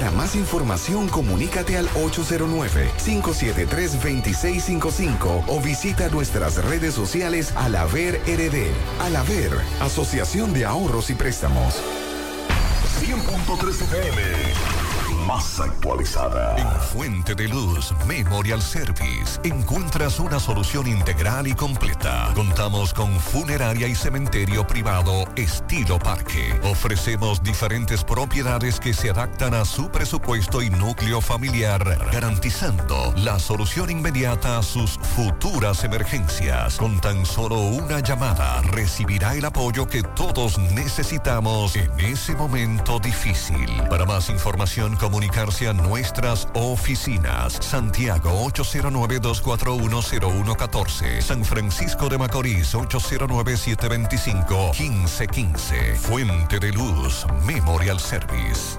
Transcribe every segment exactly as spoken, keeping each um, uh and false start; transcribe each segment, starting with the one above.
Para más información, comunícate al ocho cero nueve, cinco siete tres, dos seis cinco cinco o visita nuestras redes sociales Alaver R D. Alaver, Asociación de Ahorros y Préstamos. cien punto tres F M, más actualizada. En Fuente de Luz Memorial Service encuentras una solución integral y completa. Contamos con funeraria y cementerio privado estilo parque. Ofrecemos diferentes propiedades que se adaptan a su presupuesto y núcleo familiar, garantizando la solución inmediata a sus futuras emergencias. Con tan solo una llamada recibirá el apoyo que todos necesitamos en ese momento difícil. Para más información, comunicarse a nuestras oficinas. Santiago ocho cero nueve, dos cuatro uno, cero uno uno cuatro. San Francisco de Macorís ocho cero nueve, siete dos cinco, uno cinco uno cinco. Fuente de Luz Memorial Service.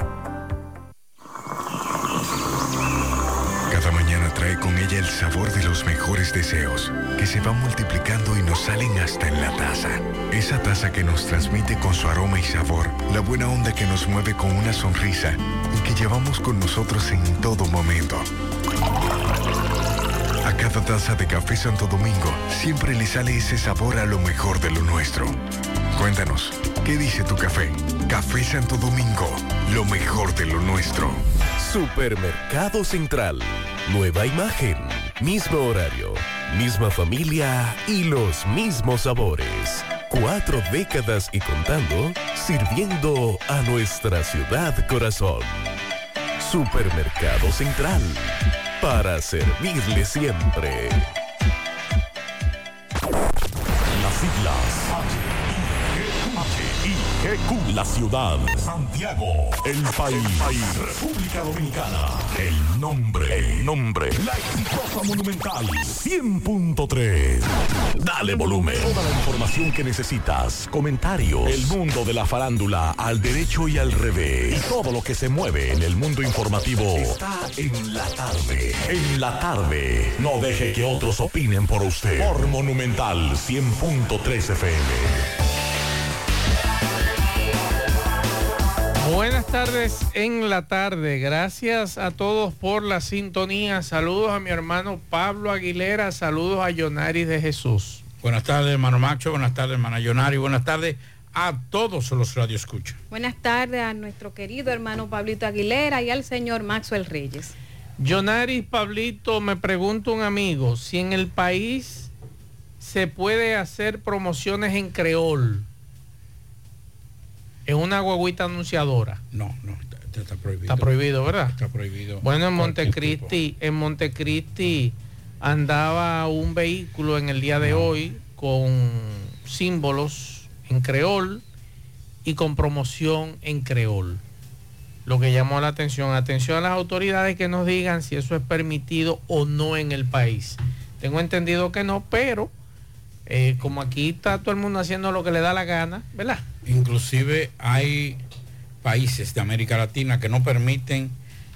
Cada mañana trae con ella el sabor de los mejores deseos, que se van multiplicando y nos salen hasta en la taza. Esa taza que nos transmite con su aroma y sabor, la buena onda que nos mueve con una sonrisa y que llevamos con nosotros en todo momento. A cada taza de Café Santo Domingo siempre le sale ese sabor a lo mejor de lo nuestro. Cuéntanos, ¿qué dice tu café? Café Santo Domingo, lo mejor de lo nuestro. Supermercado Central. Nueva imagen, mismo horario, misma familia y los mismos sabores. Cuatro décadas y contando, sirviendo a nuestra ciudad corazón. Supermercado Central, para servirle siempre. Las siglas H I G Q, la ciudad, Santiago, el país, República Dominicana, el nombre, el nombre, la exitosa Monumental, cien punto tres. Dale volumen. Toda la información que necesitas, comentarios, el mundo de la farándula al derecho y al revés, y todo lo que se mueve en el mundo informativo está en la tarde. En la tarde, no deje que otros opinen por usted. Por Monumental cien punto tres F M. Buenas tardes en la tarde. Gracias a todos por la sintonía. Saludos a mi hermano Pablo Aguilera. Saludos a Yonaris de Jesús. Buenas tardes, hermano Macho. Buenas tardes, hermana Yonari. Buenas tardes a todos los radioescuchas. Buenas tardes a nuestro querido hermano Pablito Aguilera y al señor Maxwell Reyes. Yonaris, Pablito, me pregunta un amigo si en el país se puede hacer promociones en creol. Es una guaguita anunciadora. No, no, está, está prohibido. Está prohibido, ¿verdad? Está prohibido. Bueno, en Montecristi, en Montecristi andaba un vehículo en el día de hoy con símbolos en creol y con promoción en creol. Lo que llamó la atención. Atención a las autoridades que nos digan si eso es permitido o no en el país. Tengo entendido que no, pero eh, como aquí está todo el mundo haciendo lo que le da la gana, ¿verdad? Inclusive hay países de América Latina que no permiten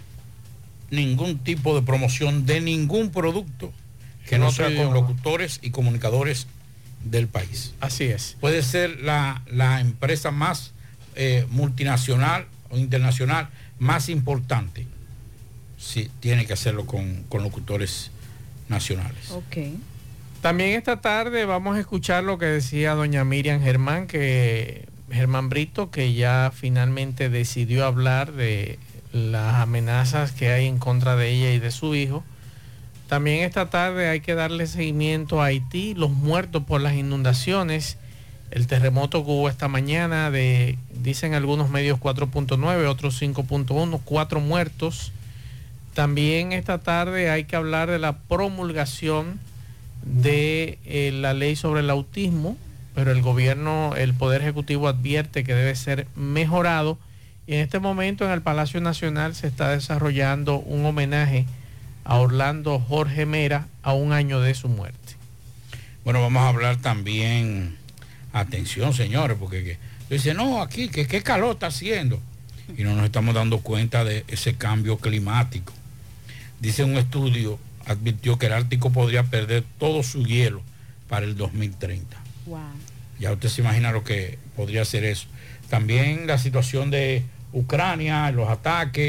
ningún tipo de promoción de ningún producto que no, no sea con locutores y comunicadores del país. Así es. Puede ser la, la empresa más eh, multinacional o internacional más importante. Sí, tiene que hacerlo con, con locutores nacionales. Ok. También esta tarde vamos a escuchar lo que decía doña Miriam Germán, que Germán Brito, que ya finalmente decidió hablar de las amenazas que hay en contra de ella y de su hijo. También esta tarde hay que darle seguimiento a Haití, los muertos por las inundaciones, el terremoto que hubo esta mañana de, dicen algunos medios cuatro punto nueve, otros cinco punto uno, cuatro muertos. También esta tarde hay que hablar de la promulgación de eh, la ley sobre el autismo, pero el gobierno, el Poder Ejecutivo advierte que debe ser mejorado y en este momento en el Palacio Nacional se está desarrollando un homenaje a Orlando Jorge Mera a un año de su muerte. Bueno, vamos a hablar también, atención señores, porque que, dice, no, aquí, que qué calor está haciendo y no nos estamos dando cuenta de ese cambio climático. Dice un estudio, advirtió que el Ártico podría perder todo su hielo para el dos mil treinta. Wow. Ya usted se imagina lo que podría ser eso. También la situación de Ucrania, los ataques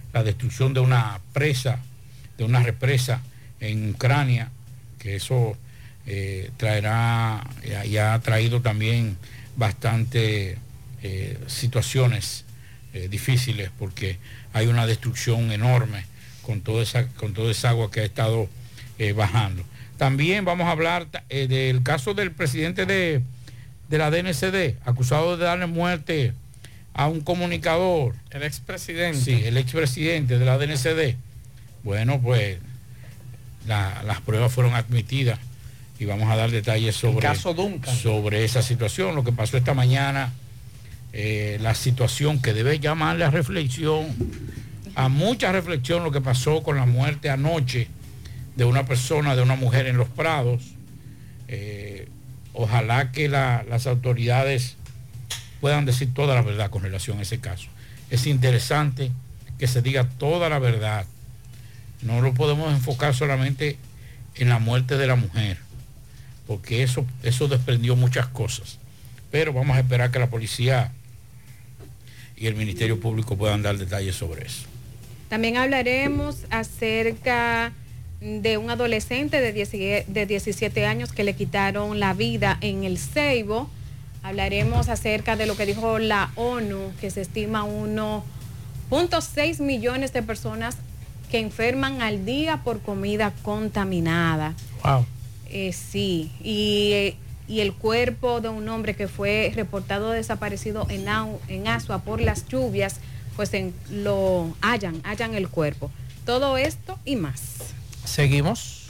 la destrucción de una presa, de una represa en Ucrania, que eso eh, traerá y ha traído también bastante eh, situaciones eh, difíciles, porque hay una destrucción enorme con toda esa, con toda esa agua que ha estado eh, bajando. También vamos a hablar eh, del caso del presidente de, de la D N C D, acusado de darle muerte a un comunicador. El expresidente. Sí, el expresidente de la D N C D. Bueno, pues la, las pruebas fueron admitidas y vamos a dar detalles sobre, caso Duncan. sobre esa situación, lo que pasó esta mañana, eh, la situación que debe llamarle a reflexión, a mucha reflexión, lo que pasó con la muerte anoche de una persona, de una mujer en Los Prados. Eh, ojalá que la, las autoridades puedan decir toda la verdad con relación a ese caso. Es interesante que se diga toda la verdad. No lo podemos enfocar solamente en la muerte de la mujer, porque eso, eso desprendió muchas cosas. Pero vamos a esperar que la policía y el Ministerio Público puedan dar detalles sobre eso. También hablaremos acerca de un adolescente de diecisiete años que le quitaron la vida en el Ceibo. Hablaremos acerca de lo que dijo la ONU, que se estima uno punto seis millones de personas que enferman al día por comida contaminada. Wow. Eh, sí, y, eh, y el cuerpo de un hombre que fue reportado desaparecido en, en Asua por las lluvias, pues en, lo hallan, hallan el cuerpo. Todo esto y más. Seguimos.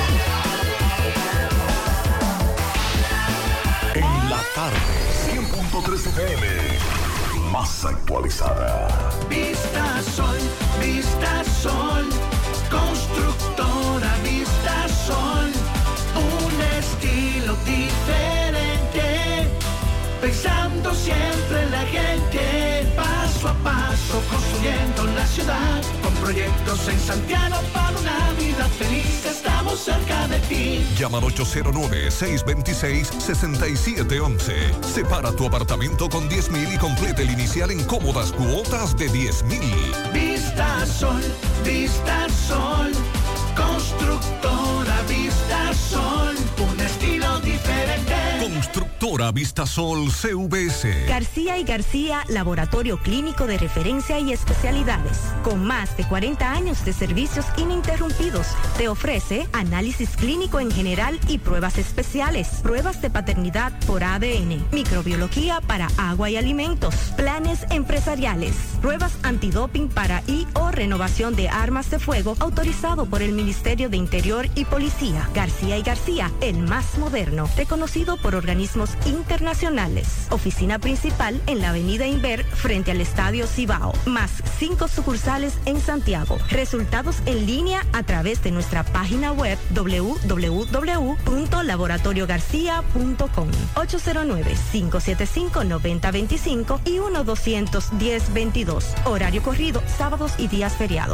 En la tarde, cien punto tres F M, más actualizada. Vista Sol, Vista Sol, constructora Vista Sol, un estilo diferente, pensando siempre en la gente, paso a paso construyendo la ciudad, con proyectos en Santiago para una vida feliz, estamos cerca de ti. Llama al ocho cero nueve, seis dos seis, seis siete uno uno. Separa tu apartamento con diez mil y complete el inicial en cómodas cuotas de diez mil. Vista Sol, Vista Sol, constructora Vista Sol, un estilo diferente. Constructora Vista Sol C V S. García y García, laboratorio clínico de referencia y especialidades. Con más de cuarenta años de servicios ininterrumpidos, te ofrece análisis clínico en general y pruebas especiales, pruebas de paternidad por A D N, microbiología para agua y alimentos, planes empresariales, pruebas antidoping para y o renovación de armas de fuego autorizado por el Ministerio de Interior y Policía. García y García, el más moderno, reconocido por organismos internacionales. Oficina principal en la avenida Inver frente al Estadio Cibao, más cinco sucursales en Santiago. Resultados en línea a través de nuestra página web doble u doble u doble u punto laboratorio garcía punto com, ocho cero nueve, cinco siete cinco, nueve cero dos cinco y uno dos uno cero, veintidós. Horario corrido, sábados y días feriados.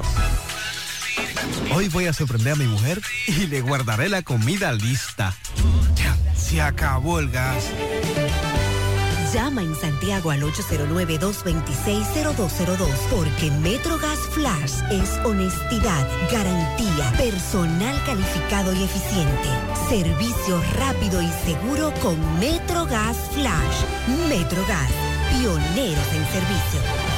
Hoy voy a sorprender a mi mujer y le guardaré la comida lista. Ya, se acabó el gas. Llama en Santiago al ocho cero nueve, dos dos seis, cero dos cero dos porque Metrogas Flash es honestidad, garantía, personal calificado y eficiente, servicio rápido y seguro con Metrogas Flash. Metrogas, pioneros en servicio.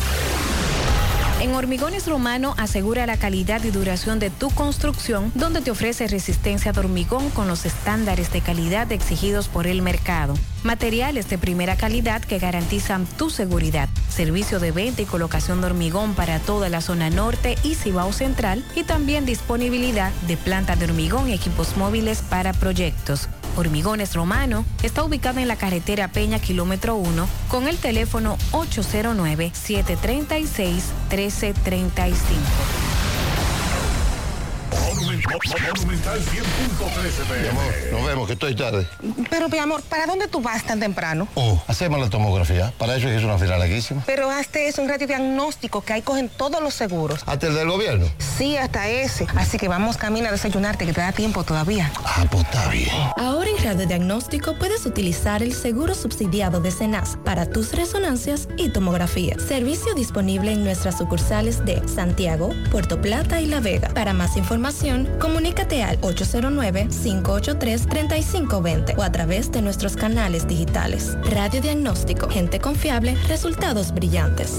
En Hormigones Romano asegura la calidad y duración de tu construcción, donde te ofrece resistencia de hormigón con los estándares de calidad exigidos por el mercado. Materiales de primera calidad que garantizan tu seguridad. Servicio de venta y colocación de hormigón para toda la zona norte y Cibao Central, y también disponibilidad de planta de hormigón y equipos móviles para proyectos. Hormigones Romano está ubicado en la carretera Peña, kilómetro uno, con el teléfono ocho cero nueve, siete tres seis, uno tres tres cinco. Monumental cien punto tres F M. Mi amor, nos vemos, que estoy tarde. Pero, mi amor, ¿para dónde tú vas tan temprano? Oh, hacemos la tomografía. Para eso es una fila larguísima. Pero hazte es un radiodiagnóstico que ahí cogen todos los seguros. ¿Hasta el del gobierno? Sí, hasta ese. Así que vamos camino a desayunarte, que te da tiempo todavía. Ah, pues está bien. Ahora en radiodiagnóstico puedes utilizar el seguro subsidiado de Senas para tus resonancias y tomografía. Servicio disponible en nuestras sucursales de Santiago, Puerto Plata y La Vega. Para más información, comunícate al ocho cero nueve, cinco ocho tres, tres cinco dos cero o a través de nuestros canales digitales. Radiodiagnóstico, gente confiable, resultados brillantes.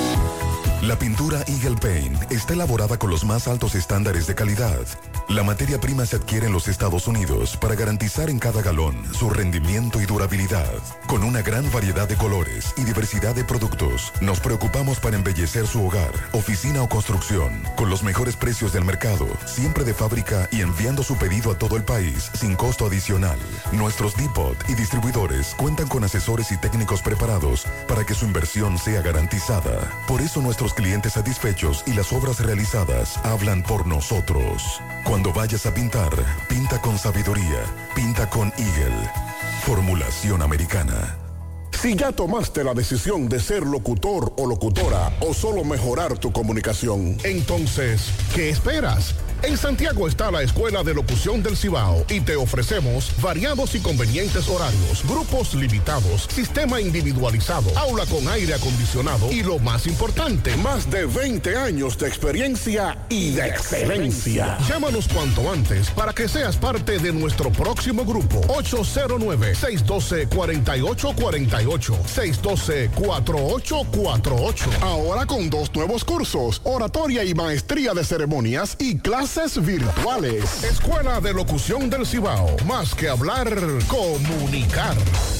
La pintura Eagle Paint está elaborada con los más altos estándares de calidad. La materia prima se adquiere en los Estados Unidos para garantizar en cada galón su rendimiento y durabilidad. Con una gran variedad de colores y diversidad de productos, nos preocupamos para embellecer su hogar, oficina o construcción, con los mejores precios del mercado, siempre de fábrica y enviando su pedido a todo el país sin costo adicional. Nuestros depot y distribuidores cuentan con asesores y técnicos preparados para que su inversión sea garantizada. Por eso nuestros clientes satisfechos y las obras realizadas hablan por nosotros. Cuando vayas a pintar, pinta con sabiduría, pinta con Eagle. Formulación americana. Si ya tomaste la decisión de ser locutor o locutora o solo mejorar tu comunicación, entonces, ¿qué esperas? En Santiago está la Escuela de Locución del Cibao y te ofrecemos variados y convenientes horarios, grupos limitados, sistema individualizado, aula con aire acondicionado y lo más importante, más de veinte años de experiencia y de excelencia. Llámanos cuanto antes para que seas parte de nuestro próximo grupo. ocho cero nueve, seis uno dos, cuatro ocho cuatro ocho, seis uno dos, cuatro ocho cuatro ocho. Ahora con dos nuevos cursos, oratoria y maestría de ceremonias y clases virtuales. Escuela de Locución del Cibao. Más que hablar, comunicar.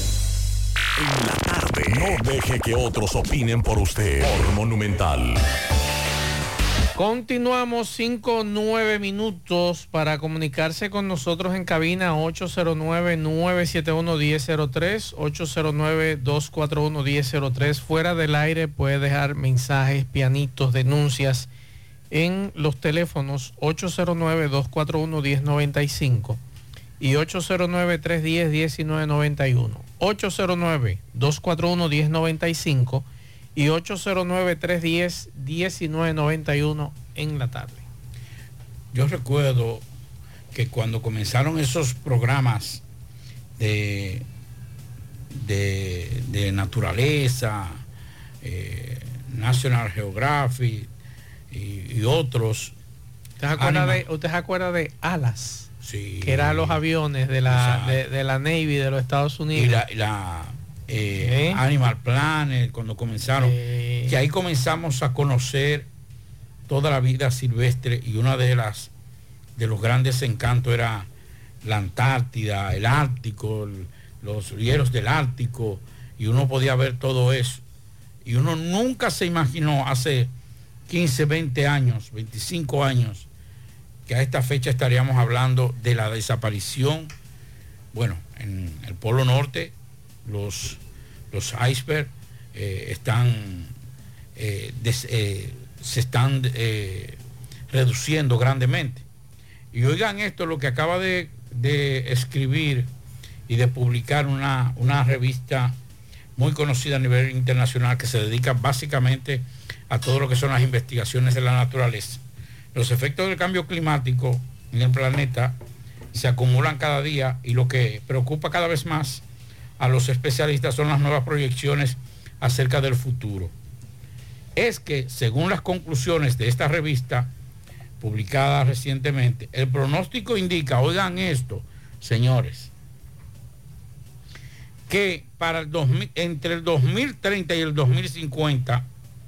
En la tarde. No deje que otros opinen por usted. Por Monumental. Continuamos cinco nueve minutos para comunicarse con nosotros en cabina ocho cero nueve, nueve siete uno, uno cero cero tres, ocho cero nueve, dos cuatro uno, uno cero cero tres. Fuera del aire puede dejar mensajes, pianitos, denuncias en los teléfonos ocho cero nueve, dos cuatro uno, uno cero nueve cinco y ocho cero nueve, tres uno cero, uno nueve nueve uno. ocho cero nueve, dos cuatro uno, uno cero nueve cinco y ocho cero nueve, tres uno cero, uno nueve nueve uno en la tarde. Yo recuerdo que cuando comenzaron esos programas de, de, de naturaleza, eh, National Geographic, Y, y otros. ¿Usted se acuerda de, usted se acuerda de Alas? Sí. Que eran los aviones de la, de, de la Navy de los Estados Unidos. Y la, y la eh, ¿Eh? Animal Planet, cuando comenzaron. Eh. Que ahí comenzamos a conocer toda la vida silvestre y una de las de los grandes encantos era la Antártida, el Ártico, el, los hielos del Ártico, y uno podía ver todo eso. Y uno nunca se imaginó hace quince, veinte años, veinticinco años, que a esta fecha estaríamos hablando de la desaparición. Bueno, en el Polo Norte los, los icebergs eh, están eh, des, eh, se están eh, reduciendo grandemente. Y oigan esto, lo que acaba de, de escribir y de publicar una, una revista muy conocida a nivel internacional que se dedica básicamente a todo lo que son las investigaciones de la naturaleza. Los efectos del cambio climático en el planeta se acumulan cada día y lo que preocupa cada vez más a los especialistas son las nuevas proyecciones acerca del futuro. Es que, según las conclusiones de esta revista, publicada recientemente, el pronóstico indica, oigan esto, señores, que para el dos mil, entre el dos mil treinta y el dos mil cincuenta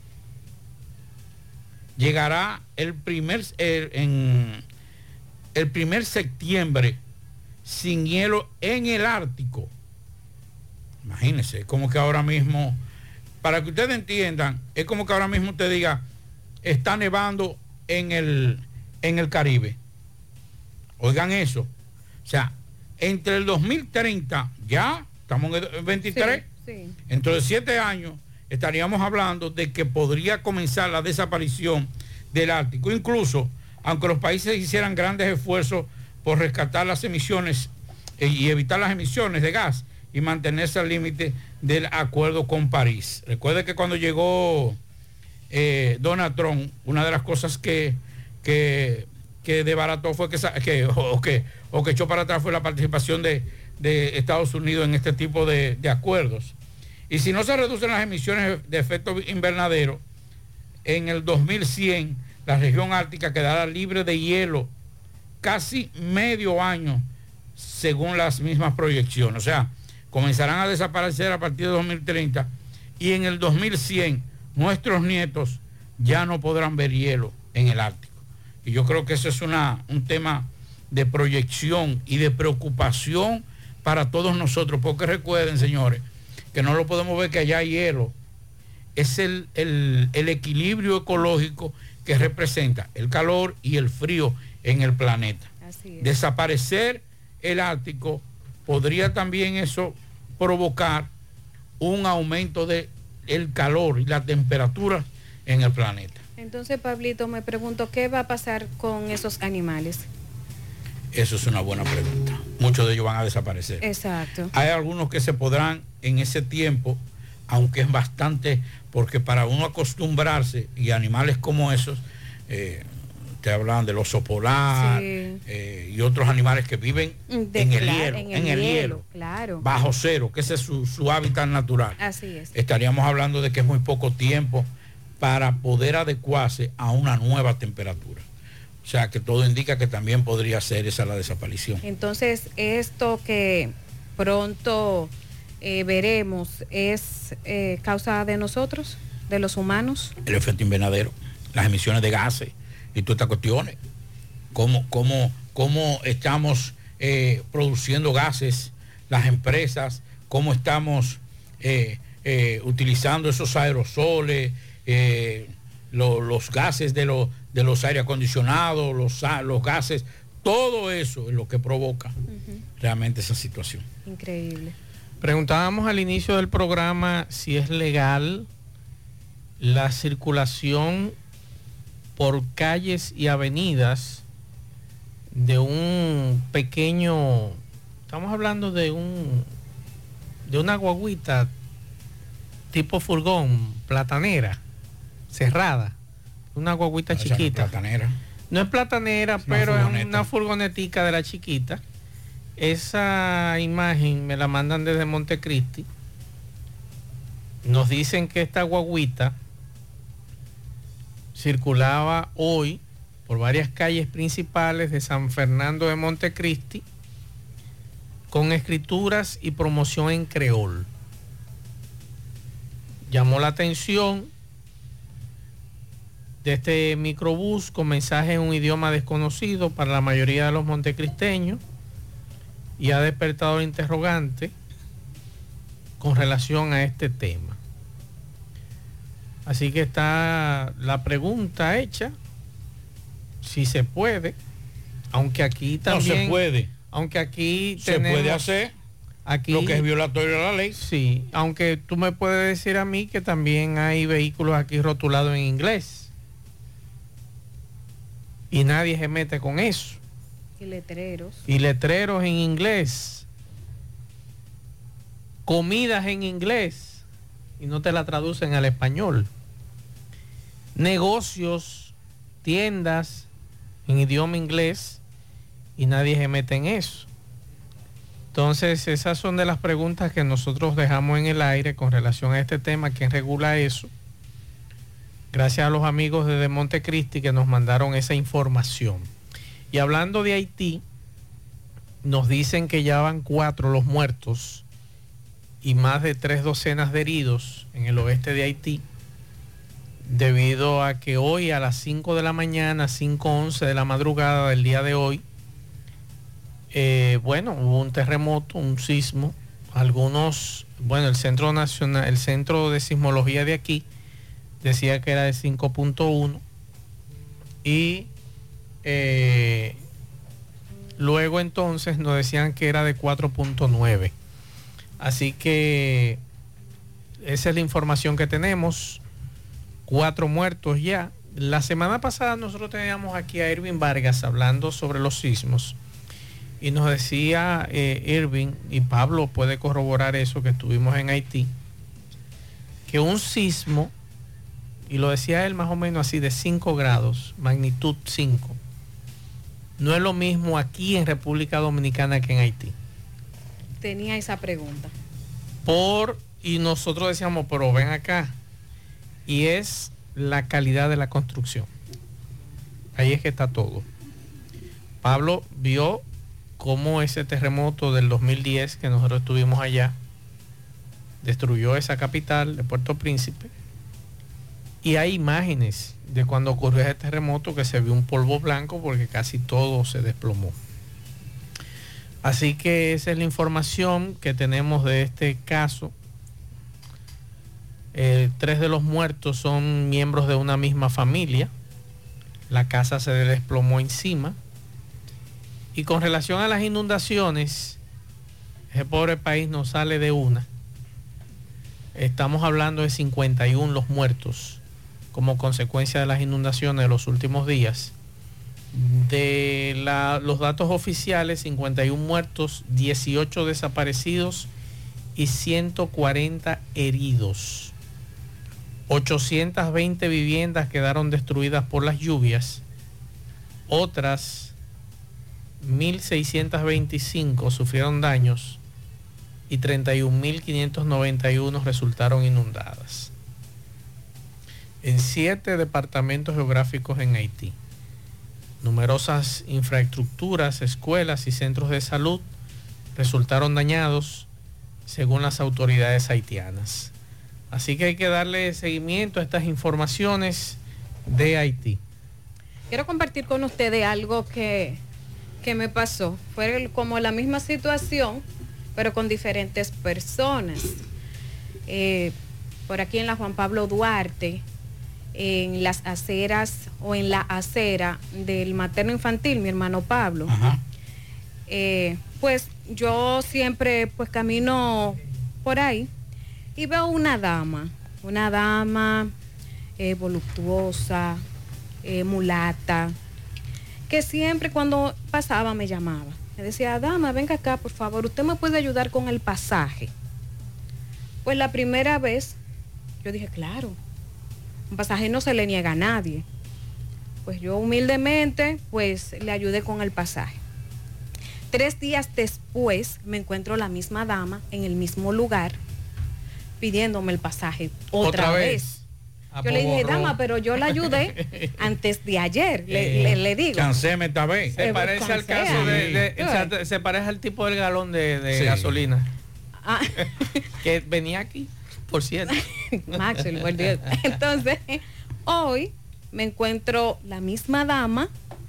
llegará el primer, el, en, el primer septiembre sin hielo en el Ártico. Imagínense, como que ahora mismo, para que ustedes entiendan, es como que ahora mismo usted diga, está nevando en el, en el Caribe. Oigan eso. O sea, entre el dos mil treinta, ya estamos en el veintitrés, sí, sí. Dentro de siete años estaríamos hablando de que podría comenzar la desaparición del Ártico. Incluso aunque los países hicieran grandes esfuerzos por rescatar las emisiones eh, y evitar las emisiones de gas y mantenerse al límite del acuerdo con París. Recuerde que cuando llegó eh, Donald Trump, una de las cosas que, que, que desbarató fue que, que, o, que, o que echó para atrás fue la participación de, de Estados Unidos en este tipo de, de acuerdos. Y si no se reducen las emisiones de efecto invernadero, en el dos mil cien la región ártica quedará libre de hielo casi medio año, según las mismas proyecciones. O sea, comenzarán a desaparecer a partir de dos mil treinta y en el dos mil cien nuestros nietos ya no podrán ver hielo en el Ártico. Y yo creo que eso es una, un tema de proyección y de preocupación para todos nosotros, porque recuerden, señores, que no lo podemos ver que allá hay hielo. Es el, el, el equilibrio ecológico que representa el calor y el frío en el planeta. Así es. Desaparecer el Ártico podría también eso provocar un aumento de el calor y la temperatura en el planeta. Entonces, Pablito, me pregunto, ¿qué va a pasar con esos animales? Eso es una buena pregunta. Muchos de ellos van a desaparecer. Exacto. Hay algunos que se podrán en ese tiempo, aunque es bastante, porque para uno acostumbrarse, y animales como esos, eh, te hablan del oso polar, sí. eh, y otros animales que viven de en, el claro, hielo, en el en el hielo, hielo, claro. bajo cero, que ese es su, su hábitat natural. Así es. Estaríamos hablando de que es muy poco tiempo para poder adecuarse a una nueva temperatura. O sea, que todo indica que también podría ser esa la desaparición. Entonces, esto que pronto eh, veremos es eh, causa de nosotros, de los humanos. El efecto invernadero, las emisiones de gases y todas estas cuestiones. Cómo, cómo, cómo estamos eh, produciendo gases, las empresas, cómo estamos eh, eh, utilizando esos aerosoles, eh, lo, los gases de, lo, de los aire acondicionados, los, los gases, todo eso es lo que provoca uh-huh. realmente esa situación. Increíble. Preguntábamos al inicio del programa si es legal la circulación por calles y avenidas de un pequeño, estamos hablando de un de una guaguita tipo furgón, platanera, cerrada, una guaguita no, chiquita. No es platanera. No es platanera, es pero es una furgonetica de la chiquita. Esa imagen me la mandan desde Montecristi. Nos dicen que esta guaguita circulaba hoy por varias calles principales de San Fernando de Montecristi con escrituras y promoción en creol. Llamó la atención de este microbús con mensaje en un idioma desconocido para la mayoría de los montecristeños y ha despertado el interrogante con relación a este tema. Así que está la pregunta hecha, si se puede, aunque aquí también... No se puede. Aunque aquí se tenemos, puede hacer aquí, lo que es violatorio de la ley. Sí, aunque tú me puedes decir a mí que también hay vehículos aquí rotulados en inglés. Y nadie se mete con eso. Y letreros. Y letreros en inglés. Comidas en inglés. Y no te la traducen al español. Negocios, tiendas en idioma inglés. Y nadie se mete en eso. Entonces, esas son de las preguntas que nosotros dejamos en el aire con relación a este tema. ¿Quién regula eso? Gracias a los amigos desde Montecristi que nos mandaron esa información. Y hablando de Haití, nos dicen que ya van cuatro los muertos y más de tres docenas de heridos en el oeste de Haití, debido a que hoy a las cinco de la mañana, cinco once de la madrugada del día de hoy, eh, bueno, hubo un terremoto, un sismo. Algunos, bueno, el Centro Nacional, el Centro de Sismología de aquí decía que era de cinco punto uno y eh, luego entonces nos decían que era de cuatro punto nueve. Así que esa es la información que tenemos. Cuatro muertos ya, La semana pasada nosotros teníamos aquí a Irving Vargas hablando sobre los sismos y nos decía eh, Irving, y Pablo puede corroborar eso, que estuvimos en Haití, que un sismo, y lo decía él más o menos así, de cinco grados, magnitud cinco, no es lo mismo aquí en República Dominicana que en Haití. Tenía esa pregunta. Por, y nosotros decíamos, pero ven acá, y es la calidad de la construcción. Ahí es que está todo. Pablo vio cómo ese terremoto del dos mil diez que nosotros estuvimos allá destruyó esa capital de Puerto Príncipe, y hay imágenes de cuando ocurrió ese terremoto que se vio un polvo blanco porque casi todo se desplomó. Así que esa es la información que tenemos de este caso. Eh, tres de los muertos son miembros de una misma familia. La casa se desplomó encima. Y con relación a las inundaciones, ese pobre país no sale de una. Estamos hablando de cincuenta y uno los muertos como consecuencia de las inundaciones de los últimos días. De la, los datos oficiales, cincuenta y uno muertos, dieciocho desaparecidos y ciento cuarenta heridos. ochocientas veinte viviendas quedaron destruidas por las lluvias. Otras mil seiscientas veinticinco sufrieron daños y treinta y un mil quinientos noventa y uno resultaron inundadas en siete departamentos geográficos en Haití. Numerosas infraestructuras, escuelas y centros de salud resultaron dañados según las autoridades haitianas. Así que hay que darle seguimiento a estas informaciones de Haití. Quiero compartir con ustedes algo que, que me pasó. Fue como la misma situación, pero con diferentes personas. Eh, por aquí en la Juan Pablo Duarte, en las aceras o en la acera del materno infantil, mi hermano Pablo. Eh, pues yo siempre pues camino por ahí y veo una dama, una dama eh, voluptuosa, eh, mulata, que siempre cuando pasaba me llamaba. Me decía, dama, venga acá, por favor, usted me puede ayudar con el pasaje. Pues la primera vez yo dije, claro, un pasaje no se le niega a nadie. Pues yo humildemente pues le ayudé con el pasaje. Tres días después me encuentro la misma dama en el mismo lugar pidiéndome el pasaje otra, ¿Otra vez. vez. Yo le dije, dama, pero yo la ayudé antes de ayer, le, eh, le, le digo. Chancéme esta vez. Se eh, parece chancea. al caso de, de, de o sea, se parece al tipo del galón de, de sí. gasolina. Ah. Que venía aquí, por cierto. Maxwell, por Dios. Entonces, hoy me encuentro la misma dama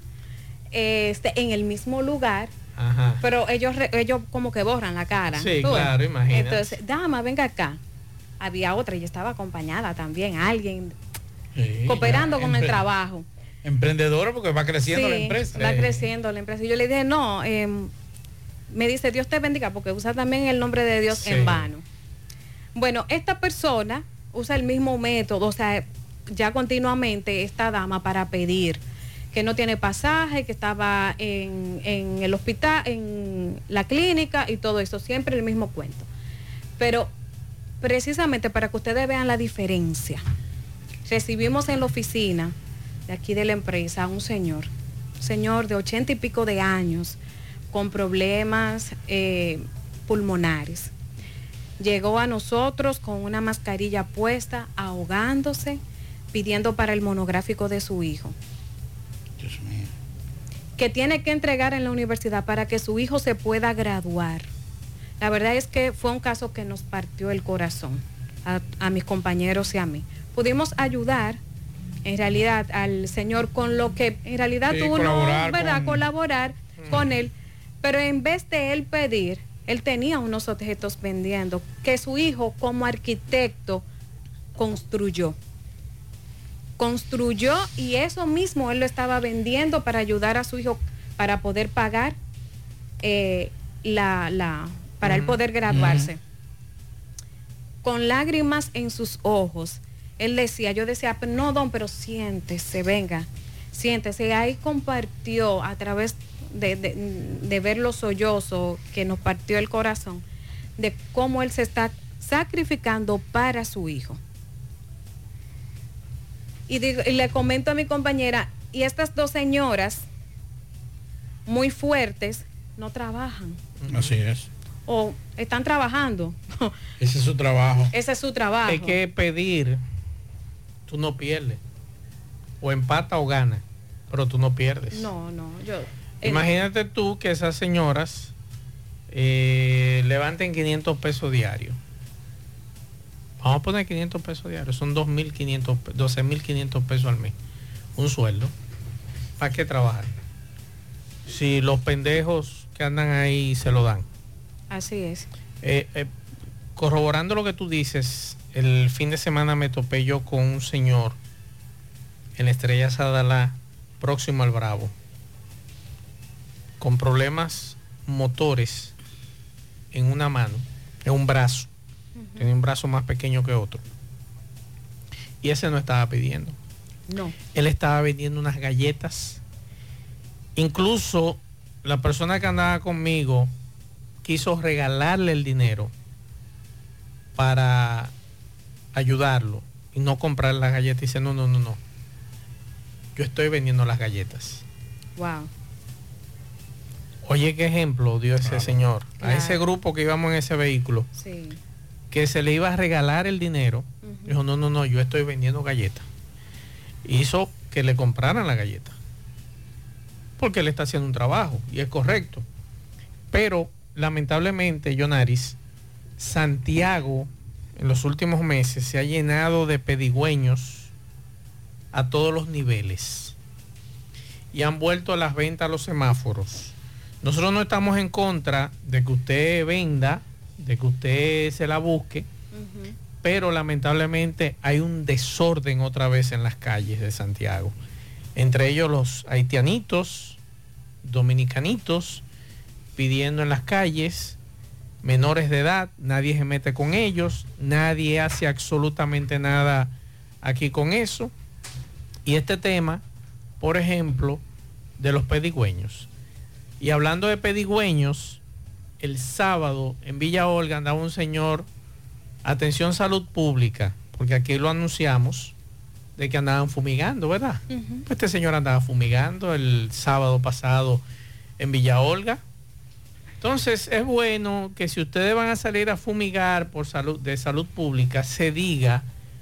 este, en el mismo lugar. Ajá. Pero ellos ellos como que borran la cara. Sí, ¿tú? Claro, imagínate. Entonces, dama, venga acá. Había otra, y estaba acompañada también, alguien sí, cooperando con empre- el trabajo. Emprendedora, porque va creciendo sí, la empresa. Va sí. creciendo la empresa. Y yo le dije, no, eh, me dice, Dios te bendiga, porque usa también el nombre de Dios sí. en vano. Bueno, esta persona usa el mismo método, o sea, ya continuamente esta dama para pedir que no tiene pasaje, que estaba en, en el hospital, en la clínica y todo eso, siempre el mismo cuento. Pero precisamente para que ustedes vean la diferencia, recibimos en la oficina de aquí de la empresa a un señor, señor de ochenta y pico de años, con problemas eh, pulmonares. Llegó a nosotros con una mascarilla puesta, ahogándose, pidiendo para el monográfico de su hijo. Dios mío. Que tiene que entregar en la universidad para que su hijo se pueda graduar. La verdad es que fue un caso que nos partió el corazón a, a mis compañeros y a mí. Pudimos ayudar en realidad al señor con lo que en realidad sí, tuvo colaborar, ¿verdad? Con... colaborar mm. con él, pero en vez de él pedir, él tenía unos objetos vendiendo que su hijo como arquitecto construyó. Construyó y eso mismo él lo estaba vendiendo para ayudar a su hijo para poder pagar eh, la... la para él poder graduarse. Uh-huh. Con lágrimas en sus ojos, él decía, yo decía, no, don, pero siéntese, venga, siéntese. Ahí compartió a través de, de, de ver los sollozos que nos partió el corazón, de cómo él se está sacrificando para su hijo. Y, digo, y le comento a mi compañera, y estas dos señoras muy fuertes no trabajan. Así es. O están trabajando. Ese es su trabajo. Ese es su trabajo. Hay que pedir, tú no pierdes. O empata o gana, pero tú no pierdes. No, no, yo... Imagínate tú que esas señoras eh, levanten quinientos pesos diarios. Vamos a poner quinientos pesos diarios, son dos mil quinientos, doce mil quinientos pesos al mes. Un sueldo. ¿Para qué trabajar? Si los pendejos que andan ahí se lo dan. Así es. Eh, eh, corroborando lo que tú dices, el fin de semana me topé yo con un señor en la Estrella Sadalá, próximo al Bravo, con problemas motores en una mano, en un brazo. Uh-huh. Tenía un brazo más pequeño que otro. Y ese no estaba pidiendo. No. Él estaba vendiendo unas galletas. Incluso la persona que andaba conmigo quiso regalarle el dinero para ayudarlo y no comprar las galletas. Y dice, no, no, no, no. Yo estoy vendiendo las galletas. Wow. Oye, qué ejemplo dio ese claro. señor. Claro. A ese grupo que íbamos en ese vehículo. Sí. Que se le iba a regalar el dinero. Uh-huh. Dijo, no, no, no, yo estoy vendiendo galletas. Hizo que le compraran la galleta. Porque él está haciendo un trabajo y es correcto. Pero lamentablemente, Yonaris, Santiago en los últimos meses se ha llenado de pedigüeños a todos los niveles y han vuelto a las ventas a los semáforos. Nosotros no estamos en contra de que usted venda, de que usted se la busque, uh-huh. pero lamentablemente hay un desorden otra vez en las calles de Santiago. Entre ellos los haitianitos, dominicanitos, pidiendo en las calles, menores de edad, nadie se mete con ellos, nadie hace absolutamente nada aquí con eso. Y este tema, por ejemplo, de los pedigüeños. Y hablando de pedigüeños, el sábado en Villa Olga andaba un señor, atención salud pública, porque aquí lo anunciamos, de que andaban fumigando, ¿verdad? Uh-huh. Pues este señor andaba fumigando el sábado pasado en Villa Olga. Entonces es bueno que si ustedes van a salir a fumigar por salud, de salud pública, se diga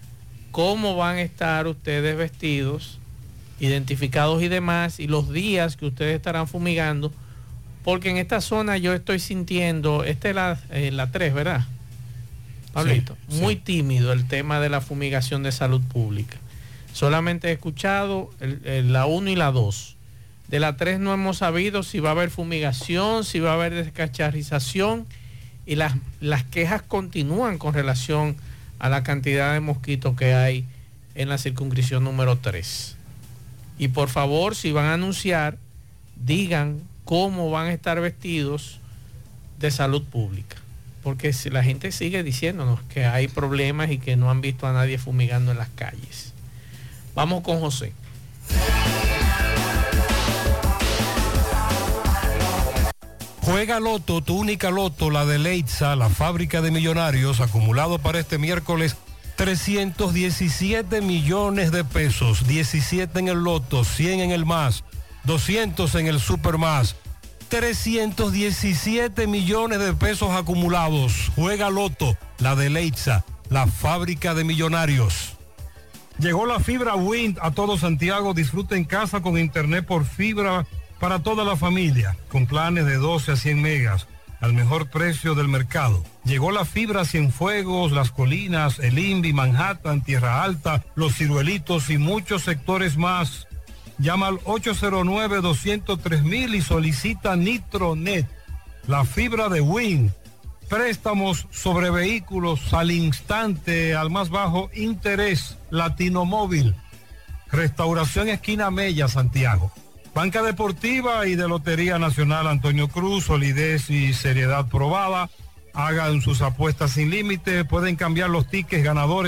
cómo van a estar ustedes vestidos, identificados y demás, y los días que ustedes estarán fumigando, porque en esta zona yo estoy sintiendo, esta es la, eh, la tres, ¿verdad, Pablito? Sí, muy sí. tímido el tema de la fumigación de salud pública. Solamente he escuchado el, el, la uno y la dos. De la tres no hemos sabido si va a haber fumigación, si va a haber descacharrización, y las, las quejas continúan con relación a la cantidad de mosquitos que hay en la circunscripción número tres. Y por favor, si van a anunciar, digan cómo van a estar vestidos de salud pública. Porque si la gente sigue diciéndonos que hay problemas y que no han visto a nadie fumigando en las calles. Vamos con José. Juega Loto, tu única Loto, la de Leitza, la fábrica de millonarios, acumulado para este miércoles trescientos diecisiete millones de pesos, diecisiete en el Loto, cien en el Más, doscientos en el Super Más, trescientos diecisiete millones de pesos acumulados. Juega Loto, la de Leitza, la fábrica de millonarios. Llegó la fibra Wind a todo Santiago. Disfruta en casa con internet por fibra para toda la familia, con planes de doce a cien megas, al mejor precio del mercado. Llegó la fibra Cienfuegos, Las Colinas, El Invi, Manhattan, Tierra Alta, Los Ciruelitos y muchos sectores más. Llama al ocho cero nueve, dos cero tres mil y solicita Nitronet, la fibra de Wind. Préstamos sobre vehículos al instante, al más bajo interés. Latino Móvil. Restauración Esquina Mella, Santiago. Banca Deportiva y de Lotería Nacional Antonio Cruz, solidez y seriedad probada. Hagan sus apuestas sin límite, pueden cambiar los tickets ganadores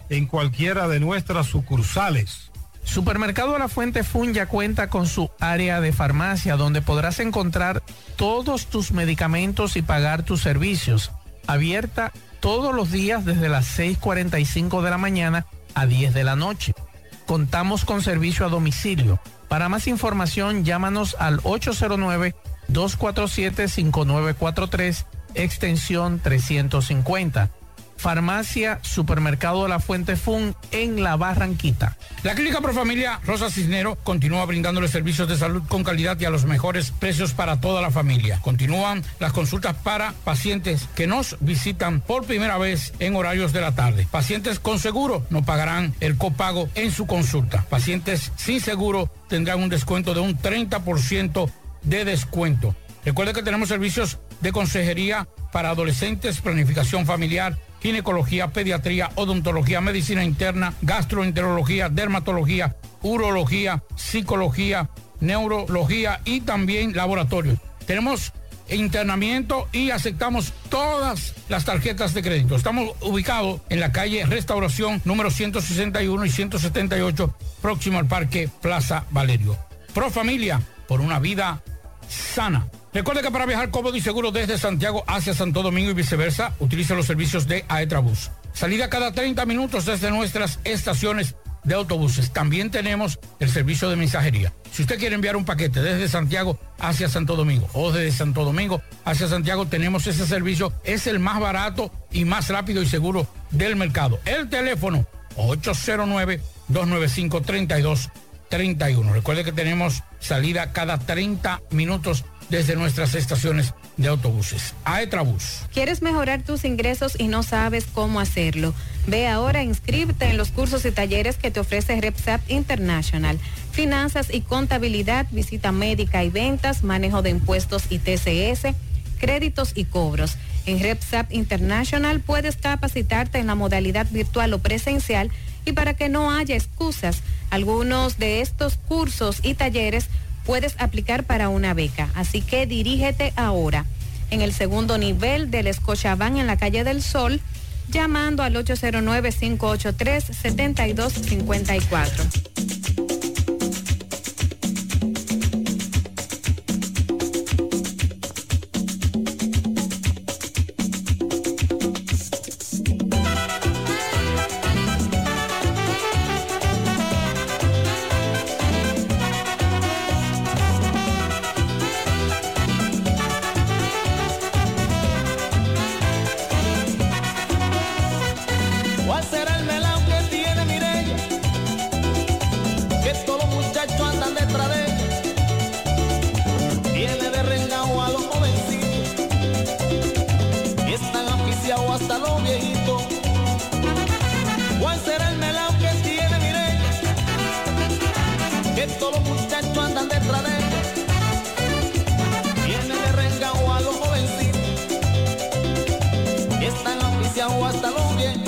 en cualquiera de nuestras sucursales. Supermercado La Fuente Fun ya cuenta con su área de farmacia donde podrás encontrar todos tus medicamentos y pagar tus servicios. Abierta todos los días desde las seis cuarenta y cinco de la mañana a diez de la noche. Contamos con servicio a domicilio. Para más información, llámanos al ocho cero nueve, dos cuatro siete, cinco nueve cuatro tres, extensión trescientos cincuenta. Farmacia Supermercado La Fuente Fun en La Barranquita. La Clínica Profamilia Rosa Cisnero continúa brindándole servicios de salud con calidad y a los mejores precios para toda la familia. Continúan las consultas para pacientes que nos visitan por primera vez en horarios de la tarde. Pacientes con seguro no pagarán el copago en su consulta. Pacientes sin seguro tendrán un descuento de un treinta por ciento de descuento. Recuerde que tenemos servicios de consejería para adolescentes, planificación familiar, ginecología, pediatría, odontología, medicina interna, gastroenterología, dermatología, urología, psicología, neurología y también laboratorio. Tenemos internamiento y aceptamos todas las tarjetas de crédito. Estamos ubicados en la calle Restauración número ciento sesenta y uno y ciento setenta y ocho, próximo al Parque Plaza Valerio. Pro Familia, por una vida sana. Recuerde que para viajar cómodo y seguro desde Santiago hacia Santo Domingo y viceversa, utilice los servicios de Aetrabús. Salida cada treinta minutos desde nuestras estaciones de autobuses. También tenemos el servicio de mensajería. Si usted quiere enviar un paquete desde Santiago hacia Santo Domingo o desde Santo Domingo hacia Santiago, tenemos ese servicio. Es el más barato y más rápido y seguro del mercado. El teléfono ocho cero nueve, dos nueve cinco, tres dos tres uno. Recuerde que tenemos salida cada treinta minutos desde nuestras estaciones de autobuses. Aetrabús. ¿Quieres mejorar tus ingresos y no sabes cómo hacerlo? Ve ahora e inscríbete en los cursos y talleres que te ofrece RepSap International. Finanzas y contabilidad, visita médica y ventas, manejo de impuestos y T C S, créditos y cobros. En RepSap International puedes capacitarte en la modalidad virtual o presencial y para que no haya excusas, algunos de estos cursos y talleres puedes aplicar para una beca, así que dirígete ahora en el segundo nivel del Scotiabank en la calle del Sol, llamando al ocho cero nueve, cinco ocho tres, siete dos cinco cuatro. ¿Cuál será el melao que tiene Mireya? Que todos los muchachos andan detrás de ella. Tiene de rengao a los jovencitos y están ambiciados hasta los viejitos. ¿Cuál será el melao que tiene Mireya? Que todos los muchachos andan detrás de ella. Tiene de rengao a los jovencitos y están ambiciados hasta los viejitos.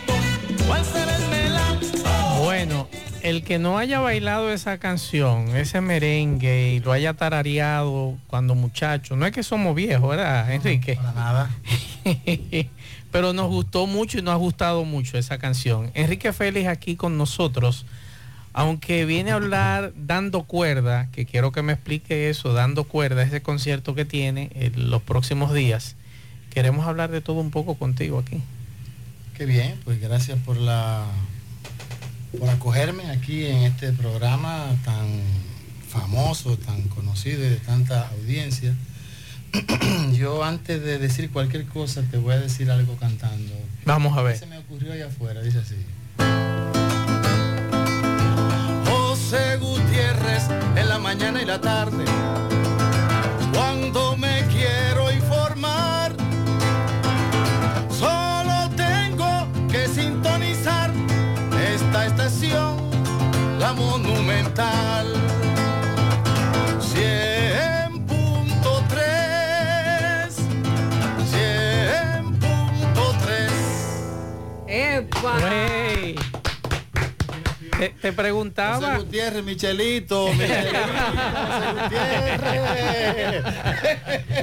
Bueno, el que no haya bailado esa canción, ese merengue y lo haya tarareado cuando muchacho, no es que somos viejos, ¿verdad, Enrique? No, para nada. Pero nos gustó mucho y nos ha gustado mucho esa canción. Enrique Félix aquí con nosotros, aunque viene a hablar dando cuerda, que quiero que me explique eso, dando cuerda, ese concierto que tiene en los próximos días. Queremos hablar de todo un poco contigo aquí. Qué bien, pues gracias por la por acogerme aquí en este programa tan famoso, tan conocido y de tanta audiencia. Yo antes de decir cualquier cosa te voy a decir algo cantando. Vamos a ver. Se me ocurrió allá afuera, dice así. José Gutiérrez en la mañana y la tarde, cuando me quiero informar, solo tengo que sintonizar esta estación, la Monumental. cien punto tres, cien punto tres. ¡Epa! Wey. Te, te preguntaba. José Gutiérrez, Michelito, Michelito, José Gutiérrez.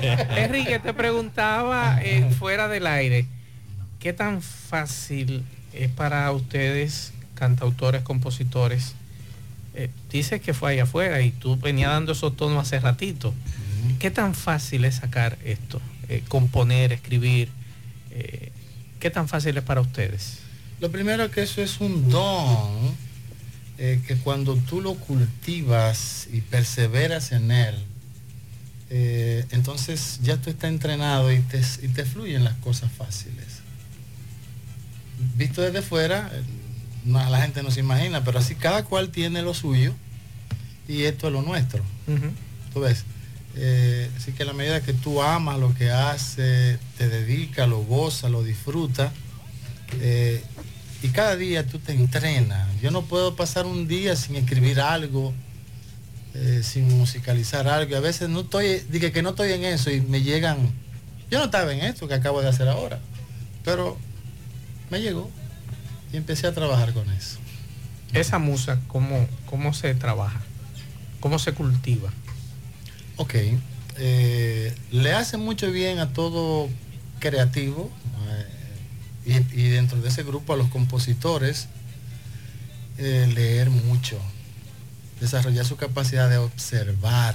Enrique, te preguntaba eh, fuera del aire, ¿qué tan fácil es para ustedes, cantautores, compositores. Eh, dices que fue allá afuera y tú venías dando esos tonos hace ratito. Uh-huh. ¿Qué tan fácil es sacar esto? Eh, componer, escribir. Eh, ¿Qué tan fácil es para ustedes? Lo primero es que eso es un don, eh, que cuando tú lo cultivas y perseveras en él, eh, entonces ya tú estás entrenado y te, y te fluyen las cosas fáciles. Visto desde fuera, no, la gente no se imagina, pero así cada cual tiene lo suyo y esto es lo nuestro. Uh-huh. ¿Tú ves? Eh, así que a la medida que tú amas lo que haces, te dedicas, lo gozas, lo disfrutas, eh, y cada día tú te entrenas. Yo no puedo pasar un día sin escribir algo, eh, sin musicalizar algo. A veces no estoy, dije que no estoy en eso y me llegan, yo no estaba en esto que acabo de hacer ahora, pero me llegó y empecé a trabajar con eso. Esa musa, ¿cómo, cómo se trabaja? ¿Cómo se cultiva? Ok, eh, le hace mucho bien a todo creativo, eh, y, y dentro de ese grupo a los compositores, eh, leer mucho, desarrollar su capacidad de observar,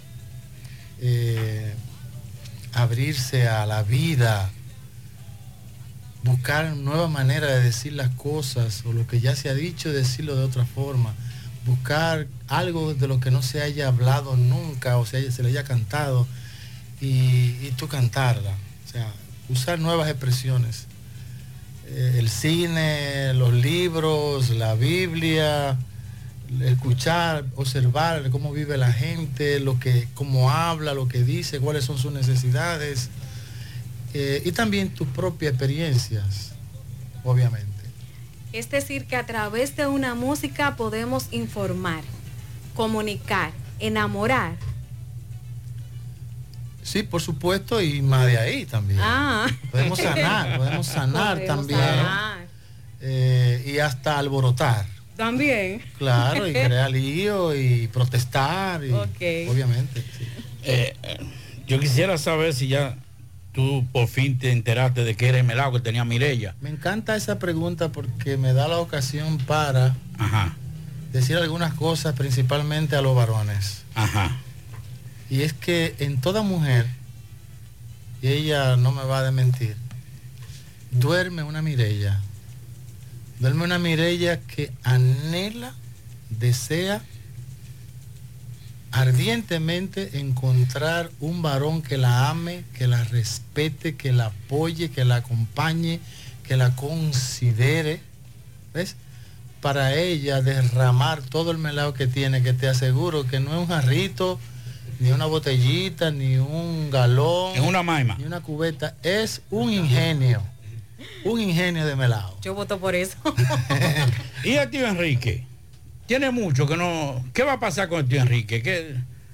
eh, abrirse a la vida, buscar nuevas maneras de decir las cosas o lo que ya se ha dicho, decirlo de otra forma, buscar algo de lo que no se haya hablado nunca o se, haya, se le haya cantado y, y tú cantarla, o sea, usar nuevas expresiones, eh, el cine, los libros, la Biblia, escuchar, observar cómo vive la gente, lo que, cómo habla, lo que dice, cuáles son sus necesidades, eh, y también tus propias experiencias, obviamente. Es decir, que a través de una música podemos informar, comunicar, enamorar. Sí, por supuesto, y más de ahí también. Ah. Podemos sanar, podemos sanar podemos también. Sanar. Eh, y hasta alborotar. También. Claro, y crear lío y protestar. Y, okay. Obviamente. Sí. Eh, yo quisiera saber si ya tú por fin te enteraste de que era el melao que tenía Mireya. Me encanta esa pregunta porque me da la ocasión para Ajá. decir algunas cosas principalmente a los varones. Ajá. Y es que en toda mujer, y ella no me va a desmentir, duerme una Mireya. Duerme una Mireya que anhela, desea ardientemente encontrar un varón que la ame, que la respete, que la apoye, que la acompañe, que la considere, ¿ves? Para ella derramar todo el melao que tiene, que te aseguro que no es un jarrito, ni una botellita, ni un galón, en una maima, ni una cubeta, es un ingenio, un ingenio de melao. Yo voto por eso. ¿Y el tío Enrique? Tiene mucho que no... ¿Qué va a pasar con el tío Enrique? ¿Qué...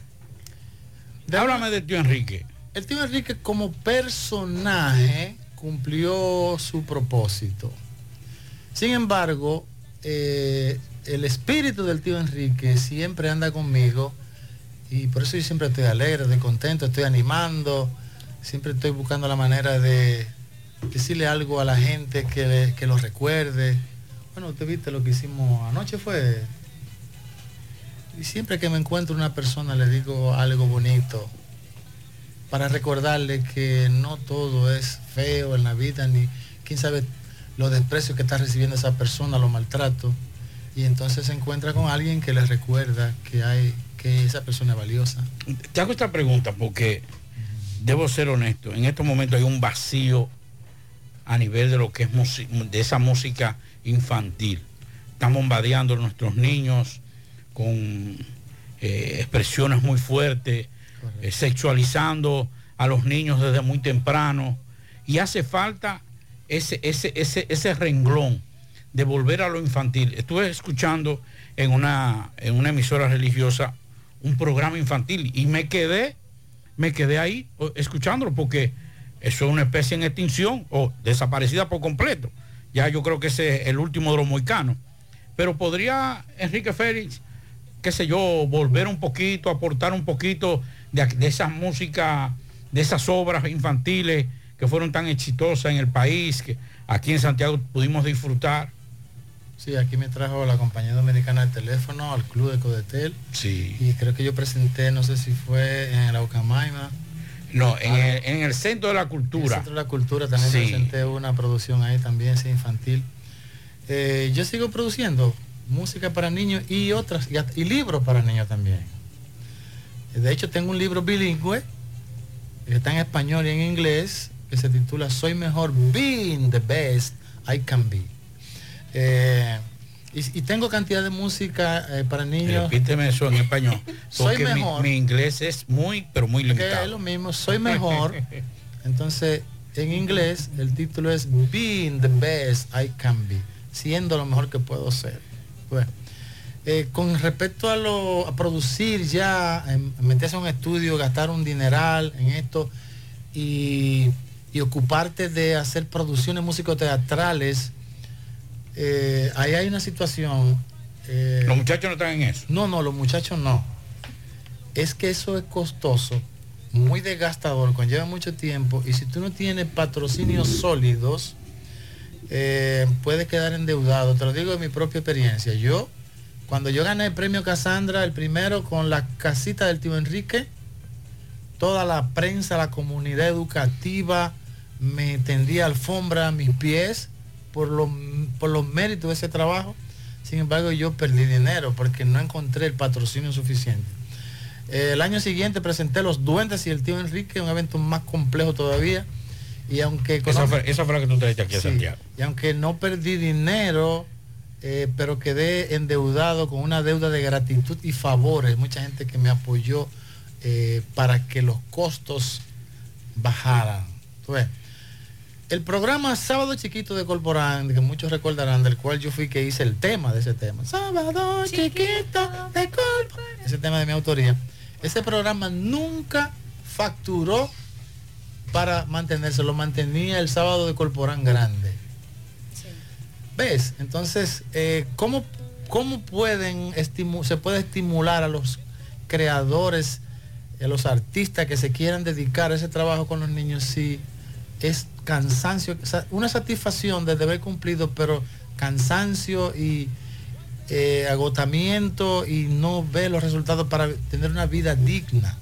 De Háblame del tío Enrique. El tío Enrique como personaje cumplió su propósito. Sin embargo, eh, el espíritu del tío Enrique siempre anda conmigo y por eso yo siempre estoy alegre, estoy contento, estoy animando, siempre estoy buscando la manera de decirle algo a la gente que, le, que lo recuerde. Bueno, usted viste lo que hicimos anoche fue... Y siempre que me encuentro una persona le digo algo bonito para recordarle que no todo es feo en la vida, ni quién sabe los desprecios que está recibiendo esa persona, los maltratos. Y entonces se encuentra con alguien que le recuerda que hay, que esa persona es valiosa. Te hago esta pregunta porque debo ser honesto. En estos momentos hay un vacío a nivel de lo que es de esa música infantil. Están bombardeando a nuestros niños con eh, expresiones muy fuertes, eh, sexualizando a los niños desde muy temprano, y hace falta ese, ese, ese, ese renglón de volver a lo infantil. Estuve escuchando en una, en una emisora religiosa un programa infantil y me quedé, me quedé ahí escuchándolo porque eso es una especie en extinción o desaparecida por completo. Ya yo creo que ese es el último de los mohicanos. Pero podría Enrique Félix, qué sé yo, volver un poquito, aportar un poquito de, de esa música, de esas obras infantiles que fueron tan exitosas en el país, que aquí en Santiago pudimos disfrutar. Sí, aquí me trajo la compañía dominicana el teléfono al club de Codetel. Sí. Y creo que yo presenté, no sé si fue en la Ucamaima. No, en, el, en el Centro de la Cultura. En el Centro de la Cultura también sí. Presenté una producción ahí también, sí, infantil. Eh, yo sigo produciendo música para niños y otras, y, y libros para niños también. De hecho, tengo un libro bilingüe, que está en español y en inglés, que se titula Soy Mejor, Being the Best I Can Be. Eh, y, y tengo cantidad de música eh, para niños. Repíteme eso en español. Soy mejor. Mi, mi inglés es muy, pero muy limitado. Que es lo mismo, soy mejor. Entonces, en inglés, el título es Being the Best I Can Be, siendo lo mejor que puedo ser. Bueno, eh, con respecto a lo a producir ya, en, meterse a un estudio, gastar un dineral en esto y, y ocuparte de hacer producciones musicoteatrales. Eh, ahí hay una situación. Eh, los muchachos no están en eso. No, no, los muchachos no. Es que eso es costoso, muy desgastador, conlleva mucho tiempo, y si tú no tienes patrocinios sólidos, eh, puedes quedar endeudado. Te lo digo de mi propia experiencia. Yo, cuando yo gané el premio Casandra, el primero con la casita del tío Enrique, toda la prensa, la comunidad educativa me tendía alfombra a mis pies por los, por los méritos de ese trabajo. Sin embargo, yo perdí dinero porque no encontré el patrocinio suficiente. Eh, el año siguiente presenté Los Duendes y el tío Enrique, un evento más complejo todavía. Y aunque... Esa fue, esa fue la que tú traiste aquí a sí, Santiago. Y aunque no perdí dinero, eh, pero quedé endeudado con una deuda de gratitud y favores. Mucha gente que me apoyó eh, para que los costos bajaran. Entonces, el programa Sábado Chiquito de Corporán, que muchos recordarán, del cual yo fui que hice el tema de ese tema. Sábado Chiquito de Corporán. Ese tema de mi autoría. Ese programa nunca facturó para mantenerse, lo mantenía el Sábado de Corporán grande. Sí. ¿Ves? Entonces, eh, ¿cómo, cómo pueden estimu- se puede estimular a los creadores, a los artistas que se quieran dedicar a ese trabajo con los niños si es cansancio, una satisfacción de deber cumplido, pero cansancio y eh, agotamiento y no ver los resultados para tener una vida digna?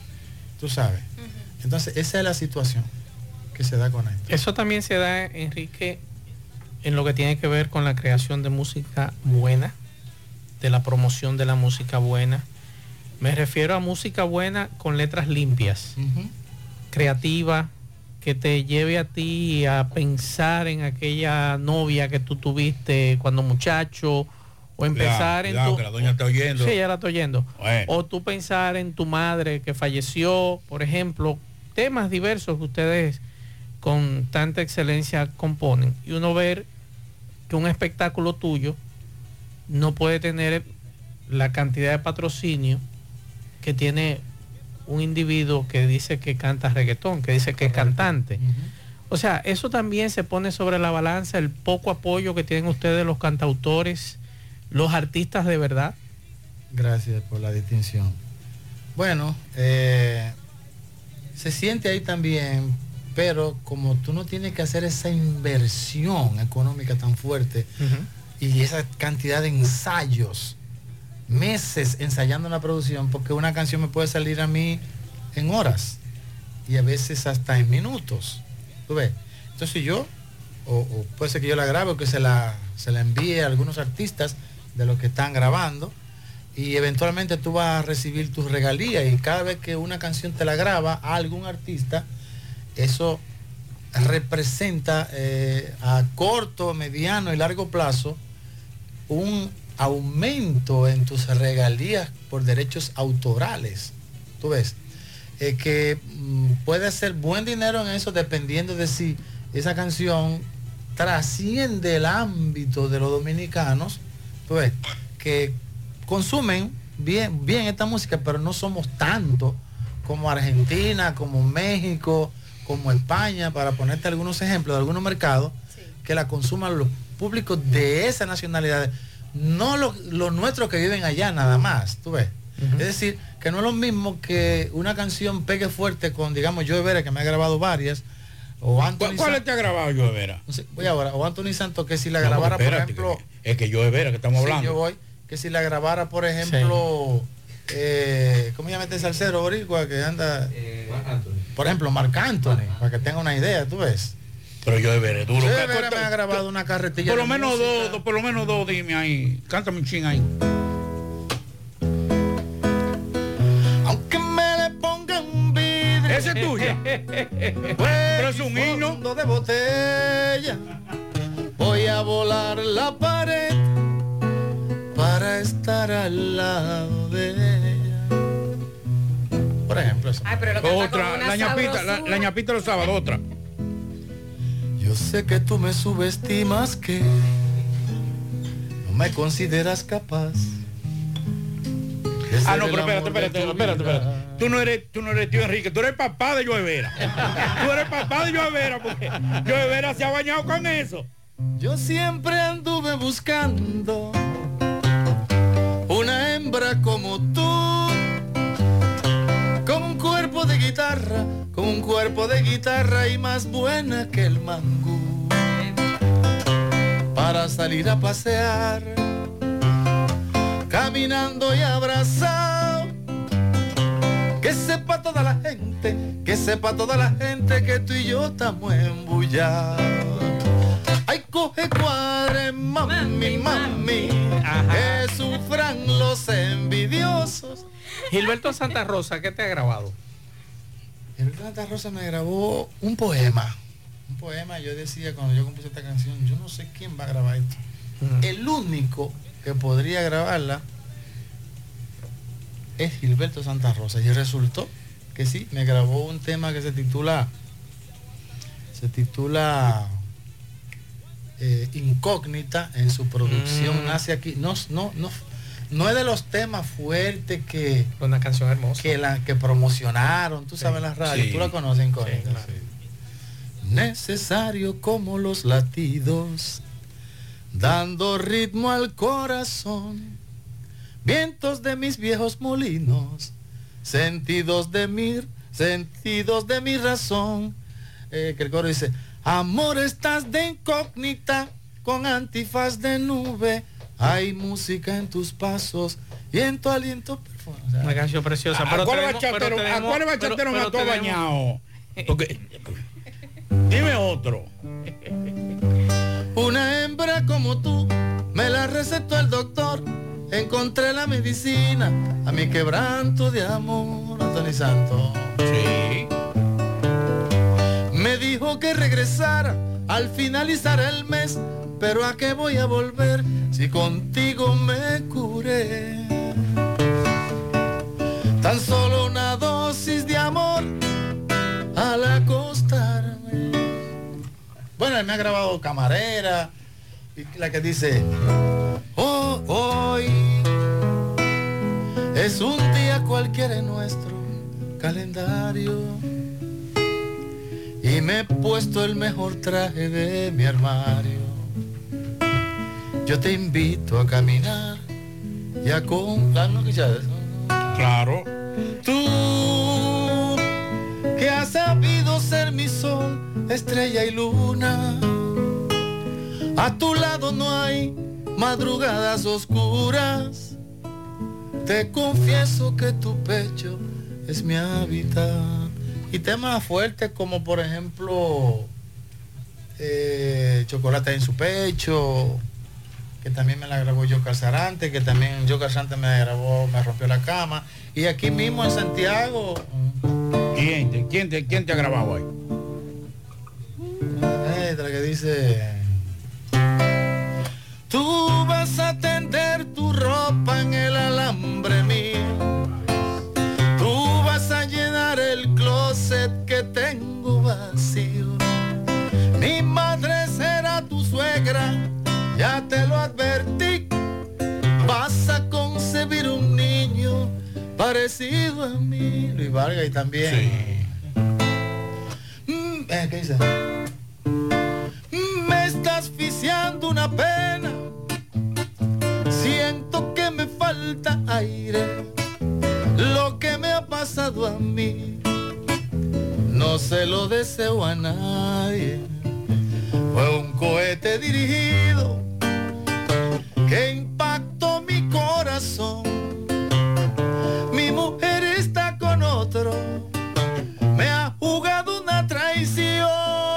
Tú sabes. Uh-huh. Entonces, esa es la situación que se da con esto. Eso también se da, Enrique, en lo que tiene que ver con la creación de música buena, de la promoción de la música buena. Me refiero a música buena con letras limpias, uh-huh. creativa, que te lleve a ti a pensar en aquella novia que tú tuviste cuando muchacho, o empezar en cuidado, tu... que la doña está oyendo. Sí, ella la está oyendo. Bueno. O tú pensar en tu madre que falleció, por ejemplo, temas diversos que ustedes con tanta excelencia componen, y uno ver que un espectáculo tuyo no puede tener la cantidad de patrocinio que tiene un individuo que dice que canta reggaetón, que dice que es cantante. Uh-huh. O sea, eso también se pone sobre la balanza, el poco apoyo que tienen ustedes los cantautores, los artistas de verdad. Gracias por la distinción. Bueno, eh, se siente ahí también, pero como tú no tienes que hacer esa inversión económica tan fuerte, uh-huh. y esa cantidad de ensayos, meses ensayando una producción, porque una canción me puede salir a mí en horas y a veces hasta en minutos. ¿Tú ves? Entonces yo, o, o puede ser que yo la grabe o que se la, se la envíe a algunos artistas de los que están grabando, y eventualmente tú vas a recibir tus regalías, y cada vez que una canción te la graba a algún artista, eso representa eh, a corto, mediano y largo plazo un aumento en tus regalías por derechos autorales. Tú ves, eh, que mm, puede hacer buen dinero en eso dependiendo de si esa canción trasciende el ámbito de los dominicanos, tú ves, que consumen bien, bien esta música, pero no somos tanto como Argentina, como México, como España, para ponerte algunos ejemplos de algunos mercados, sí, que la consuman los públicos de esa nacionalidad. No los lo nuestros que viven allá nada más, tú ves. Uh-huh. Es decir, que no es lo mismo que una canción pegue fuerte con, digamos, Joe Vera, que me ha grabado varias, O Anthony ¿Cuál te ha grabado Joe Vera? No sé, voy ahora. O Anthony Santos, que si la No, grabara, por espérate, ejemplo. que- es que Joe Vera que estamos Sí, hablando. yo voy. Que si la grabara, por ejemplo. Eh, ¿Cómo se llama este salsero boricua que anda? Por ejemplo, Marc Anthony, para que tenga una idea, tú ves. Pero Joe Vera es duro. Joe ¿Qué- Vera qué- me ha grabado una carretilla. Por lo de menos música. dos, dos- por lo menos dos, dime ahí. Cántame un ching ahí. Aunque me le pongan un vidrio. Ese es tuya. Pero es un himno de botella. Voy a volar la pared para estar al lado de ella. Por ejemplo, eso. Ay, pero lo canta Otra, con una la ñapita, la, sabrosura. la ñapita los sábados, otra. Yo sé que tú me subestimas, que no me consideras capaz. de Ah, ser no, el pero espérate, amor de espérate, tu espérate, vida. espérate. Tú no eres, tú no eres tío Enrique, tú eres papá de Joe Vera. Tú eres papá de Joe Vera, porque Joe Vera se ha bañado con eso. Yo siempre anduve buscando una hembra como tú, con un cuerpo de guitarra, con un cuerpo de guitarra y más buena que el mangú, para salir a pasear, caminando y abrazado, que sepa toda la gente, que sepa toda la gente que tú y yo estamos embullados. Ay, coge cuadre, mami, mami, que sufran los envidiosos. Gilberto Santa Rosa, ¿qué te ha grabado? Gilberto Santa Rosa me grabó un poema. Un poema, yo decía cuando yo compuse esta canción, yo no sé quién va a grabar esto. Mm. El único que podría grabarla es Gilberto Santa Rosa. Y resultó que sí, me grabó un tema que se titula, se titula eh, Incógnita, en su producción Mm. nace aquí. No, no, no, no es de los temas fuertes que una canción hermosa que la que promocionaron, tú sabes, las radios, Sí. tú la conoces, Incógnita. Sí, claro. Sí. Necesario como los latidos, dando ritmo al corazón, vientos de mis viejos molinos, sentidos de mi, sentidos de mi razón. Eh, que el coro dice, amor, estás de incógnita, con antifaz de nube, hay música en tus pasos y en tu aliento perfume. O sea, Una canción preciosa. ¿A pero cuál tenemos- bachatero, pero a tenemos- cuál bachatero pero- me pero ató tenemos- bañado? Porque, dime otro. una hembra como tú me la recetó el doctor. Encontré la medicina a mi quebranto de amor. Anthony Santos. Sí. Me dijo que regresara al finalizar el mes, pero ¿a qué voy a volver si contigo me curé? Tan solo una dosis de amor al acostarme. Bueno, él me ha grabado Camarera, y la que dice, oh, hoy es un día cualquiera en nuestro calendario y me he puesto el mejor traje de mi armario. Yo te invito a caminar y a con... ¿No escuchas eso? Claro. Tú que has sabido ser mi sol, estrella y luna, a tu lado no hay madrugadas oscuras. Te confieso que tu pecho es mi hábitat. Y temas fuertes como por ejemplo eh, Chocolate en su pecho, que también me la grabó Joker Sarante, que también Joker Sarante me grabó Me rompió la cama. Y aquí mismo en Santiago. ¿Quién, te- quién, te- quién te ha grabado ahí? Eh, la que dice, tú vas a tender tu ropa en el alambre mío, tú vas a llenar el closet que tengo vacío, mi madre será tu suegra, ya te lo advertí, vas a concebir un niño parecido a mí. Luis Vargas y también. Sí. Mm, eh, ¿qué dice? Me está asfixiando una pena, siento que me falta aire, lo que me ha pasado a mí no no se lo deseo a nadie. Fue un cohete dirigido que impactó mi corazón. Mi mujer está con otro, me ha jugado una traición.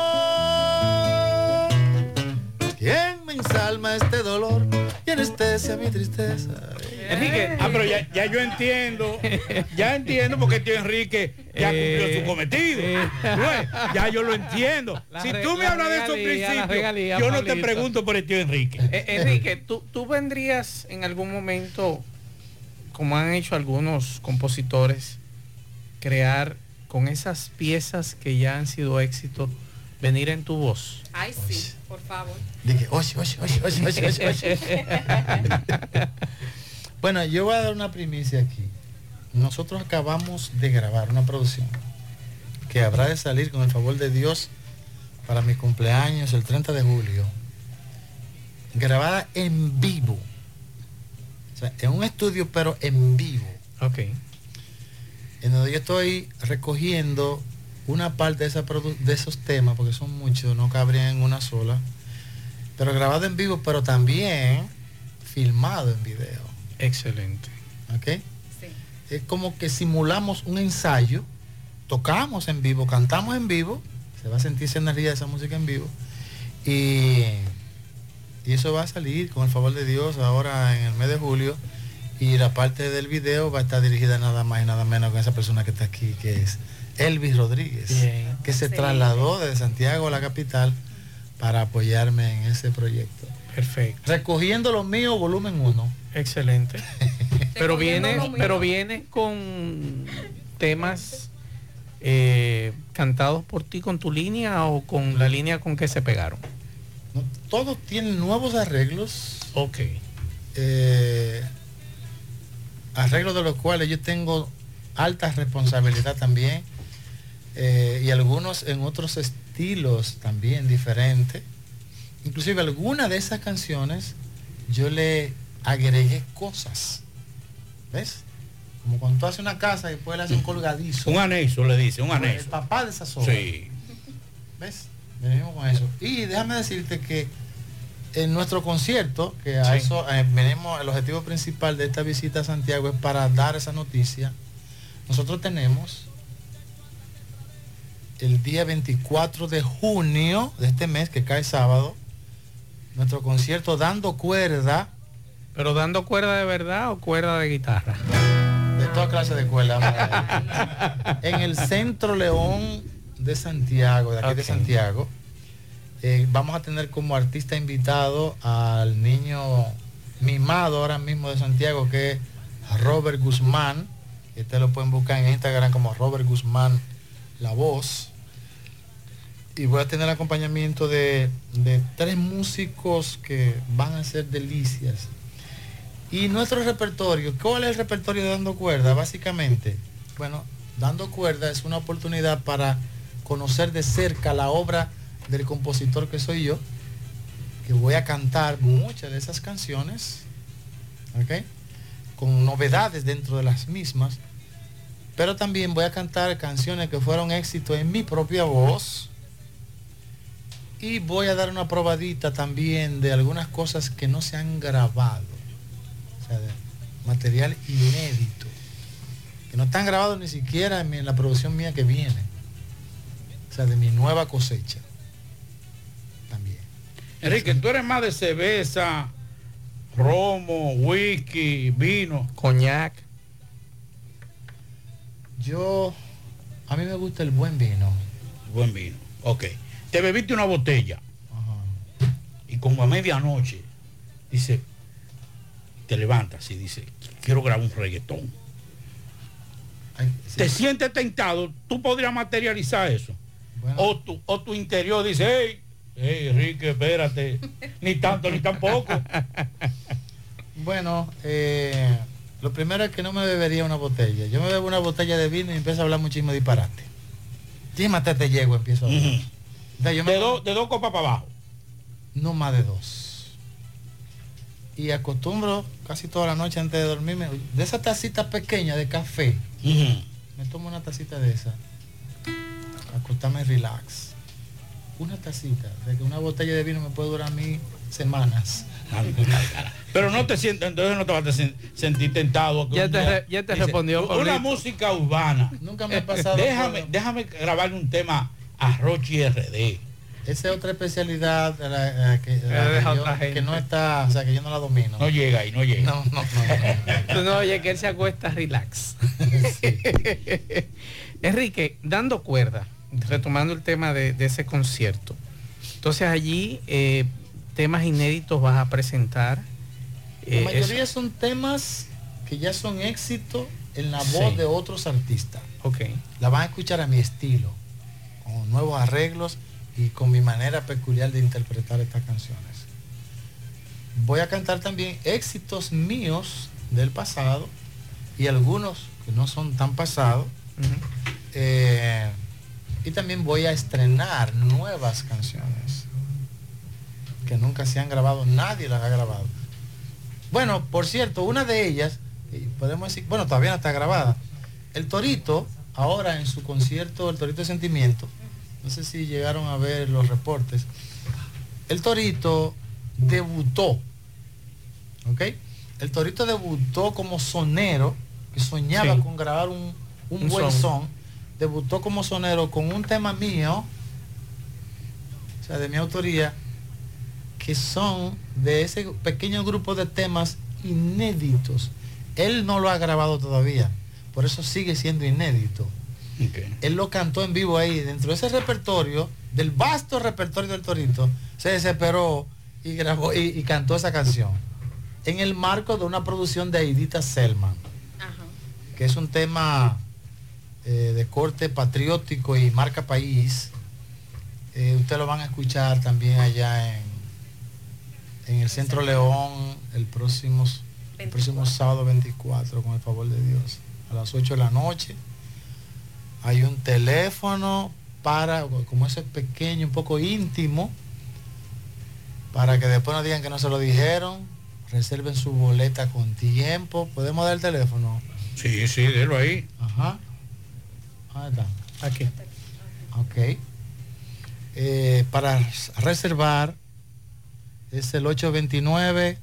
¿Quién me ensalma este dolor y anestesia mi tristeza? Enrique, ah, pero ya, ya yo entiendo, ya entiendo porque tío Enrique ya cumplió su cometido. Bueno, ya yo lo entiendo. La si re, tú me hablas de esos principios, regalía, yo no Pablito. Te pregunto por el tío Enrique. Eh, Enrique, ¿tú, tú vendrías en algún momento, como han hecho algunos compositores, crear con esas piezas que ya han sido éxitos, venir en tu voz? Ay, sí, por favor. Dije, oye, oye, oye, oye, oye, oye, oye. Bueno, yo voy a dar una primicia aquí. Nosotros acabamos de grabar una producción que habrá de salir con el favor de Dios para mi cumpleaños el treinta de julio. Grabada en vivo. O sea, en un estudio, pero en vivo. Ok. En donde yo estoy recogiendo una parte de, esa de esos temas, porque son muchos, no cabrían en una sola. Pero grabado en vivo, pero también filmado en video. Excelente. ¿Ok? Sí. Es como que simulamos un ensayo, tocamos en vivo, cantamos en vivo, se va a sentir esa energía de esa música en vivo, y, y eso va a salir con el favor de Dios ahora en el mes de julio, y la parte del video va a estar dirigida nada más y nada menos con esa persona que está aquí, que es Elvis Rodríguez, Bien. que se sí. trasladó desde Santiago a la capital para apoyarme en ese proyecto. Perfecto. Recogiendo lo mío, volumen uno. Excelente. pero viene, pero viene con temas eh, cantados por ti con tu línea o con la línea con que se pegaron. No, todos tienen nuevos arreglos. Ok. Eh, arreglos de los cuales yo tengo alta responsabilidad también. Eh, y algunos en otros estilos también diferentes. Inclusive algunas de esas canciones yo le agregué cosas. ¿Ves? Como cuando tú haces una casa y después le haces un colgadizo. Un anexo le dice, un anexo. El papá de esas obras. Sí. ¿Ves? Venimos con eso. Y déjame decirte que en nuestro concierto, que a sí. eso eh, venimos, el objetivo principal de esta visita a Santiago es para dar esa noticia. Nosotros tenemos el día veinticuatro de junio de este mes, que cae sábado, nuestro concierto Dando Cuerda. ¿Pero dando cuerda de verdad o cuerda de guitarra? De toda clase de cuerda. En el Centro León de Santiago, de aquí okay. de Santiago. Eh, vamos a tener como artista invitado al niño mimado ahora mismo de Santiago, que es Robert Guzmán. Que ustedes lo pueden buscar en Instagram como Robert Guzmán La Voz. Y voy a tener acompañamiento de, de tres músicos que van a ser delicias. Y nuestro repertorio, ¿cuál es el repertorio de Dando Cuerda? Básicamente, bueno, Dando Cuerda es una oportunidad para conocer de cerca la obra del compositor que soy yo, que voy a cantar muchas de esas canciones, ¿ok? Con novedades dentro de las mismas, pero también voy a cantar canciones que fueron éxitos en mi propia voz. Y voy a dar una probadita también de algunas cosas que no se han grabado. O sea, de material inédito. Que no están grabados ni siquiera en, mi, en la producción mía que viene. O sea, de mi nueva cosecha. También. Enrique, tú eres más de cerveza, romo, whisky, vino, coñac. Yo, a mí me gusta el buen vino. Buen vino, ok. Te bebiste una botella. Ajá. Y como a medianoche, dice, te levantas y dice, quiero grabar un reggaetón. Ay, sí. Te sientes tentado, tú podrías materializar eso. Bueno. O, tu, o tu interior dice, hey, hey, Enrique, espérate, ni tanto ni tampoco. Bueno, eh, lo primero es que no me bebería una botella. Yo me bebo una botella de vino y empiezo a hablar muchísimo disparate. Dímate, te llego, empiezo a hablar. Uh-huh. De, me... do, de dos copas para abajo. No más de dos. Y acostumbro casi toda la noche antes de dormirme, de esa tacita pequeña de café. Uh-huh. Me tomo una tacita de esa. acostarme relax. Una tacita, de que una botella de vino me puede durar a mí semanas. Pero no te sientes, entonces no te vas a sen- sentir tentado. Ya te, re- ya te Dice, respondió una Pablito. música urbana. Nunca me ha pasado. Déjame, déjame grabarle un tema a Rochi R D. Esa es otra especialidad de la, eh, que, de la deja que yo- otra gente. que no está, o sea, que yo no la domino. No llega ahí, no llega. No, no, no. Tú no oye que él se acuesta relax. Enrique, dando cuerda, retomando el tema de, de ese concierto. Entonces allí eh, temas inéditos vas a presentar. La eh, mayoría eso- son temas que ya son éxito en la Sí. voz de otros artistas. Ok. La van a escuchar a mi estilo, con nuevos arreglos y con mi manera peculiar de interpretar estas canciones. Voy a cantar también éxitos míos del pasado y algunos que no son tan pasados. Eh, y también voy a estrenar nuevas canciones que nunca se han grabado, nadie las ha grabado. Bueno, por cierto, una de ellas, y podemos decir, bueno, todavía no está grabada. El Torito, ahora en su concierto, el Torito de Sentimiento, no sé si llegaron a ver los reportes, el Torito debutó, ¿ok? El Torito debutó como sonero, que soñaba Sí. con grabar un, un Un buen son. son. Debutó como sonero con un tema mío, o sea, de mi autoría, que son de ese pequeño grupo de temas inéditos. Él no lo ha grabado todavía, por eso sigue siendo inédito. Okay. Él lo cantó en vivo ahí, dentro de ese repertorio, del vasto repertorio del Torito, se desesperó y grabó y, y cantó esa canción. En el marco de una producción de Aidita Selman, que es un tema eh, de corte patriótico y marca país. Eh, ustedes lo van a escuchar también allá en, en el Centro León el próximo, el próximo sábado veinticuatro, con el favor de Dios, a las ocho de la noche. Hay un teléfono para, como ese pequeño, un poco íntimo, para que después no digan que no se lo dijeron. Reserven su boleta con tiempo. ¿Podemos dar el teléfono? Sí, sí, délo ahí. Ajá. ¿Dónde está? Aquí. Ok. Eh, para reservar es el ocho dos nueve,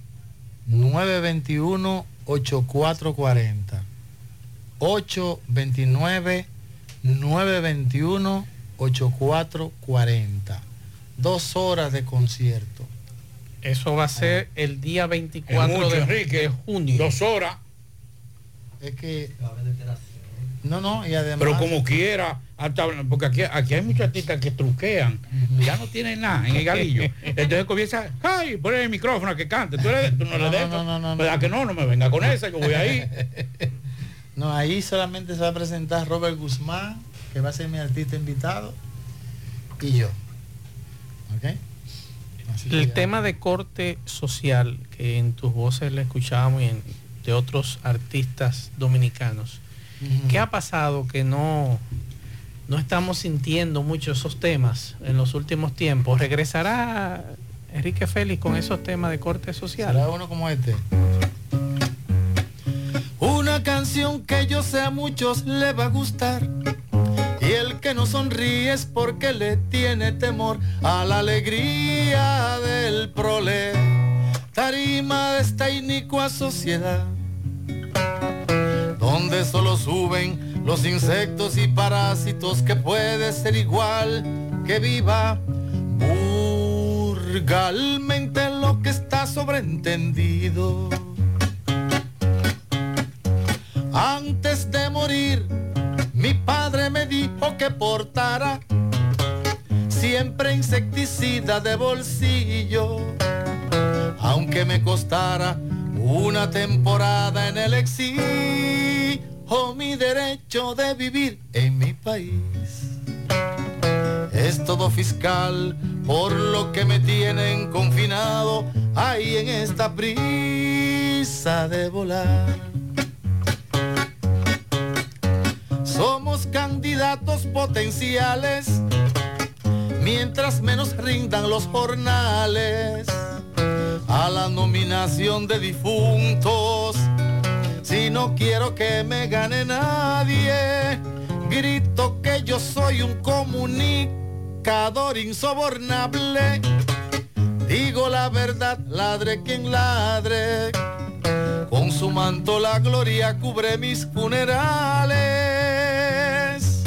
nueve dos uno, ocho cuatro cuatro cero. ocho dos nueve, nueve dos uno, ocho cuatro cuatro cero. Dos horas de concierto. Eso va a ser el día veinticuatro Es mucho, de, Enrique. de junio. Dos horas. Es que... No, no, y además... Pero como quiera, hasta, porque aquí, aquí hay muchos artistas que truquean, ya no tienen nada en el galillo. Entonces comienza, ay, pon el micrófono a que cante. Tú, eres, tú no, No, le des. no, no, no, ¿Verdad no. que no? No me venga con esa, yo voy ahí. No, ahí solamente se va a presentar Robert Guzmán, que va a ser mi artista invitado, y yo. ¿Ok? Así que El ya. tema de corte social que en tus voces le escuchábamos y en, de otros artistas dominicanos. Ujú. ¿Qué ha pasado que no, no estamos sintiendo mucho esos temas en los últimos tiempos? ¿Regresará Enrique Félix con esos temas de corte social? ¿Será uno como este? Una canción que yo sé a muchos le va a gustar. Y el que no sonríe es porque le tiene temor a la alegría del prole. Tarima de esta inicua sociedad, donde solo suben los insectos y parásitos, que puede ser igual que viva vulgarmente lo que está sobreentendido. Antes de morir, mi padre me dijo que portara siempre insecticida de bolsillo, aunque me costara una temporada en el exilio, mi derecho de vivir en mi país es todo fiscal, por lo que me tienen confinado ahí en esta prisa de volar. Somos candidatos potenciales, mientras menos rindan los jornales a la nominación de difuntos. Si no quiero que me gane nadie, grito que yo soy un comunicador insobornable. Digo la verdad, ladre quien ladre. Con su manto la gloria cubre mis funerales.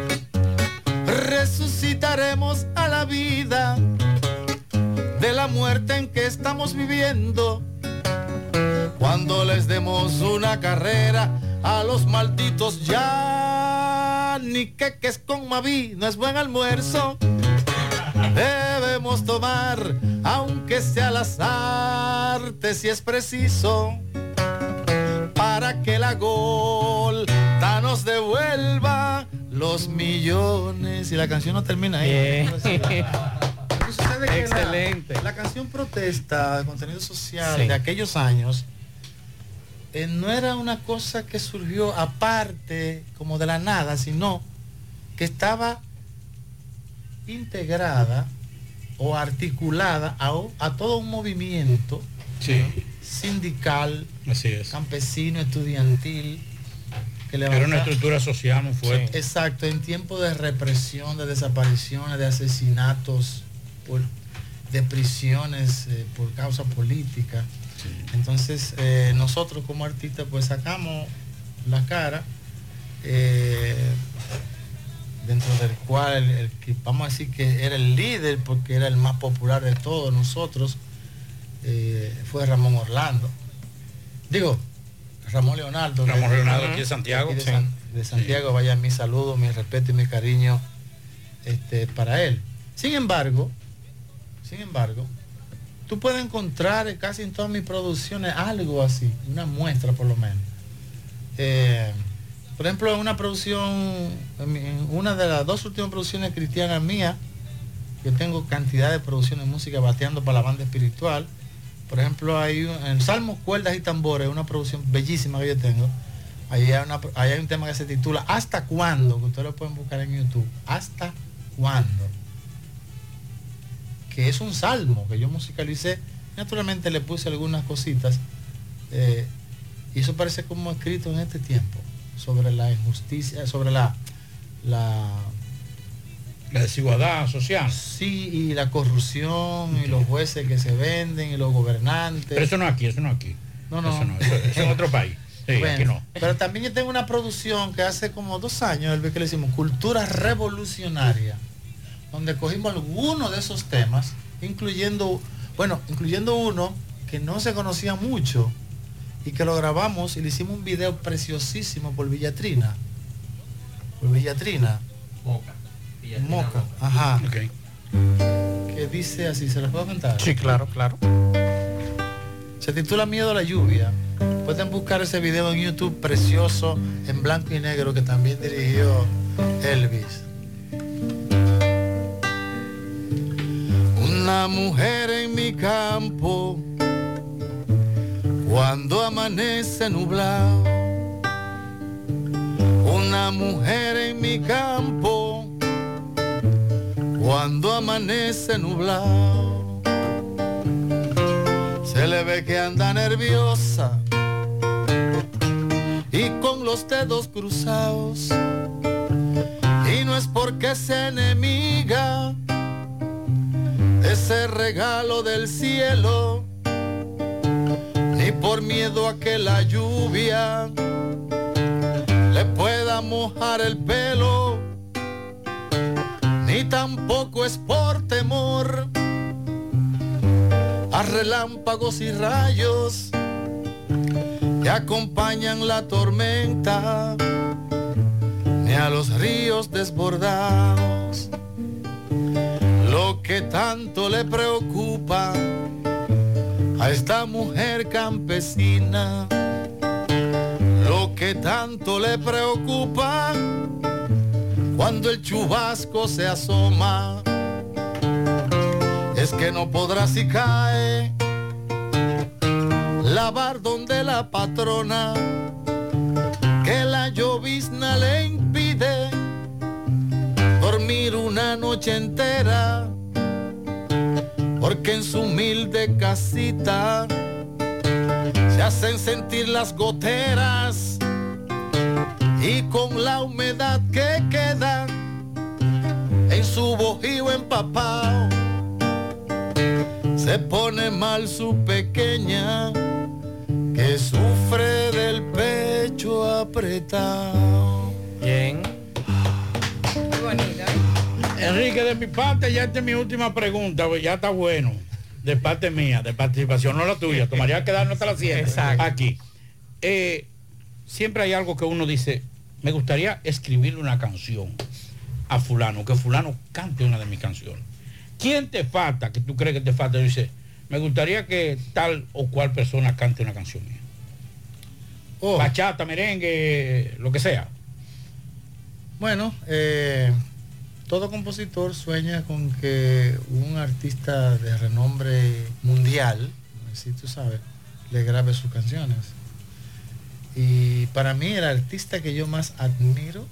Resucitaremos a la vida de la muerte en que estamos viviendo. Cuando les demos una carrera a los malditos ya ni que que es con Maví, no es buen almuerzo. Debemos tomar, aunque sea las artes, si es preciso, para que la Golta nos devuelva los millones. Y la canción no termina ahí. Excelente. La, la canción protesta de contenido social Sí. de aquellos años eh, no era una cosa que surgió aparte como de la nada, sino que estaba integrada o articulada a, a todo un movimiento sí. sindical, Así es. campesino, estudiantil, que Era una estructura social muy fuerte. Sí. Exacto, en tiempos de represión, de desapariciones, de asesinatos, por, de prisiones eh, por causa política. Sí. Entonces eh, nosotros como artistas pues sacamos la cara, eh, dentro del cual el, el que vamos a decir que era el líder porque era el más popular de todos nosotros, eh, fue Ramón Orlando. Digo, Ramón Leonardo. Ramón de, Leonardo aquí de Santiago. Aquí de, sí. San, de Santiago, sí. Vaya mi saludo, mi respeto y mi cariño este, para él. Sin embargo, sin embargo, tú puedes encontrar casi en todas mis producciones algo así, una muestra por lo menos. Eh, por ejemplo, en una producción, en una de las dos últimas producciones cristianas mías, yo tengo cantidad de producciones de música bateando para la banda espiritual. Por ejemplo, hay un, en Salmos, Cuerdas y Tambores, una producción bellísima que yo tengo. Ahí hay, una, ahí hay un tema que se titula ¿Hasta cuándo? Que ustedes lo pueden buscar en YouTube. ¿Hasta cuándo? Que es un salmo que yo musicalicé. Naturalmente le puse algunas cositas. Eh, y eso parece como escrito en este tiempo. Sobre la injusticia, sobre la... la La desigualdad social. Sí, y la corrupción, okay. Y los jueces que se venden, y los gobernantes. Pero eso no aquí, eso no aquí. No, no. Eso no, eso, eso en otro país. Sí, bueno, aquí no. Pero también yo tengo una producción que hace como dos años, el que le hicimos Cultura Revolucionaria, donde cogimos algunos de esos temas, incluyendo, bueno, incluyendo uno que no se conocía mucho, y que lo grabamos y le hicimos un video preciosísimo por Villatrina. Por Villatrina. Moca. Moca, ajá. Okay. Que dice así, ¿se lo puedo cantar? Sí, claro, claro. Se titula Miedo a la lluvia. Pueden buscar ese video en YouTube precioso, en blanco y negro, que también dirigió Elvis. Una mujer en mi campo, cuando amanece nublado. Una mujer en mi campo, cuando amanece nublado. Se le ve que anda nerviosa y con los dedos cruzados, y no es porque sea enemiga de ese regalo del cielo, ni por miedo a que la lluvia le pueda mojar el pelo, ni tampoco es por temor a relámpagos y rayos que acompañan la tormenta, ni a los ríos desbordados. Lo que tanto le preocupa a esta mujer campesina, lo que tanto le preocupa cuando el chubasco se asoma, es que no podrá si cae lavar donde la patrona, que la llovizna le impide dormir una noche entera, porque en su humilde casita se hacen sentir las goteras, y con la humedad que queda en su bojío empapado. Se pone mal su pequeña, que sufre del pecho apretado. Bien. Muy bonita. Enrique, de mi parte, ya esta es mi última pregunta, pues ya está bueno. De parte mía, de participación, no la tuya. Tomaría que quedarnos hasta las siete. Aquí. Eh, siempre hay algo que uno dice, me gustaría escribirle una canción a fulano, que fulano cante una de mis canciones. ¿Quién te falta, que tú crees que te falta? Dice, me gustaría que tal o cual persona cante una canción mía. Oh. Bachata, merengue, lo que sea. Bueno, eh, todo compositor sueña con que un artista de renombre mundial, si tú sabes, le grabe sus canciones. Y para mí el artista que yo más admiro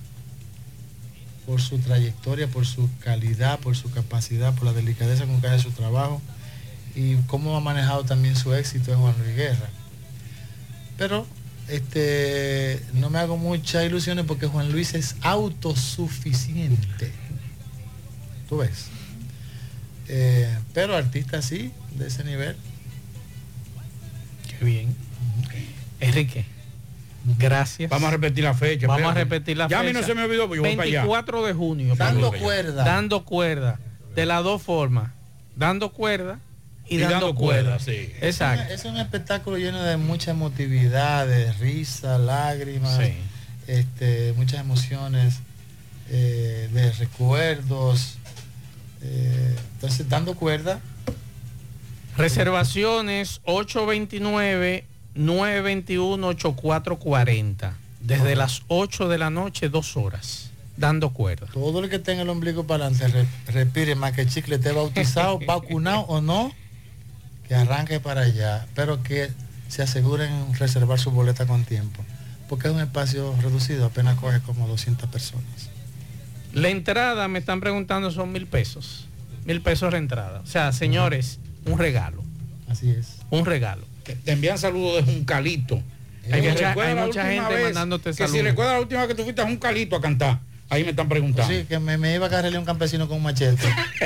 por su trayectoria, por su calidad, por su capacidad, por la delicadeza con que hace su trabajo y cómo ha manejado también su éxito es Juan Luis Guerra. Pero este, no me hago muchas ilusiones porque Juan Luis es autosuficiente. ¿Tú ves? Eh, pero artista sí, de ese nivel. Qué bien. Enrique, gracias. Vamos a repetir la fecha. Vamos espérate. a repetir la ya fecha. Ya a mí no se me olvidó, pues yo voy para allá. veinticuatro de junio. Dando cuerda. Dando cuerda. De las dos formas. Dando cuerda y, y dando, dando cuerda. cuerda. Sí. Exacto. Es un, es un espectáculo lleno de mucha emotividad, de risa, lágrimas, sí. este, muchas emociones, eh, de recuerdos. Eh, entonces, dando cuerda. Reservaciones ocho veintinueve, nueve veintiuno, ochenta y cuatro cuarenta. Desde uh-huh. las ocho de la noche, dos horas. Dando cuerda. Todo el que tenga el ombligo para adelante, re, respire más que chicle, esté bautizado, vacunado o no, que arranque para allá. Pero que se aseguren reservar su boleta con tiempo. Porque es un espacio reducido, apenas coge como doscientas personas. La entrada, me están preguntando, son mil pesos. Mil pesos de entrada. O sea, señores, uh-huh. un regalo. Así es. Un regalo. Te envían saludos de Juncalito. Hay mucha, hay mucha gente vez, mandándote saludos. Que si recuerdas la última vez que tú fuiste a Juncalito a cantar, ahí me están preguntando. Sí, que me, me iba a cargarle un campesino con un machete.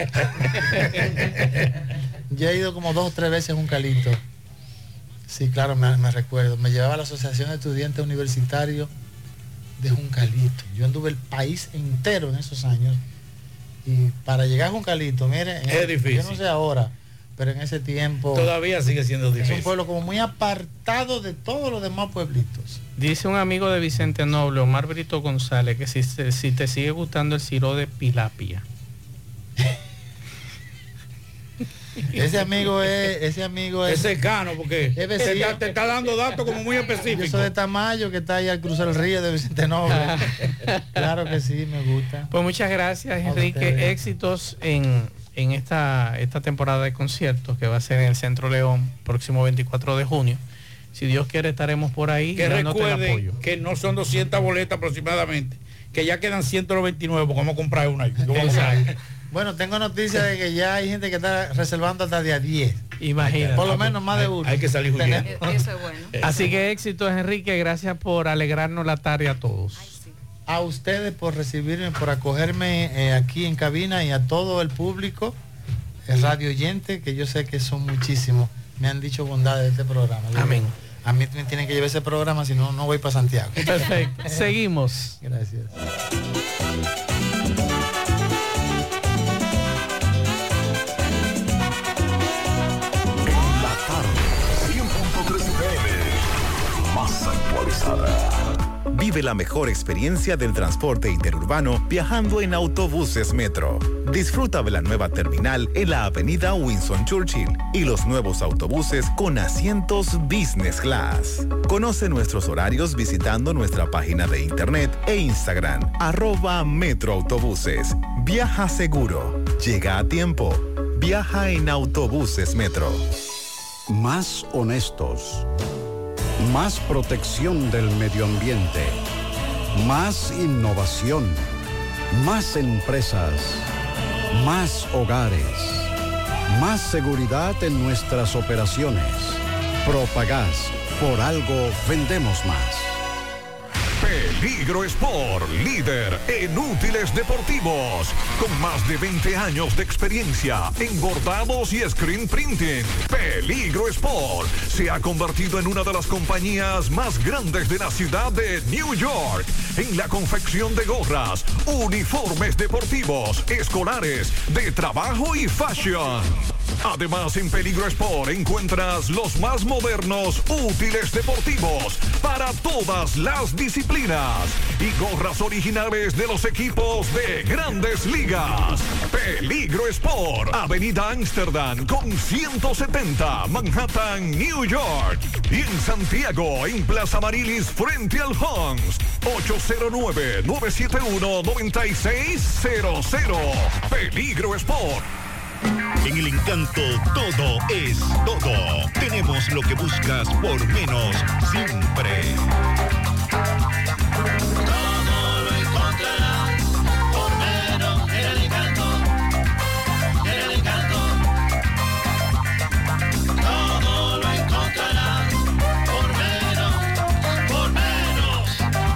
Yo he ido como dos o tres veces a Juncalito. Sí, claro, me, me recuerdo. Me llevaba a la Asociación de Estudiantes Universitarios de Juncalito. Yo anduve el país entero en esos años. Y para llegar a Juncalito, mire, es el, difícil. Yo no sé ahora, pero en ese tiempo todavía sigue siendo difícil. Es un pueblo como muy apartado de todos los demás pueblitos. Dice un amigo de Vicente Noble, Omar Brito González, que si, si te sigue gustando el siro de Pilapia. Ese amigo es, ese amigo es, es cercano porque es te, está, te está dando datos como muy específicos. Yo soy de Tamayo, que está ahí al cruzar el río de Vicente Noble. Claro que sí, me gusta. Pues muchas gracias, Enrique. Éxitos en, en esta, esta temporada de conciertos que va a ser en el Centro León, próximo veinticuatro de junio. Si Dios quiere, estaremos por ahí. Que recuerden que no son doscientas boletas aproximadamente, que ya quedan ciento noventa y nueve, porque vamos a comprar una. Yo voy a comprar. Bueno, tengo noticias de que ya hay gente que está reservando hasta de a diez. Imagínate. Por lo menos más de uno. Hay que salir huyendo. Eso es bueno. Así que éxitos, Enrique. Gracias por alegrarnos la tarde a todos. Ay, sí. A ustedes por recibirme, por acogerme eh, aquí en cabina y a todo el público, el radio oyente, que yo sé que son muchísimos. Me han dicho bondades de este programa. Amén. A mí me tienen que llevar ese programa, si no, no voy para Santiago. Perfecto. Seguimos. Gracias. Más actualizada. Vive la mejor experiencia del transporte interurbano viajando en autobuses Metro. Disfruta de la nueva terminal en la avenida Winston Churchill y los nuevos autobuses con asientos Business Class. Conoce nuestros horarios visitando nuestra página de internet e Instagram, arroba Metroautobuses. Viaja seguro. Llega a tiempo. Viaja en autobuses Metro. Más honestos. Más protección del medio ambiente. Más innovación. Más empresas. Más hogares. Más seguridad en nuestras operaciones. Propagás. Por algo vendemos más. Peligro Sport, líder en útiles deportivos, con más de veinte años de experiencia en bordados y screen printing. Peligro Sport se ha convertido en una de las compañías más grandes de la ciudad de New York en la confección de gorras, uniformes deportivos, escolares, de trabajo y fashion. Además, en Peligro Sport encuentras los más modernos útiles deportivos para todas las disciplinas y gorras originales de los equipos de Grandes Ligas. Peligro Sport, Avenida Amsterdam con ciento setenta, Manhattan, New York. Y en Santiago, en Plaza Marilis, frente al Hans, ocho cero nueve, nueve siete uno, nueve seis cero cero. Peligro Sport. En El Encanto todo es todo. Tenemos lo que buscas por menos siempre. Todo lo encontrarás por menos en El Encanto. En El Encanto. Todo lo encontrarás por menos, por menos.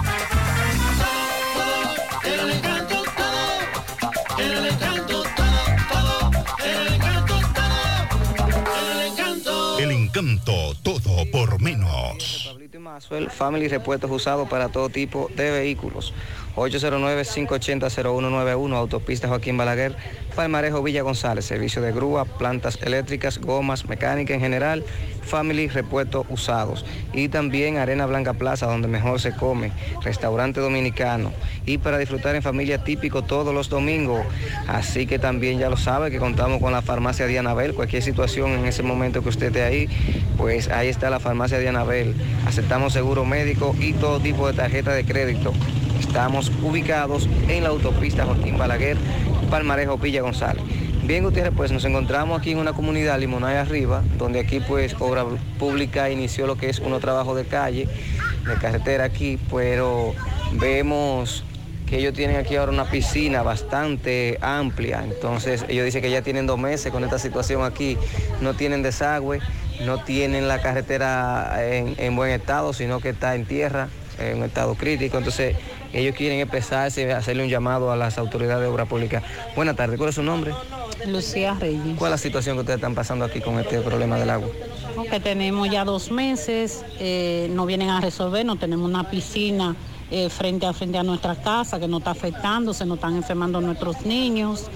Todo, todo, en El Encanto, todo. En El Encanto, todo, todo. En El Encanto, todo. En El Encanto. El Encanto, todo por menos. Family Repuestos usados para todo tipo de vehículos. ocho cero nueve, cinco ocho cero, cero uno nueve uno, Autopista Joaquín Balaguer, Palmarejo, Villa González. Servicio de grúa, plantas eléctricas, gomas, mecánica en general. Family Repuestos usados. Y también Arena Blanca Plaza, donde mejor se come. Restaurante dominicano. Y para disfrutar en familia típico todos los domingos. Así que también ya lo sabe que contamos con la farmacia Dianabel. Cualquier situación en ese momento que usted esté ahí, pues ahí está la farmacia Dianabel. Aceptamos seguro médico y todo tipo de tarjeta de crédito. Estamos ubicados en la autopista Joaquín Balaguer, Palmarejo, Villa González. Bien, Gutiérrez, pues nos encontramos aquí en una comunidad, Limonada Arriba, donde aquí pues Obra Pública inició lo que es unos trabajos de calle, de carretera aquí, pero vemos que ellos tienen aquí ahora una piscina bastante amplia. Entonces ellos dicen que ya tienen dos meses con esta situación aquí, no tienen desagüe, no tienen la carretera en, en buen estado, sino que está en tierra, en un estado crítico. Entonces ellos quieren expresarse, hacerle un llamado a las autoridades de obra pública. Buenas tardes, ¿cuál es su nombre? Lucía Reyes. ¿Cuál es la situación que ustedes están pasando aquí con este problema del agua? Que tenemos ya dos meses, eh, no vienen a resolver, no tenemos una piscina eh, frente a frente a nuestra casa que nos está afectando, se nos están enfermando nuestros niños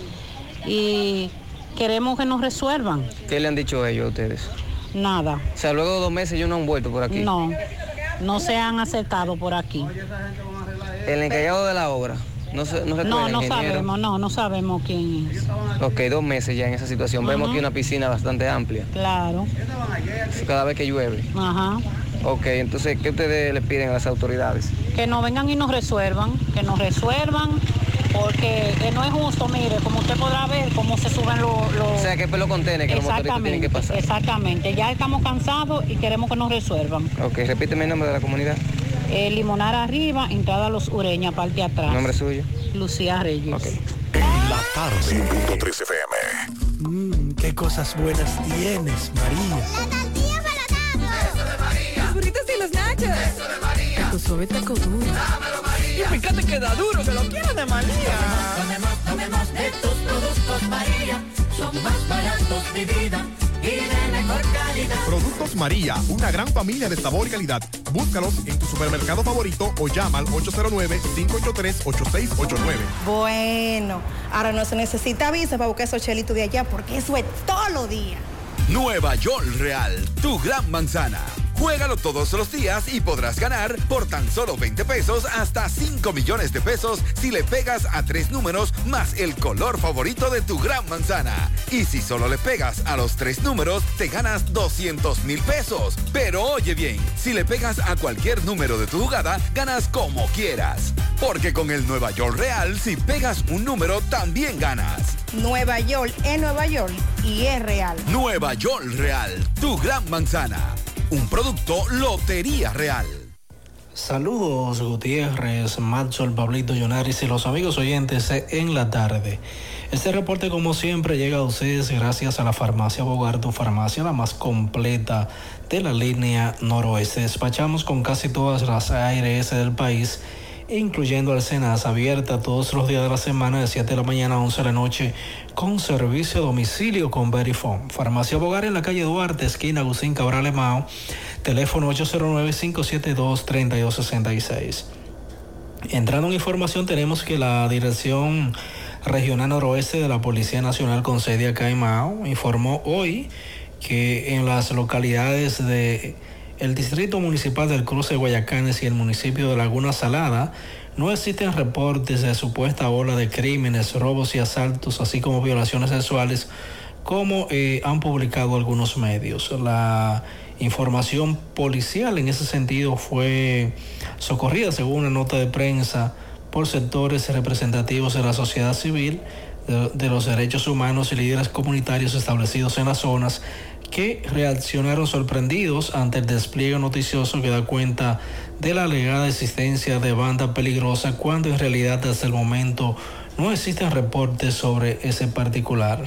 y queremos que nos resuelvan. ¿Qué le han dicho ellos a ustedes? Nada. O sea, luego de dos meses ellos no han vuelto por aquí. No, no se han acercado por aquí. El encargado de la obra, no se, no, no, no sabemos, no, no sabemos quién es. Ok, dos meses ya en esa situación. Uh-huh. Vemos aquí una piscina bastante amplia. Claro. Cada vez que llueve. Ajá. Ok, entonces, ¿qué ustedes le piden a las autoridades? Que nos vengan y nos resuelvan, que nos resuelvan, porque que no es justo, mire, como usted podrá ver, cómo se suben los... Lo... O sea, que lo contiene, que los motoristas tienen que pasar. Exactamente, ya estamos cansados y queremos que nos resuelvan. Ok, repíteme el nombre de la comunidad. Eh, Limonada Arriba, entrada a Los Ureña, parte atrás. ¿Nombre suyo? Lucía Reyes. Okay. En la tarde. cien punto tres F M. Mmm, qué cosas buenas tienes, María. La tortilla para Eso de María. Los burritos y los nachos. Eso de María. Tu suave taco duro. Dámelo, María. Y fíjate que da duro, que lo quiero de María. Tomemos, tomemos, tomemos de tus productos, María. Son más baratos de vida y de mejor calidad. Productos María, una gran familia de sabor y calidad. Búscalos en tu supermercado favorito o llama al ocho cero nueve, cinco ocho tres, ocho seis ocho nueve. Bueno, ahora no se necesita visa para buscar esos chelitos de allá, porque eso es todo lo día. Nueva York Real, tu gran manzana. Juégalo todos los días y podrás ganar por tan solo veinte pesos hasta cinco millones de pesos si le pegas a tres números más el color favorito de tu gran manzana. Y si solo le pegas a los tres números, te ganas doscientos mil pesos. Pero oye bien, si le pegas a cualquier número de tu jugada, ganas como quieras. Porque con el Nueva York Real, si pegas un número, también ganas. Nueva York es Nueva York y es real. Nueva York Real, tu gran manzana. Un producto Lotería Real. Saludos Gutiérrez, Maxwell, Pablito, Yonaris y los amigos oyentes en la tarde. Este reporte, como siempre, llega a ustedes gracias a la farmacia Bogar, tu farmacia la más completa de la línea noroeste. Despachamos con casi todas las A R S del país incluyendo Alcenas, abierta todos los días de la semana de siete de la mañana a once de la noche con servicio a domicilio con Verifone. Farmacia Bogar en la calle Duarte, esquina Agustín Cabral Emao, teléfono ocho cero nueve, cinco siete dos, tres dos seis seis. Entrando en información, tenemos que la Dirección Regional Noroeste de la Policía Nacional con sede acá en Mao informó hoy que en las localidades de el Distrito Municipal del Cruce de Guayacanes y el municipio de Laguna Salada no existen reportes de supuesta ola de crímenes, robos y asaltos, así como violaciones sexuales, como eh, han publicado algunos medios. La información policial en ese sentido fue socorrida, según una nota de prensa, por sectores representativos de la sociedad civil, de, de los derechos humanos y líderes comunitarios establecidos en las zonas, que reaccionaron sorprendidos ante el despliegue noticioso que da cuenta de la alegada existencia de banda peligrosa, cuando en realidad hasta el momento no existen reportes sobre ese particular.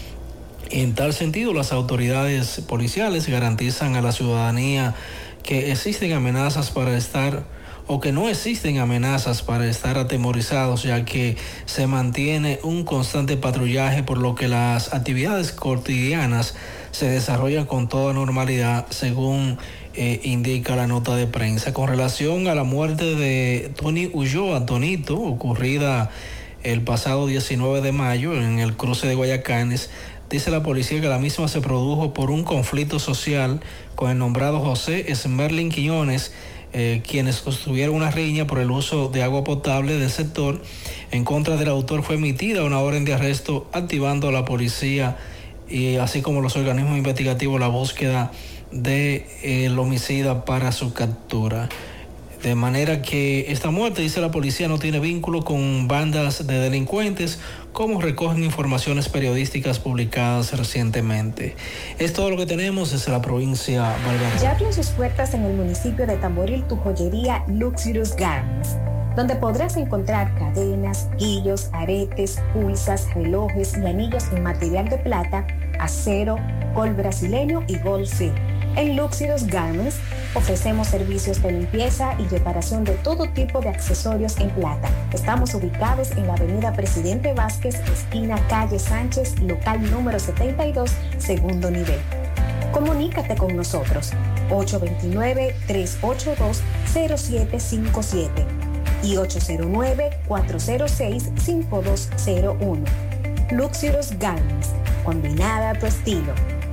En tal sentido, las autoridades policiales garantizan a la ciudadanía que existen amenazas para estar o que no existen amenazas para estar atemorizados, ya que se mantiene un constante patrullaje, por lo que las actividades cotidianas se desarrollan con toda normalidad, según eh, indica la nota de prensa. Con relación a la muerte de Tony Ulloa, Tonito, ocurrida el pasado diecinueve de mayo en el cruce de Guayacanes, dice la policía que la misma se produjo por un conflicto social con el nombrado José Esmerlin Quiñones, eh, quienes sostuvieron una riña por el uso de agua potable del sector. En contra del autor fue emitida una orden de arresto, activando a la policía y así como los organismos investigativos la búsqueda del de, eh, homicida para su captura. De manera que esta muerte, dice la policía, no tiene vínculo con bandas de delincuentes, como recogen informaciones periodísticas publicadas recientemente. Es todo lo que tenemos desde la provincia Valverde. Ya abrió sus puertas en el municipio de Tamboril tu joyería Luxurious Garments, donde podrás encontrar cadenas, guillos, aretes, pulsas, relojes y anillos en material de plata, acero, gold brasileño y gold zinc. En Luxurious Garments ofrecemos servicios de limpieza y reparación de todo tipo de accesorios en plata. Estamos ubicados en la avenida Presidente Vázquez, esquina calle Sánchez, local número setenta y dos, segundo nivel. Comunícate con nosotros, ocho dos nueve, tres ocho dos, cero siete cinco siete y ocho cero nueve, cuatro cero seis, cinco dos cero uno. Luxurious Garments, combinada a tu estilo.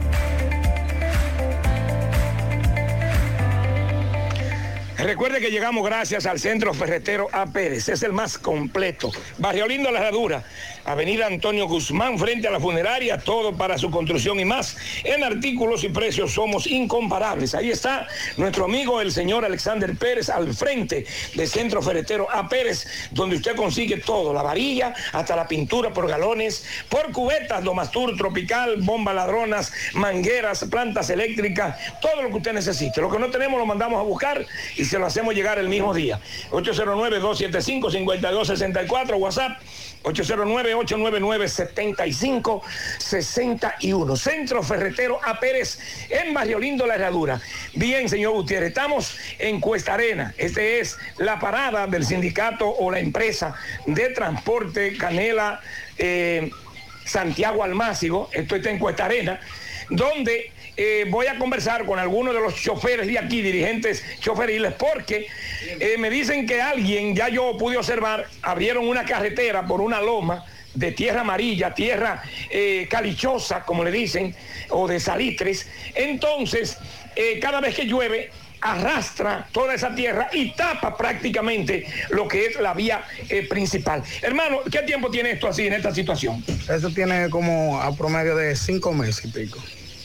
Recuerde que llegamos gracias al Centro Ferretero A. Pérez, es el más completo. Barrio Lindo, La Herradura, Avenida Antonio Guzmán, frente a la funeraria, todo para su construcción y más. En artículos y precios somos incomparables. Ahí está nuestro amigo el señor Alexander Pérez, al frente del Centro Ferretero A. Pérez, donde usted consigue todo, la varilla, hasta la pintura por galones, por cubetas, Domastur, Tropical, bombas ladronas, mangueras, plantas eléctricas, todo lo que usted necesite. Lo que no tenemos lo mandamos a buscar y se lo hacemos llegar el mismo día. ocho cero nueve, dos siete cinco, cinco dos seis cuatro, WhatsApp ocho cero nueve, ocho nueve nueve, siete cinco seis uno. Centro Ferretero A. Pérez, en Barrio Lindo, La Herradura. Bien, señor Gutiérrez, estamos en Cuesta Arena. Este es la parada del sindicato o la empresa de transporte Canela eh, Santiago Almácigo. Esto está en Cuesta Arena, donde Eh, voy a conversar con algunos de los choferes de aquí, dirigentes choferiles, porque eh, me dicen que alguien, ya yo pude observar, abrieron una carretera por una loma de tierra amarilla, tierra eh, calichosa, como le dicen, o de salitres. Entonces, eh, cada vez que llueve, arrastra toda esa tierra y tapa prácticamente lo que es la vía eh, principal. Hermano, ¿qué tiempo tiene esto así, en esta situación? Eso tiene como a promedio de cinco meses y pico.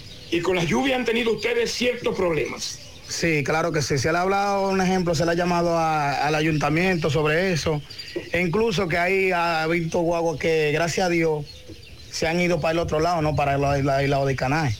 Y con la lluvia han tenido ustedes ciertos problemas. Sí, claro que sí. Se le ha hablado, un ejemplo, se le ha llamado a, al ayuntamiento sobre eso. E incluso que hay ha visto guaguas que, gracias a Dios, se han ido para el otro lado, no para el lado de Canae.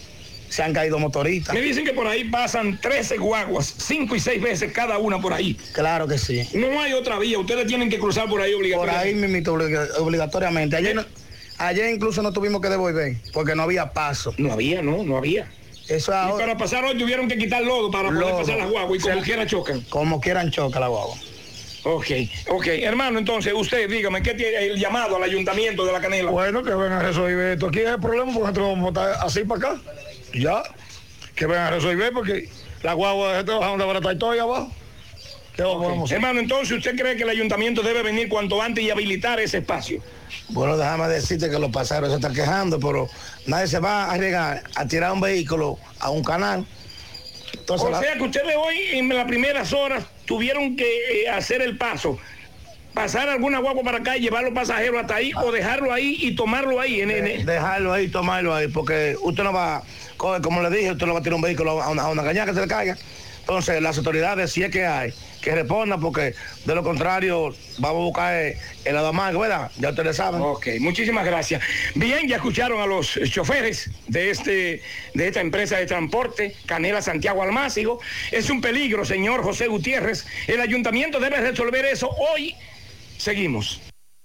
Se han caído motoristas. Me dicen que por ahí pasan trece guaguas, cinco y seis veces cada una por ahí. Claro que sí. No hay otra vía, ustedes tienen que cruzar por ahí obligatoriamente. Por ahí mismo, obligatoriamente. Ayer, no, ayer incluso no tuvimos que devolver, porque no había paso. No había, no, no había. Eso ahora, y para pasar hoy tuvieron que quitar lodo para lodo, poder pasar las guaguas y como se, quieran chocan. Como quieran choca la guagua. Ok, ok. Hermano, entonces, usted, dígame, ¿qué tiene el llamado al ayuntamiento de La Canela? Bueno, que vengan a resolver esto. Aquí es el problema porque nosotros vamos a estar así para acá. Ya. Que vengan a resolver porque la guagua de bajando de barata y todo ahí abajo. ¿Qué vamos a hacer? Hermano, entonces, ¿usted cree que el ayuntamiento debe venir cuanto antes y habilitar ese espacio? Bueno, déjame decirte que los pasajeros se están quejando, pero nadie se va a arriesgar a tirar un vehículo a un canal. Entonces, o la... sea que ustedes hoy en las primeras horas tuvieron que eh, hacer el paso, pasar alguna guagua para acá y llevar los pasajeros hasta ahí, o dejarlo ahí y tomarlo ahí. En, en... Dejarlo ahí, tomarlo ahí, porque usted no va, como le dije, usted no va a tirar un vehículo a una, a una cañada que se le caiga. Entonces, las autoridades, si es que hay, que respondan, porque de lo contrario vamos a buscar el, el lado amargo, ¿verdad? Ya ustedes saben. Ok, muchísimas gracias. Bien, ya escucharon a los choferes de, este, de esta empresa de transporte, Canela Santiago Almácigo. Es un peligro, señor José Gutiérrez. El ayuntamiento debe resolver eso hoy. Seguimos.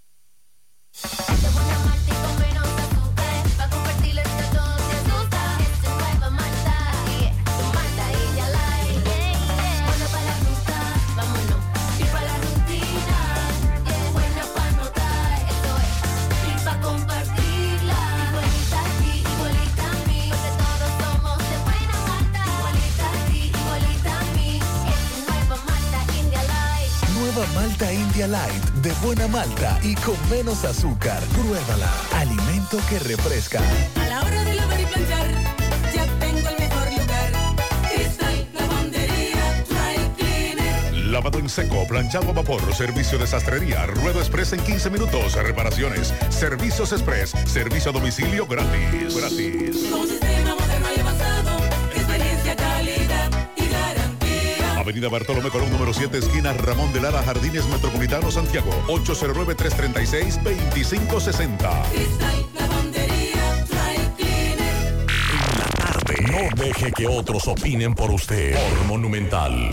Malta India Light, de buena malta y con menos azúcar. Pruébala. Alimento que refresca. A la hora de lavar y planchar, ya tengo el mejor lugar. Cristal Lavandería Dry Cleaner. Lavado en seco, planchado a vapor, servicio de sastrería, ruedo express en quince minutos, reparaciones, servicios express, servicio a domicilio gratis. Gratis. Con un sistema moderno y avanzado, experiencia, calidad y garantía. Avenida Bartolomé Colón, número siete, esquina Ramón de Lara, Jardines Metropolitano, Santiago. ocho cero nueve, tres tres seis, dos cinco seis cero. Cristal Lavandería Dry Cleaner. En la tarde. No deje que otros opinen por usted. Por Monumental.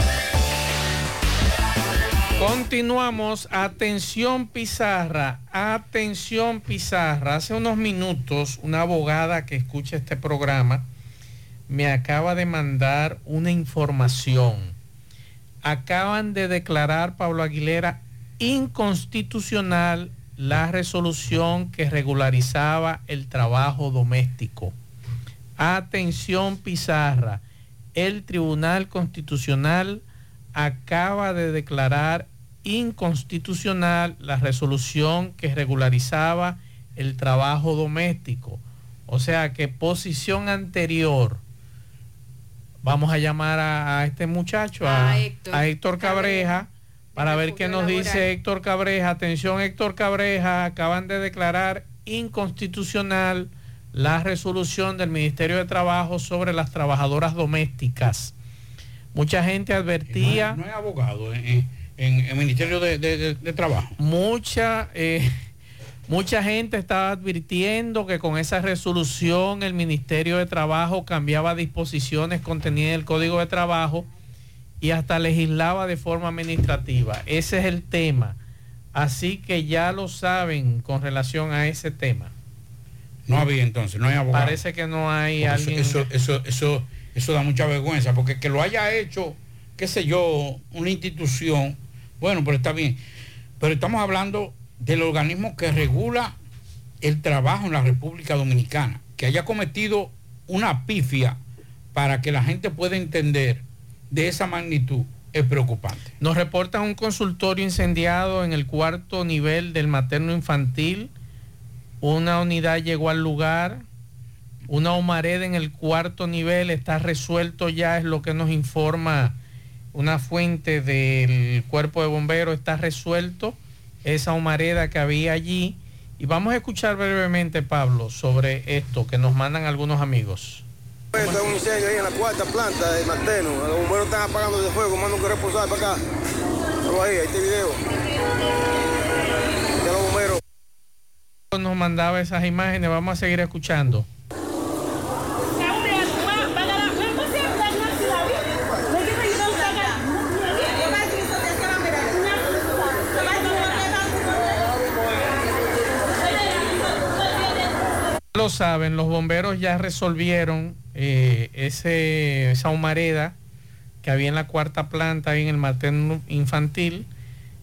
Continuamos. Atención Pizarra, atención Pizarra. Hace unos minutos una abogada que escucha este programa me acaba de mandar una información. Acaban de declarar, Pablo Aguilera, inconstitucional la resolución que regularizaba el trabajo doméstico. Atención Pizarra, el Tribunal Constitucional acaba de declarar inconstitucional la resolución que regularizaba el trabajo doméstico. O sea que posición anterior, vamos a llamar a, a este muchacho, a, a, Héctor, a Héctor Cabreja, para ver qué nos laboral. dice Héctor Cabreja. Atención Héctor Cabreja, acaban de declarar inconstitucional la resolución del Ministerio de Trabajo sobre las trabajadoras domésticas. Mucha gente advertía... No, no es abogado en, en, en el Ministerio de, de, de, de Trabajo. Mucha, eh, mucha gente estaba advirtiendo que con esa resolución el Ministerio de Trabajo cambiaba disposiciones contenidas en el Código de Trabajo y hasta legislaba de forma administrativa. Ese es el tema. Así que ya lo saben con relación a ese tema. No había entonces, no hay abogado. Parece que no hay Porque alguien... Eso, eso, eso, eso, eso da mucha vergüenza, porque que lo haya hecho, qué sé yo, una institución, bueno, pero está bien. Pero estamos hablando del organismo que regula el trabajo en la República Dominicana, que haya cometido una pifia para que la gente pueda entender de esa magnitud, es preocupante. Nos reportan un consultorio incendiado en el cuarto nivel del materno infantil. Una unidad llegó al lugar. Una humareda en el cuarto nivel, está resuelto ya, es lo que nos informa una fuente del cuerpo de bomberos, está resuelto esa humareda que había allí. Y vamos a escuchar brevemente, Pablo, sobre esto que nos mandan algunos amigos. Está un incendio ahí en la cuarta planta del materno. Los bomberos están apagando de fuego, mando un corresponsal para acá. Solo ahí, ahí está el video. De los bomberos. Nos mandaba esas imágenes, vamos a seguir escuchando. Lo saben, los bomberos ya resolvieron eh, ese, esa humareda que había en la cuarta planta, ahí en el materno infantil.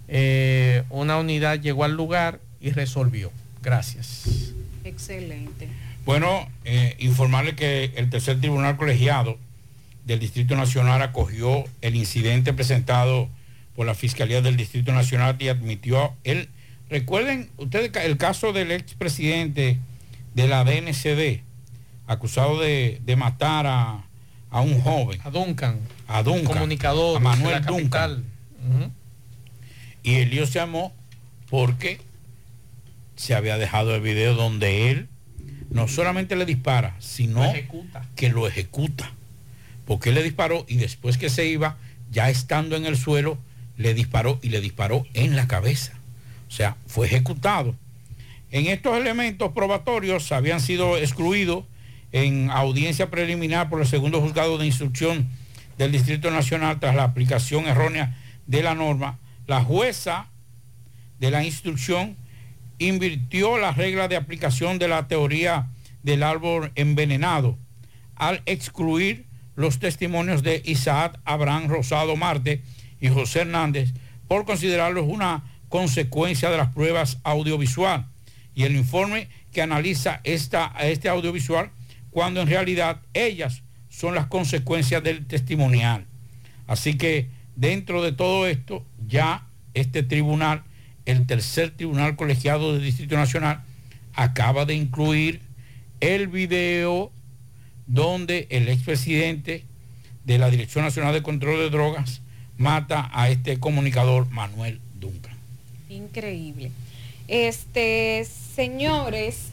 Eh, una unidad llegó al lugar y resolvió. Gracias. Excelente. Bueno, eh, informarle que el tercer tribunal colegiado del Distrito Nacional acogió el incidente presentado por la Fiscalía del Distrito Nacional y admitió el, recuerden ustedes el caso del expresidente de la D N C D, acusado de, de matar a, a un joven. A Duncan. A Duncan. Comunicador. A Manuel de la Duncan. Uh-huh. Y el lío se llamó porque se había dejado el video donde él no solamente le dispara, sino lo ejecuta. que lo ejecuta. Porque él le disparó y después que se iba, ya estando en el suelo, le disparó y le disparó en la cabeza. O sea, fue ejecutado. En estos elementos probatorios habían sido excluidos en audiencia preliminar por el segundo juzgado de instrucción del Distrito Nacional tras la aplicación errónea de la norma. La jueza de la instrucción invirtió la regla de aplicación de la teoría del árbol envenenado al excluir los testimonios de Isaac Abraham Rosado Marte y José Hernández por considerarlos una consecuencia de las pruebas audiovisual y el informe que analiza esta, este audiovisual cuando en realidad ellas son las consecuencias del testimonial. Así que dentro de todo esto ya este tribunal, el tercer tribunal colegiado del Distrito Nacional, acaba de incluir el video donde el expresidente de la Dirección Nacional de Control de Drogas mata a este comunicador Manuel Duncan. Increíble. Este, señores.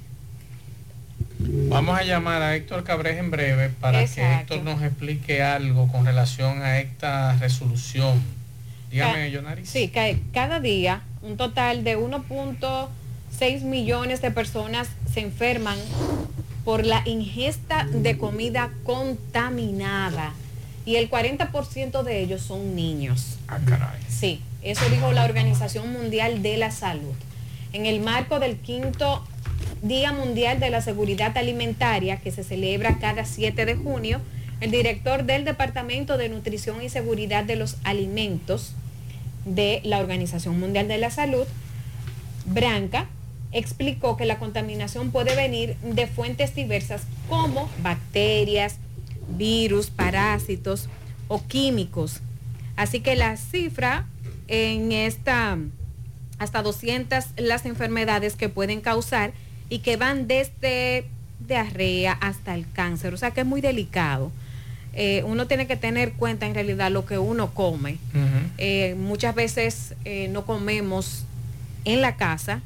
Vamos a llamar a Héctor Cabrera en breve para Exacto. que Héctor nos explique algo con relación a esta resolución. Dígame, Yonari. Sí, que cada día un total de uno punto seis millones de personas se enferman por la ingesta de comida contaminada y el cuarenta por ciento de ellos son niños. Ah, caray. Sí, eso dijo la Organización Mundial de la Salud. En el marco del quinto Día Mundial de la Seguridad Alimentaria, que se celebra cada siete de junio, el director del Departamento de Nutrición y Seguridad de los Alimentos de la Organización Mundial de la Salud, Branca, explicó que la contaminación puede venir de fuentes diversas como bacterias, virus, parásitos o químicos. Así que la cifra en esta, hasta doscientas las enfermedades que pueden causar y que van desde diarrea hasta el cáncer. O sea que es muy delicado. Eh, uno tiene que tener cuenta en realidad lo que uno come. Uh-huh. Eh, muchas veces eh, no comemos en la casa,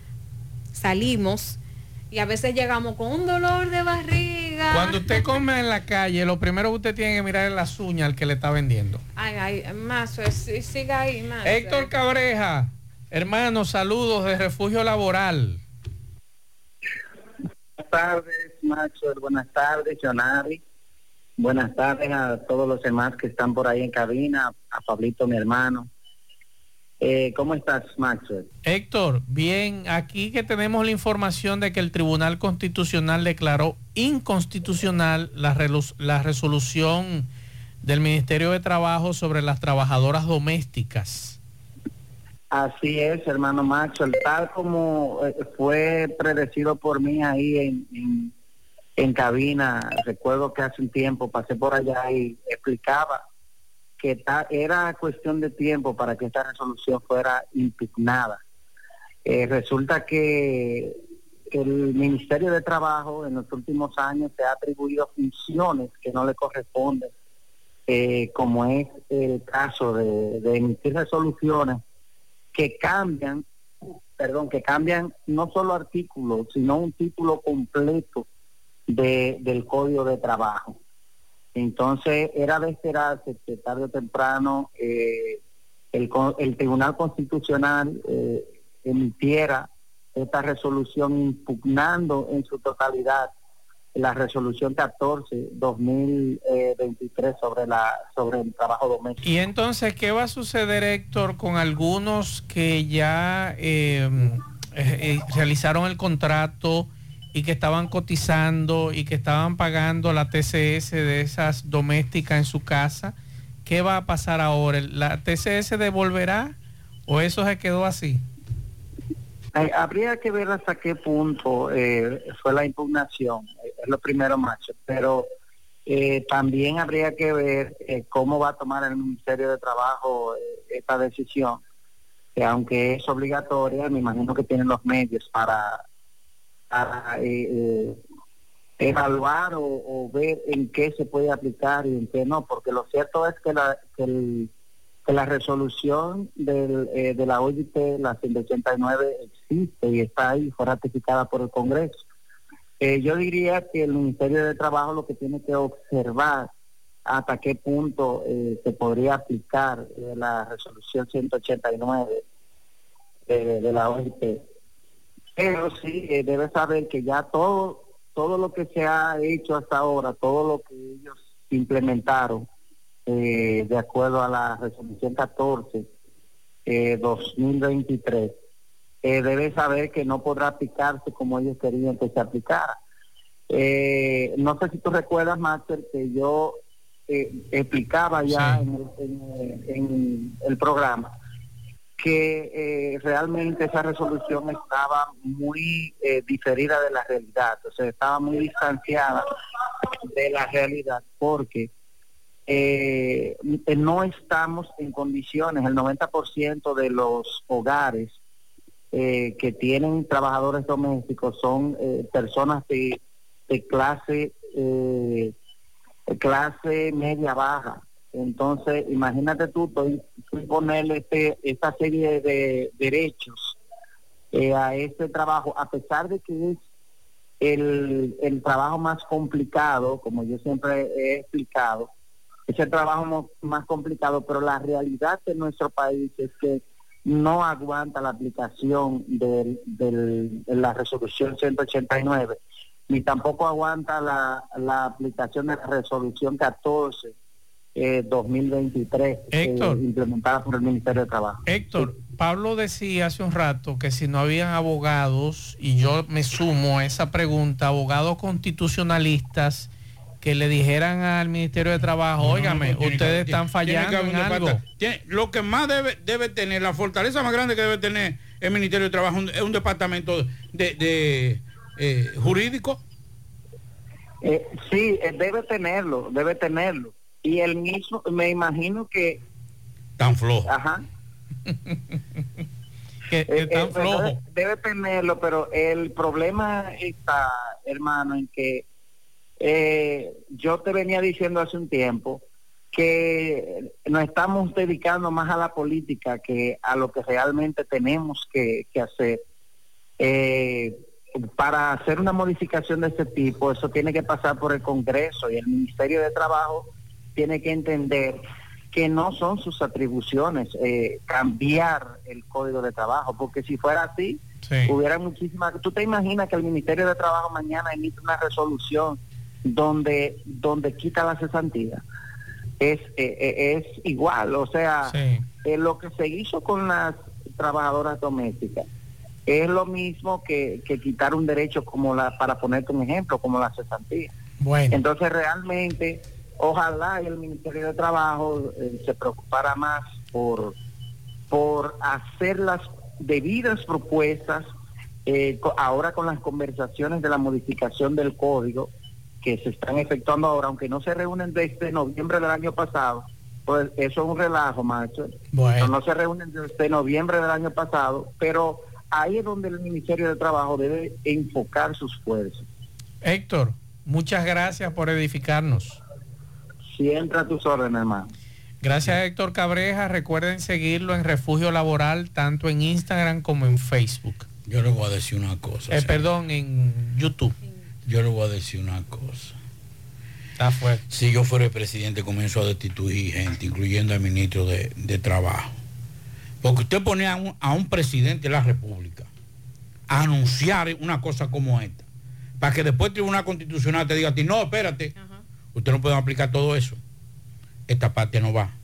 salimos y a veces llegamos con un dolor de barriga. Cuando usted come en la calle, lo primero que usted tiene que mirar es las uñas al que le está vendiendo. Ay, ay, más, siga ahí, más. Héctor Cabreja, hermano, saludos de Refugio Laboral. Buenas tardes, Macho, buenas tardes, Jonari. Buenas tardes a todos los demás que están por ahí en cabina, a Pablito, mi hermano. Eh, ¿Cómo estás, Maxwell? Héctor, bien, aquí que tenemos la información de que el Tribunal Constitucional declaró inconstitucional la, la resolución del Ministerio de Trabajo sobre las trabajadoras domésticas. Así es, hermano Maxwell, tal como eh, fue predecido por mí ahí en, en, en cabina. Recuerdo que hace un tiempo pasé por allá y explicaba que ta, era cuestión de tiempo para que esta resolución fuera impugnada. Eh, resulta que el Ministerio de Trabajo en los últimos años se ha atribuido funciones que no le corresponden, eh, como es el caso de, de emitir resoluciones que cambian, perdón, que cambian no solo artículos, sino un título completo de, del Código de Trabajo. Entonces, era de esperarse que tarde o temprano eh, el, el Tribunal Constitucional eh, emitiera esta resolución impugnando en su totalidad la resolución catorce dos mil veintitrés sobre la sobre el trabajo doméstico. Y entonces, ¿qué va a suceder, Héctor, con algunos que ya eh, eh, realizaron el contrato y que estaban cotizando y que estaban pagando la T C S de esas domésticas en su casa? ¿Qué va a pasar ahora? ¿La T C S devolverá ¿O eso se quedó así? Eh, habría que ver hasta qué punto eh, fue la impugnación, eh, es lo primero, Macho, pero eh, también habría que ver eh, cómo va a tomar el Ministerio de Trabajo eh, esta decisión, que aunque es obligatoria, me imagino que tienen los medios para, para eh, eh, evaluar o, o ver en qué se puede aplicar y en qué no, porque lo cierto es que la, que el, que la resolución del, eh, de la O I T, la ciento ochenta y nueve, existe y está ahí, fue ratificada por el Congreso. Eh, yo diría que el Ministerio de Trabajo lo que tiene que observar hasta qué punto eh, se podría aplicar eh, la resolución ciento ochenta y nueve eh, de la O I T. Pero sí, eh, debe saber que ya todo, todo lo que se ha hecho hasta ahora, todo lo que ellos implementaron, Eh, de acuerdo a la resolución catorce eh, dos mil veintitrés, eh, debe saber que no podrá aplicarse como ellos querían que se aplicara. Eh, no sé si tú recuerdas, Master, que yo eh, explicaba ya sí. en, el, en, en el programa que eh, realmente esa resolución estaba muy eh, diferida de la realidad, o sea, estaba muy distanciada de la realidad, porque Eh, no estamos en condiciones, el noventa por ciento de los hogares eh, que tienen trabajadores domésticos son eh, personas de, de clase eh, de clase media baja. Entonces, imagínate tú, tú, tú ponerle este, esta serie de derechos eh, a este trabajo, a pesar de que es el, el trabajo más complicado, como yo siempre he explicado, es el trabajo más complicado, pero la realidad de nuestro país es que no aguanta la aplicación de, de, de la resolución ciento ochenta y nueve, ni tampoco aguanta la, la aplicación de la resolución catorce eh, dos mil veintitrés, Héctor, eh, implementada por el Ministerio de Trabajo. Héctor, sí. Pablo decía hace un rato que si no habían abogados, y yo me sumo a esa pregunta, abogados constitucionalistas que le dijeran al Ministerio de Trabajo, no, óigame, no, no, ustedes que, están fallando en algo. Tiene, lo que más debe debe tener, la fortaleza más grande que debe tener el Ministerio de Trabajo es un departamento de, de eh, jurídico. Eh, sí, eh, debe tenerlo, debe tenerlo. Y el mismo, me imagino que... Tan flojo. Ajá. que, que eh, tan eh, flojo. Debe, debe tenerlo, pero el problema está, hermano, en que Eh, yo te venía diciendo hace un tiempo que nos estamos dedicando más a la política que a lo que realmente tenemos que, que hacer. Eh, para hacer una modificación de este tipo, eso tiene que pasar por el Congreso, y el Ministerio de Trabajo tiene que entender que no son sus atribuciones eh, cambiar el Código de Trabajo, porque si fuera así, sí. hubiera muchísimas... ¿Tú te imaginas que el Ministerio de Trabajo mañana emite una resolución donde donde quita la cesantía? Es eh, es igual, o sea, sí. eh, lo que se hizo con las trabajadoras domésticas es lo mismo que, que quitar un derecho como la, para ponerte un ejemplo, como la cesantía. Bueno. Entonces realmente, ojalá el Ministerio de Trabajo eh, se preocupara más por por hacer las debidas propuestas eh, ahora con las conversaciones de la modificación del código que se están efectuando ahora, aunque no se reúnen desde noviembre del año pasado, pues eso es un relajo, macho. Bueno. No se reúnen desde noviembre del año pasado, pero ahí es donde el Ministerio de Trabajo debe enfocar sus fuerzas. Héctor, muchas gracias por edificarnos. Siempre a tus órdenes, hermano. Gracias, Héctor Cabreja. Recuerden seguirlo en Refugio Laboral, tanto en Instagram como en Facebook. Yo le voy a decir una cosa. Eh, perdón, en YouTube. Yo le voy a decir una cosa. Está fuerte. Si yo fuera el presidente, comienzo a destituir gente, incluyendo al ministro de, de Trabajo. Porque usted pone a un, a un presidente de la República a anunciar una cosa como esta, para que después el Tribunal Constitucional te diga a ti, no, espérate, uh-huh. usted no puede aplicar todo eso. Esta parte no va.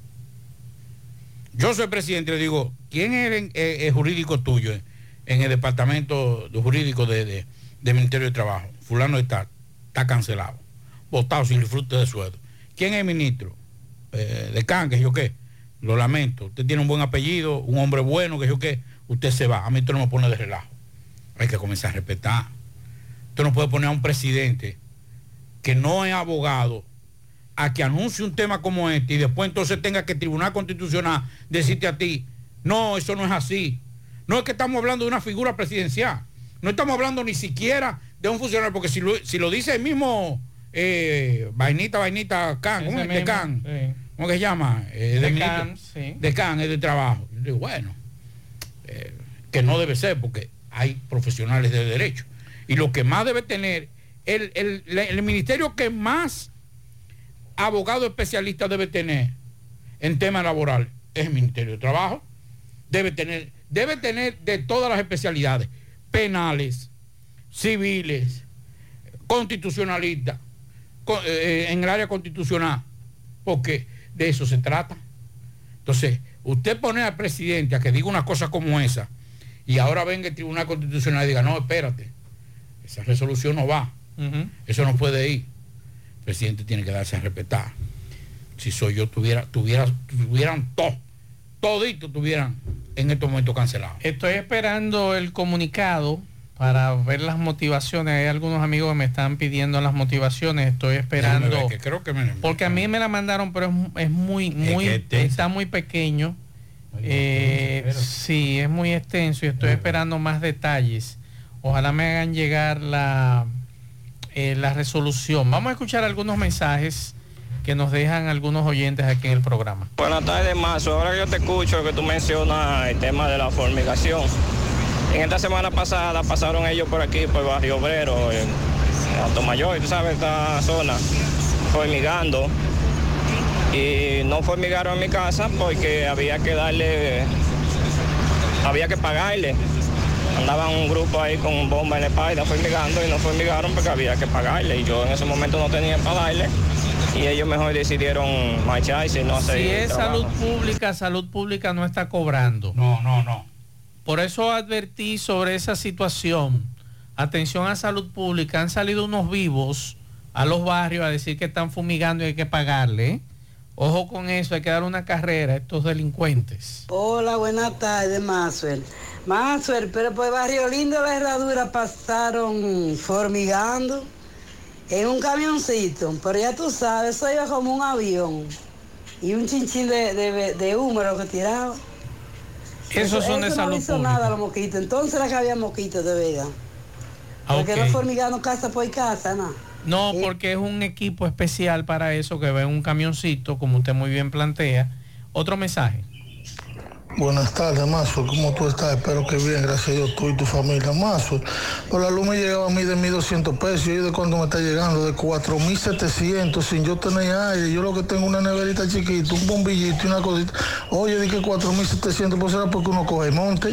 Yo soy presidente y le digo, ¿quién es el, el, el jurídico tuyo en el departamento jurídico de, de, del Ministerio de Trabajo? Fulano está, está cancelado, votado sin disfrute de sueldo. ¿Quién es el ministro? Eh, de Can, que yo qué, lo lamento, usted tiene un buen apellido, un hombre bueno, que yo que usted se va, a mí usted no me pone de relajo. Hay que comenzar a respetar. Usted no puede poner a un presidente que no es abogado a que anuncie un tema como este y después entonces tenga que el Tribunal Constitucional decirte a ti, no, eso no es así. No es que estamos hablando de una figura presidencial, no estamos hablando ni siquiera de un funcionario, porque si lo, si lo dice el mismo eh, Vainita, Vainita Can, ¿cómo es de Can? Sí. ¿Cómo que se llama? Eh, de, de Can, sí. De Can, es de trabajo. Yo digo, bueno, eh, que no debe ser, porque hay profesionales de derecho. Y lo que más debe tener, el, el, el ministerio que más abogado especialista debe tener en temas laborales es el Ministerio de Trabajo. Debe tener, debe tener de todas las especialidades, penales, civiles, constitucionalistas, con, eh, en el área constitucional, porque de eso se trata. Entonces, usted pone al presidente a que diga una cosa como esa y ahora venga el Tribunal Constitucional y diga, no, espérate, esa resolución no va, uh-huh. Eso no puede ir. El presidente tiene que darse a respetar. Si soy yo, tuviera, tuviera, tuvieran todo, todito tuvieran en estos momentos cancelados. Estoy esperando el comunicado para ver las motivaciones. Hay algunos amigos que me están pidiendo las motivaciones. Estoy esperando. Ver, que creo que me, porque a mí me la mandaron, pero es, es muy, muy, es que está muy pequeño. Eh, sí, es muy extenso y estoy esperando más detalles. Ojalá me hagan llegar la, eh, la resolución. Vamos a escuchar algunos mensajes que nos dejan algunos oyentes aquí en el programa. Buenas tardes, Mazo. Ahora que yo te escucho que tú mencionas el tema de la formigación. En esta semana pasada pasaron ellos por aquí, por Barrio Obrero, en Automayor, tú sabes, esta zona, formigando. Y no formigaron en mi casa porque había que darle, había que pagarle. Andaban un grupo ahí con bomba en la espalda formigando y no formigaron porque había que pagarle. Y yo en ese momento no tenía para darle. Y ellos mejor decidieron marcharse y no hacer. Si es salud pública, salud pública no está cobrando. No, no, no. Por eso advertí sobre esa situación. Atención a salud pública. Han salido unos vivos a los barrios a decir que están fumigando y hay que pagarle, ¿eh? Ojo con eso, hay que dar una carrera a estos delincuentes. Hola, buenas tardes, Maxwell. Maxwell, pero por Barrio Lindo la Herradura pasaron formigando en un camioncito, pero ya tú sabes, eso iba como un avión y un chinchín de, de, de humo lo que tiraba. Esos son de salud pública. No hizo nada los mosquitos, entonces era que había mosquitos de verdad. Porque okay. No formigando casa por casa, nada. No, porque es un equipo especial para eso que ve un camioncito, como usted muy bien plantea. Otro mensaje. Buenas tardes, Mazo. ¿Cómo tú estás? Espero que bien, gracias a Dios, tú y tu familia. Mazo, por la luz me llegaba a mí de mil doscientos pesos. ¿Y de cuánto me está llegando? De cuatro mil setecientos, sin yo tener aire. Yo lo que tengo una neverita chiquita, un bombillito y una cosita. Oye, dije cuatro mil setecientos, pues será porque uno coge monte.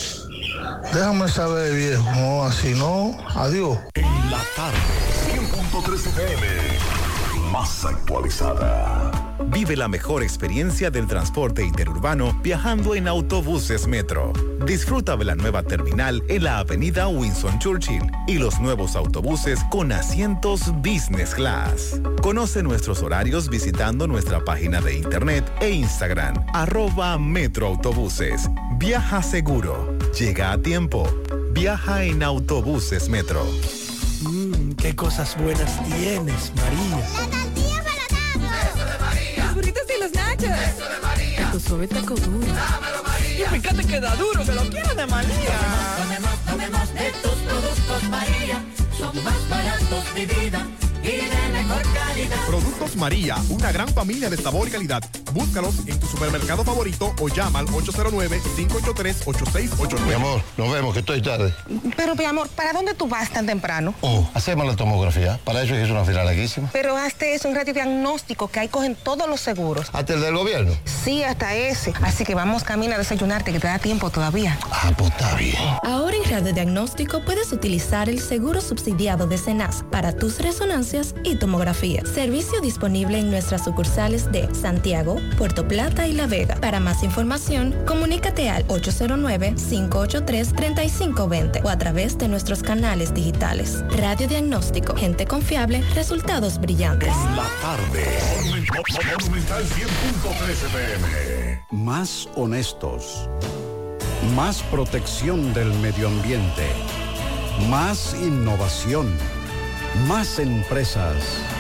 Déjame saber, viejo. No, así no. Adiós. En la tarde, cien punto tres F M, más actualizada. Vive la mejor experiencia del transporte interurbano viajando en autobuses Metro. Disfruta de la nueva terminal en la avenida Winston Churchill y los nuevos autobuses con asientos Business Class. Conoce nuestros horarios visitando nuestra página de internet e Instagram, arroba Metroautobuses. Viaja seguro. Llega a tiempo. Viaja en autobuses Metro. Mmm, qué cosas buenas tienes, María. La tortilla para Eso de María. Los burritos y los nachos. Eso de María. Tu suave taco duro. Dámelo, María. Y fíjate que da duro, que lo quiero de María. Tomemos, tomemos, tomemos de tus productos, María. Son más baratos, de vida. Y de mejor calidad. Productos María, una gran familia de sabor y calidad. Búscalos en tu supermercado favorito o llama al ocho cero nueve, cinco ocho tres, ocho seis ocho nueve. Mi amor, nos vemos, que estoy tarde. Pero, mi amor, ¿para dónde tú vas tan temprano? Oh, hacemos la tomografía. Para eso es una fila larguísima. Pero hazte eso, un radiodiagnóstico, que ahí cogen todos los seguros. ¿Hasta el del gobierno? Sí, hasta ese. Así que vamos, camina a desayunarte, que te da tiempo todavía. Ah, pues está bien. Ahora en radiodiagnóstico puedes utilizar el seguro subsidiado de Senas para tus resonancias y tomografía. Servicio disponible en nuestras sucursales de Santiago, Puerto Plata y La Vega. Para más información, comunícate al ocho cero nueve, cinco ocho tres, tres cinco dos cero o a través de nuestros canales digitales. Radiodiagnóstico, gente confiable, resultados brillantes. La tarde. Monumental cien punto tres F M. más honestos, más protección del medio ambiente, más innovación, más empresas,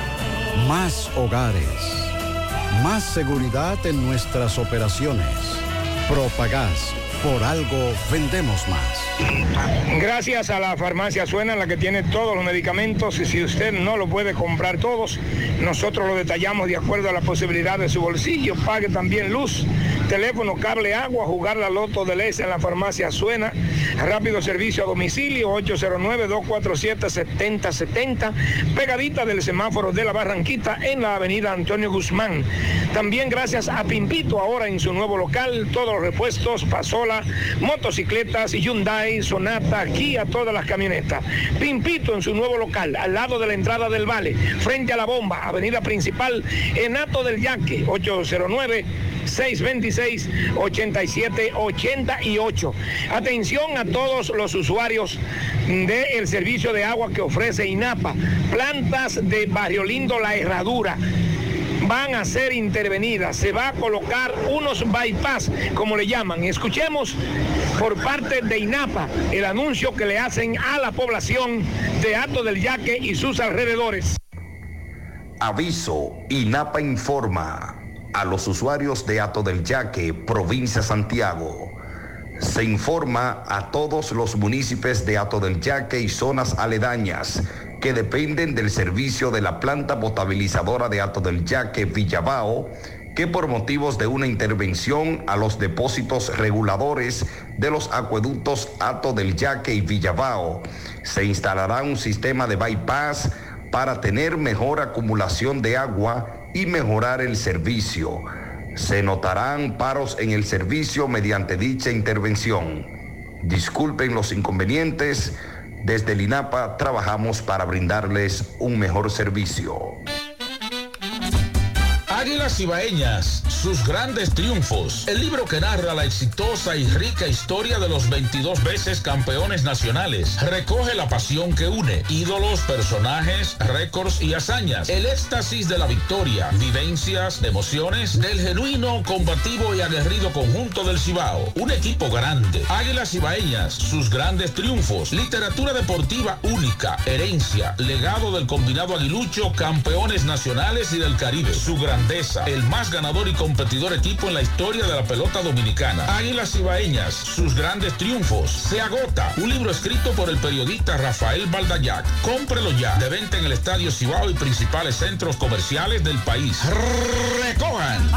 más hogares, más seguridad en nuestras operaciones. Propagás, por algo vendemos más. Gracias a la farmacia Suena, la que tiene todos los medicamentos, y si usted no lo puede comprar todos, nosotros lo detallamos de acuerdo a la posibilidad de su bolsillo. Pague también luz, teléfono, cable, agua, jugar la loto de Lesa en la farmacia Suena. Rápido servicio a domicilio, ocho cero nueve, dos cuatro siete, siete cero siete cero, pegadita del semáforo de la Barranquita en la avenida Antonio Guzmán. También gracias a Pimpito, ahora en su nuevo local, todos los repuestos, pasola, motocicletas, Hyundai, Sonata, Kia, todas las camionetas. Pimpito en su nuevo local, al lado de la entrada del Vale, frente a la bomba, avenida principal, en Hato del Yaque, ocho cero nueve, seis dos seis, ocho siete ocho ocho. Atención a todos los usuarios del servicio de agua que ofrece INAPA. Plantas de Barrio Lindo La Herradura van a ser intervenidas. Se va a colocar unos bypass, como le llaman. Escuchemos por parte de INAPA el anuncio que le hacen a la población de Hato del Yaque y sus alrededores. Aviso, INAPA informa a los usuarios de Hato del Yaque, provincia Santiago. Se informa a todos los municipios de Hato del Yaque y zonas aledañas que dependen del servicio de la planta potabilizadora de Hato del Yaque, Villabao, que por motivos de una intervención a los depósitos reguladores de los acueductos Hato del Yaque y Villabao, se instalará un sistema de bypass para tener mejor acumulación de agua y mejorar el servicio. Se notarán paros en el servicio mediante dicha intervención. Disculpen los inconvenientes. Desde el INAPA trabajamos para brindarles un mejor servicio. Águilas Ibaeñas, sus grandes triunfos. El libro que narra la exitosa y rica historia de los veintidós veces campeones nacionales. Recoge la pasión que une, ídolos, personajes, récords y hazañas. El éxtasis de la victoria, vivencias, emociones del genuino, combativo y aguerrido conjunto del Cibao. Un equipo grande. Águilas Ibaeñas, sus grandes triunfos. Literatura deportiva única, herencia, legado del combinado aguilucho, campeones nacionales y del Caribe. Su grandeza, el más ganador y competidor equipo en la historia de la pelota dominicana. Águilas Ibaeñas, sus grandes triunfos. Se agota. Un libro escrito por el periodista Rafael Baldayac. Cómprelo ya. De venta en el Estadio Cibao y principales centros comerciales del país. Recojan.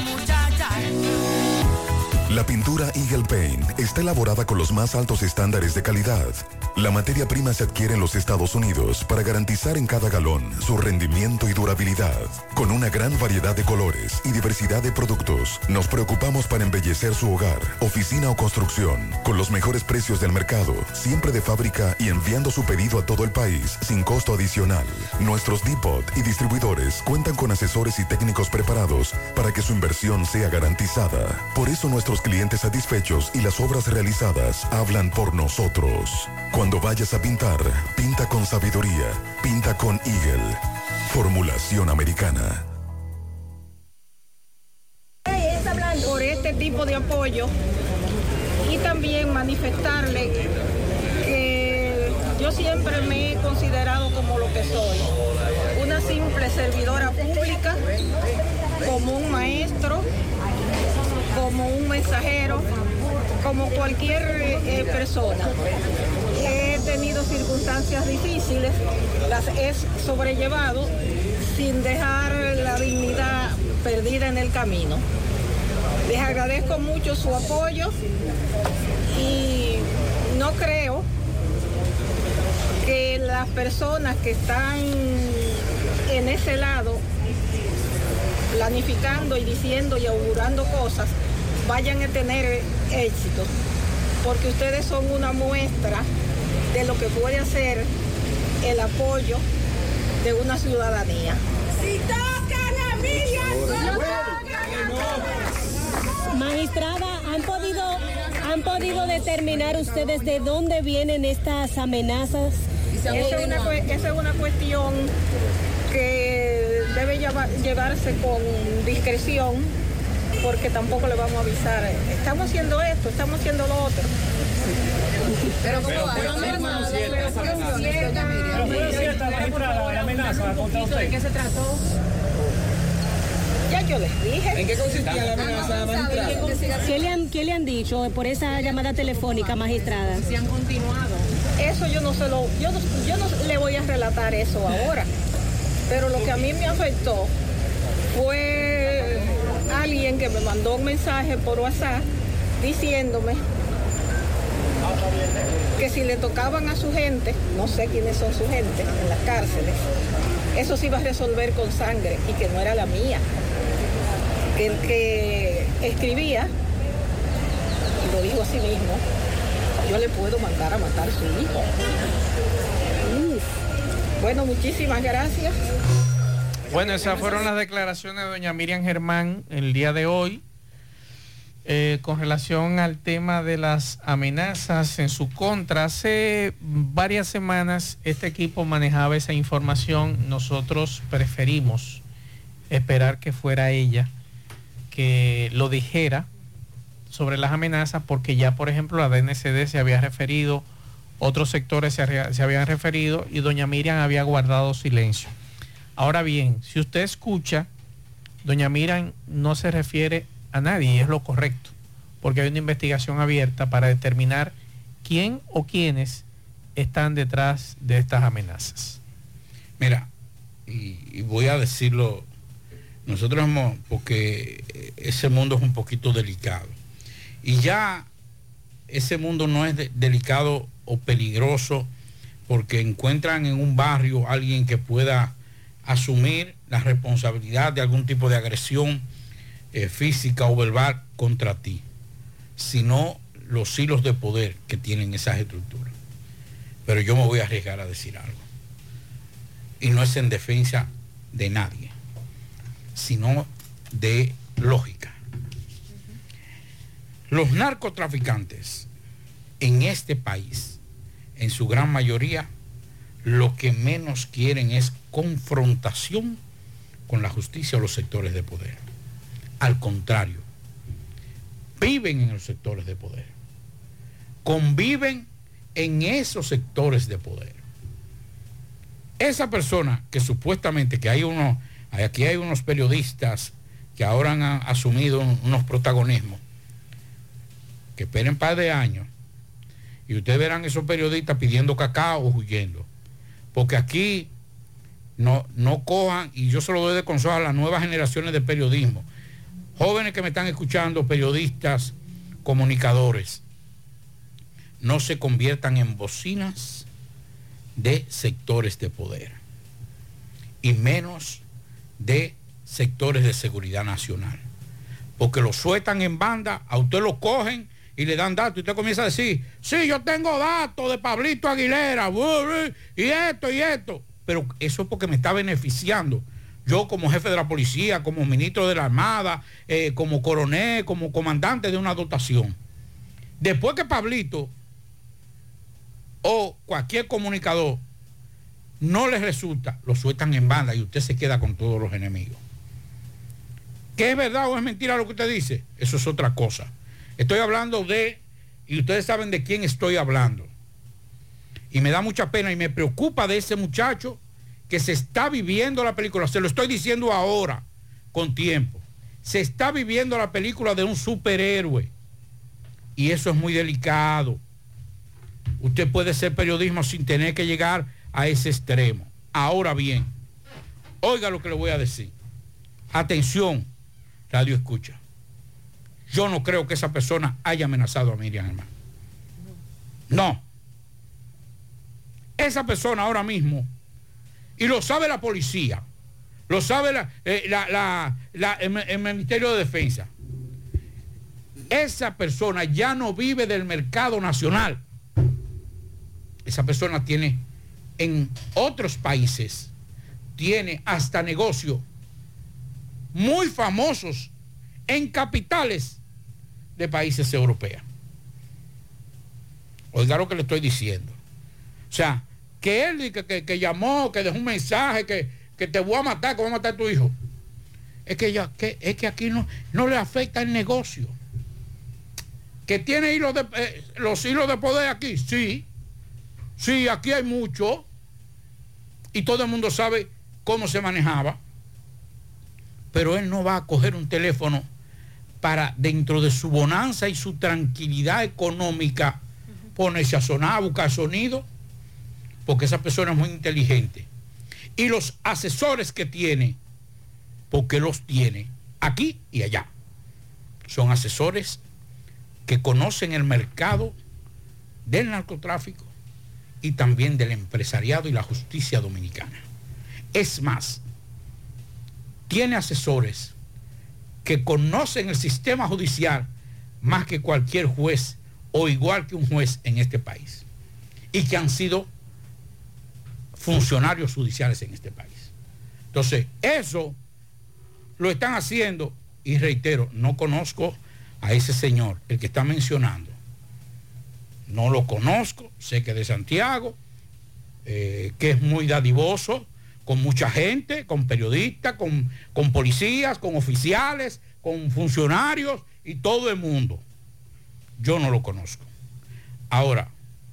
La pintura Eagle Paint está elaborada con los más altos estándares de calidad. La materia prima se adquiere en los Estados Unidos para garantizar en cada galón su rendimiento y durabilidad. Con una gran variedad de colores y diversidad de productos, nos preocupamos para embellecer su hogar, oficina o construcción, con los mejores precios del mercado, siempre de fábrica y enviando su pedido a todo el país sin costo adicional. Nuestros depot y distribuidores cuentan con asesores y técnicos preparados para que su inversión sea garantizada. Por eso nuestros clientes satisfechos y las obras realizadas hablan por nosotros. Cuando vayas a pintar, pinta con sabiduría, pinta con Eagle. Formulación americana. Por este tipo de apoyo y también manifestarle que yo siempre me he considerado como lo que soy, una simple servidora pública, como un maestro, como un mensajero, como cualquier eh, persona. He tenido circunstancias difíciles, las he sobrellevado sin dejar la dignidad perdida en el camino. Les agradezco mucho su apoyo y no creo que las personas que están en ese lado planificando y diciendo y augurando cosas vayan a tener éxito, porque ustedes son una muestra de lo que puede hacer el apoyo de una ciudadanía. Si tocan a Miriam, no tocan. Magistrada, ¿han podido, ¿han podido determinar ustedes de dónde vienen estas amenazas? Esa es una, esa es una cuestión que debe llevar, llevarse con discreción porque tampoco le vamos a avisar, estamos haciendo esto, estamos haciendo lo otro. Pero ¿cómo va? Pero no fue cierta la amenaza contra usted. ¿De qué se trató? Ya yo les dije. ¿En qué consistía la amenaza, magistrada? ¿Qué le han, qué le han dicho por esa llamada telefónica, magistrada? Si han continuado. Eso yo no se lo, yo no, yo no le voy a relatar eso ahora. Pero lo que a mí me afectó fue alguien que me mandó un mensaje por WhatsApp diciéndome que si le tocaban a su gente, no sé quiénes son su gente en las cárceles, eso se iba a resolver con sangre y que no era la mía. Que el que escribía, y lo dijo a sí mismo, yo le puedo mandar a matar a su hijo. Uf. Bueno, muchísimas gracias. Bueno, esas fueron las declaraciones de doña Miriam Germán el día de hoy eh, con relación al tema de las amenazas en su contra. Hace varias semanas este equipo manejaba esa información. Nosotros preferimos esperar que fuera ella que lo dijera sobre las amenazas, porque ya, por ejemplo, la D N C D se había referido, otros sectores se, se habían referido y doña Miriam había guardado silencio. Ahora bien, si usted escucha, doña Miriam no se refiere a nadie y es lo correcto, porque hay una investigación abierta para determinar quién o quiénes están detrás de estas amenazas. Mira, y, y voy a decirlo, nosotros hemos, porque ese mundo es un poquito delicado, y ya ese mundo no es de, delicado o peligroso porque encuentran en un barrio alguien que pueda asumir la responsabilidad de algún tipo de agresión eh, física o verbal contra ti, sino los hilos de poder que tienen esas estructuras. Pero yo me voy a arriesgar a decir algo, y no es en defensa de nadie, sino de lógica. Los narcotraficantes en este país, en su gran mayoría, lo que menos quieren es confrontación con la justicia o los sectores de poder. Al contrario, viven en los sectores de poder, conviven en esos sectores de poder. Esa persona que supuestamente, que hay unos, aquí hay unos periodistas que ahora han asumido unos protagonismos, que esperen un par de años y ustedes verán esos periodistas pidiendo cacao o huyendo, porque aquí no, no cojan, y yo se lo doy de consejo a las nuevas generaciones de periodismo, jóvenes que me están escuchando, periodistas, comunicadores, no se conviertan en bocinas de sectores de poder, y menos de sectores de seguridad nacional, porque lo sueltan en banda, a usted lo cogen y le dan datos, y usted comienza a decir, sí, yo tengo datos de Pablito Aguilera, y esto y esto, pero eso es porque me está beneficiando. Yo como jefe de la policía, como ministro de la Armada, eh, como coronel, como comandante de una dotación. Después que Pablito o cualquier comunicador no les resulta, lo sueltan en banda y usted se queda con todos los enemigos. ¿Qué es verdad o es mentira lo que usted dice? Eso es otra cosa. Estoy hablando de, y ustedes saben de quién estoy hablando. Y me da mucha pena y me preocupa de ese muchacho que se está viviendo la película. Se lo estoy diciendo ahora, con tiempo. Se está viviendo la película de un superhéroe. Y eso es muy delicado. Usted puede ser periodismo sin tener que llegar a ese extremo. Ahora bien, oiga lo que le voy a decir. Atención, radio escucha. Yo no creo que esa persona haya amenazado a Miriam Germán. No. Esa persona ahora mismo, y lo sabe la policía, lo sabe la, eh, la, la, la, el, el Ministerio de Defensa, esa persona ya no vive del mercado nacional. Esa persona tiene en otros países, tiene hasta negocios muy famosos en capitales de países europeos. Oiga lo que le estoy diciendo. O sea, que él que, que, que llamó, que dejó un mensaje, que, que te voy a matar, que voy a matar a tu hijo. es que, ya, que, es que aquí no, no le afecta el negocio. ¿Que tiene hilos de, eh, los hilos de poder aquí? Sí. Sí, aquí hay mucho. Y todo el mundo sabe cómo se manejaba. Pero él no va a coger un teléfono para, dentro de su bonanza y su tranquilidad económica, ponerse a sonar, a buscar sonido, porque esa persona es muy inteligente. Y los asesores que tiene, porque los tiene aquí y allá, son asesores que conocen el mercado del narcotráfico y también del empresariado y la justicia dominicana. Es más, tiene asesores que conocen el sistema judicial más que cualquier juez o igual que un juez en este país, y que han sido funcionarios judiciales en este país. Entonces, eso lo están haciendo, y reitero, no conozco a ese señor, el que está mencionando. No lo conozco, sé que es de Santiago, eh, que es muy dadivoso, con mucha gente, con periodistas, con, con policías, con oficiales, con funcionarios y todo el mundo. Yo no lo conozco. Ahora,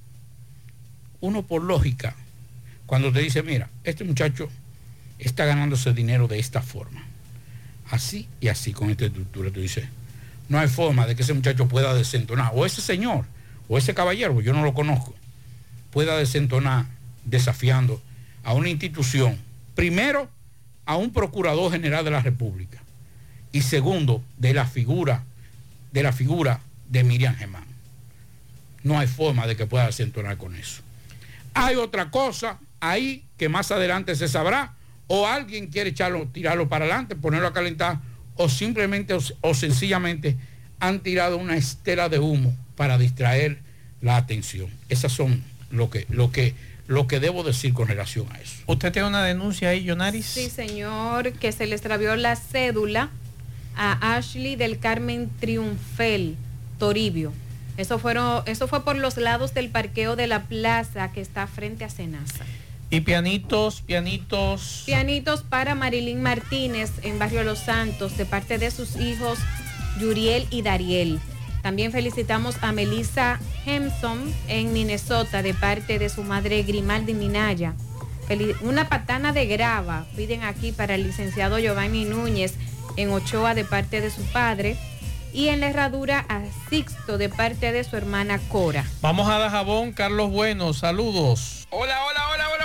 uno por lógica, cuando te dice, mira, este muchacho está ganándose dinero de esta forma, así y así, con esta estructura, tú dices, no hay forma de que ese muchacho pueda desentonar, o ese señor, o ese caballero, yo no lo conozco, pueda desentonar desafiando a una institución, primero, a un procurador general de la República, y segundo, de la figura, de la figura de Miriam Germán. No hay forma de que pueda desentonar con eso. Hay otra cosa ahí que más adelante se sabrá, o alguien quiere echarlo, tirarlo para adelante, ponerlo a calentar, o simplemente o, o sencillamente han tirado una estela de humo para distraer la atención. Esas son lo que, lo que, lo que debo decir con relación a eso. ¿Usted tiene una denuncia ahí, Yonaris? Sí, señor, que se le extravió la cédula a Ashley del Carmen Triunfel Toribio. Eso, fueron, eso fue por los lados del parqueo de la plaza que está frente a Senasa. Y pianitos, pianitos. Pianitos para Marilyn Martínez en Barrio Los Santos, de parte de sus hijos Yuriel y Dariel. También felicitamos a Melissa Hemson en Minnesota, de parte de su madre Grimaldi Minaya. Una patana de grava piden aquí para el licenciado Giovanni Núñez en Ochoa, de parte de su padre. Y en la herradura a Sixto, de parte de su hermana Cora. Vamos a Dajabón, Carlos Bueno, saludos. Hola, hola, hola, hola,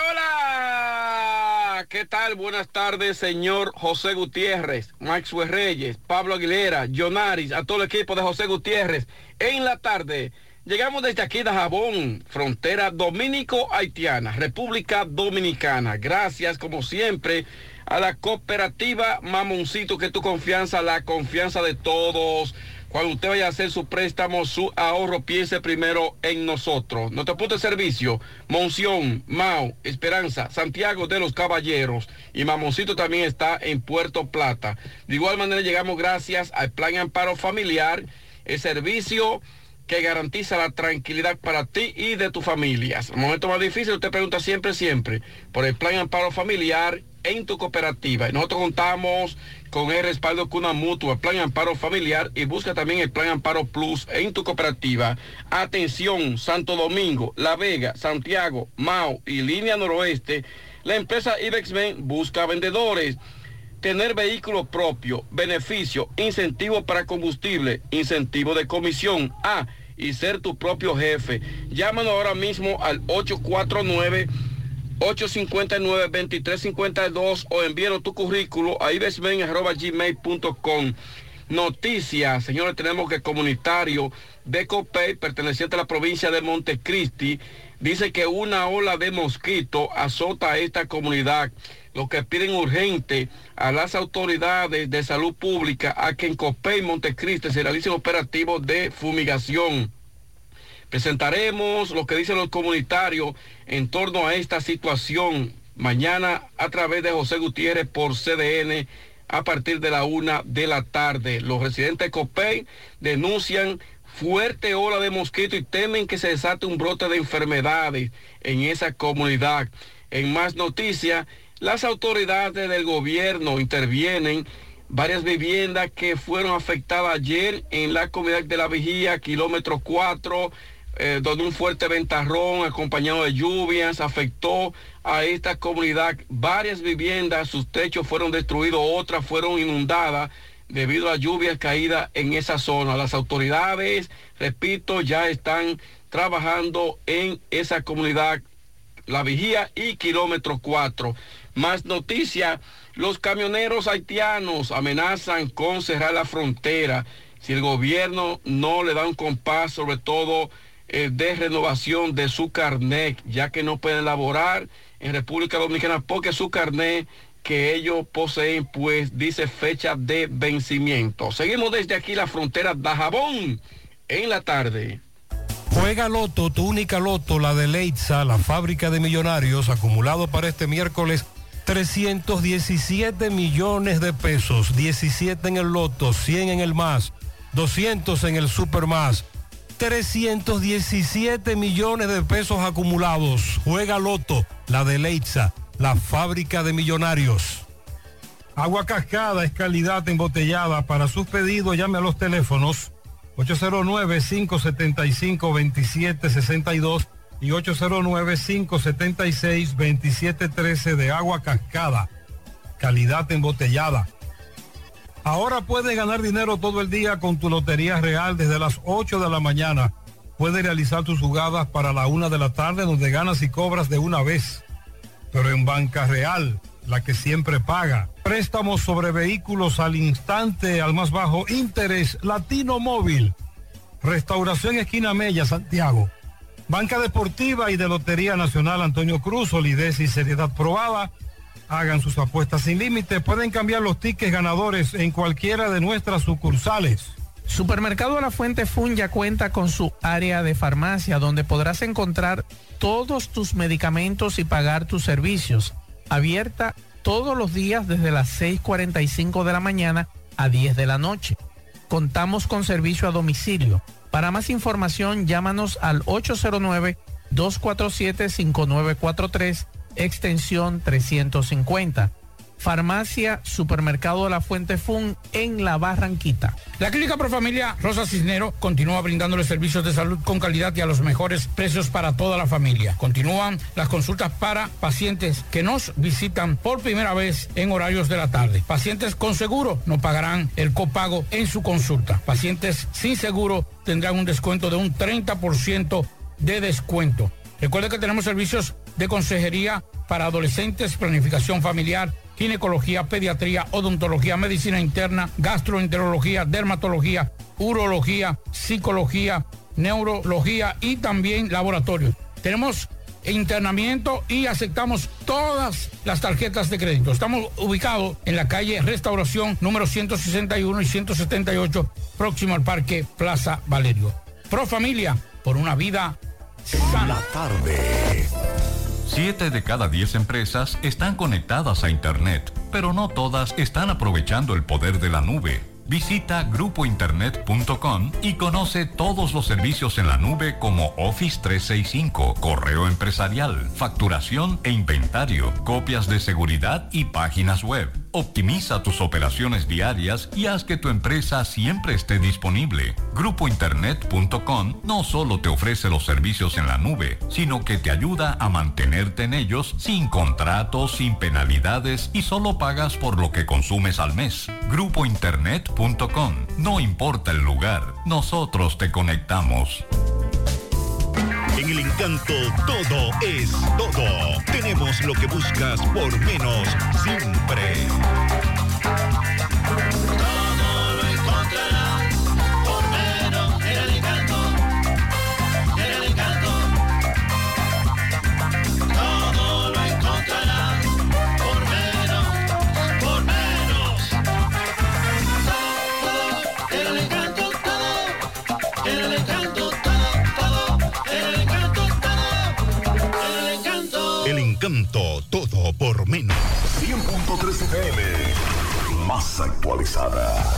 hola. ¿Qué tal? Buenas tardes, señor José Gutiérrez, Maxwell Reyes, Pablo Aguilera, Yonaris, a todo el equipo de José Gutiérrez. En la tarde, llegamos desde aquí, Dajabón, frontera dominico-haitiana, República Dominicana. Gracias, como siempre, a la cooperativa Mamoncito, que tu confianza, la confianza de todos. Cuando usted vaya a hacer su préstamo, su ahorro, piense primero en nosotros. Nuestro punto de servicio, Monción, Mao, Esperanza, Santiago de los Caballeros, y Mamoncito también está en Puerto Plata. De igual manera llegamos gracias al Plan Amparo Familiar, el servicio que garantiza la tranquilidad para ti y de tus familias. En el momento más difícil, usted pregunta siempre, siempre, por el Plan Amparo Familiar en tu cooperativa. Y nosotros contamos con el respaldo de Cuna Mutua, el Plan Amparo Familiar, y busca también el Plan Amparo Plus en tu cooperativa. Atención, Santo Domingo, La Vega, Santiago, Mao y Línea Noroeste, la empresa Ibexmen busca vendedores. Tener vehículo propio, beneficio, incentivo para combustible, incentivo de comisión, ah, y ser tu propio jefe. Llámanos ahora mismo al ocho cuatro nueve, ocho cinco nueve, dos tres cinco dos o envíanos tu currículo a ibexmen arroba gmail punto com. Noticias, señores, tenemos que el comunitario de Copey, perteneciente a la provincia de Montecristi, dice que una ola de mosquito azota a esta comunidad, lo que piden urgente a las autoridades de salud pública a que en Copey y Montecristi se realicen operativos de fumigación. Presentaremos lo que dicen los comunitarios en torno a esta situación mañana a través de José Gutiérrez por C D N a partir de la una de la tarde. Los residentes de Copey denuncian fuerte ola de mosquito y temen que se desate un brote de enfermedades en esa comunidad. En más noticias, las autoridades del gobierno intervienen varias viviendas que fueron afectadas ayer en la comunidad de La Vigía, kilómetro cuatro, eh, donde un fuerte ventarrón acompañado de lluvias afectó a esta comunidad. Varias viviendas, sus techos fueron destruidos, otras fueron inundadas debido a lluvias caídas en esa zona. Las autoridades, repito, ya están trabajando en esa comunidad, La Vigía y kilómetro cuatro. Más noticias, los camioneros haitianos amenazan con cerrar la frontera si el gobierno no le da un compás, sobre todo eh, de renovación de su carnet, ya que no pueden laborar en República Dominicana porque su carnet que ellos poseen, pues, dice fecha de vencimiento. Seguimos desde aquí la frontera Dajabón en la tarde. Juega Loto, tu única Loto, la de Leitza, la fábrica de millonarios, acumulado para este miércoles trescientos diecisiete millones de pesos, diecisiete en el Loto, cien en el Más, doscientos en el Super Más, trescientos diecisiete millones de pesos acumulados. Juega Loto, la de Leitza, la fábrica de millonarios. Agua Cascada es calidad embotellada. Para sus pedidos llame a los teléfonos ocho cero nueve, cinco siete cinco, dos siete seis dos y ocho cero nueve, cinco siete seis, dos siete uno tres de Agua Cascada. Calidad embotellada. Ahora puedes ganar dinero todo el día con tu Lotería Real desde las ocho de la mañana. Puedes realizar tus jugadas para la una de la tarde, donde ganas y cobras de una vez. Pero en Banca Real, la que siempre paga. Préstamos sobre vehículos al instante, al más bajo interés. Latino Móvil. Restauración Esquina Mella, Santiago. Banca Deportiva y de Lotería Nacional Antonio Cruz, solidez y seriedad probada. Hagan sus apuestas sin límite. Pueden cambiar los tickets ganadores en cualquiera de nuestras sucursales. Supermercado La Fuente Fun ya cuenta con su área de farmacia, donde podrás encontrar todos tus medicamentos y pagar tus servicios. Abierta todos los días desde las seis cuarenta y cinco de la mañana a diez de la noche. Contamos con servicio a domicilio. Para más información, llámanos al ocho cero nueve, dos cuatro siete, cinco nueve cuatro tres, extensión trescientos cincuenta. Farmacia Supermercado La Fuente Fun en La Barranquita. La Clínica Profamilia Rosa Cisnero continúa brindándole servicios de salud con calidad y a los mejores precios para toda la familia. Continúan las consultas para pacientes que nos visitan por primera vez en horarios de la tarde. Pacientes con seguro no pagarán el copago en su consulta. Pacientes sin seguro tendrán un descuento de un treinta por ciento de descuento. Recuerde que tenemos servicios de consejería para adolescentes, planificación familiar, ginecología, pediatría, odontología, medicina interna, gastroenterología, dermatología, urología, psicología, neurología y también laboratorio. Tenemos internamiento y aceptamos todas las tarjetas de crédito. Estamos ubicados en la calle Restauración número ciento sesenta y uno y ciento setenta y ocho, próximo al Parque Plaza Valerio. Pro Familia, por una vida sana. La tarde. Siete de cada diez empresas están conectadas a Internet, pero no todas están aprovechando el poder de la nube. Visita grupo internet punto com y conoce todos los servicios en la nube como Office trescientos sesenta y cinco, correo empresarial, facturación e inventario, copias de seguridad y páginas web. Optimiza tus operaciones diarias y haz que tu empresa siempre esté disponible. grupo internet punto com no solo te ofrece los servicios en la nube, sino que te ayuda a mantenerte en ellos sin contratos, sin penalidades y solo pagas por lo que consumes al mes. grupo internet punto com. No importa el lugar, nosotros te conectamos. En El Encanto todo es todo. Tenemos lo que buscas por menos siempre. Todo lo encontrarás por menos en El Encanto. En El Encanto. Todo lo encontrarás por menos, por menos. Todo en El Encanto, todo en El Encanto, todo, todo en El Encanto, todo en El Encanto. El Encanto, todo por menos. cien punto tres F M, más actualizada.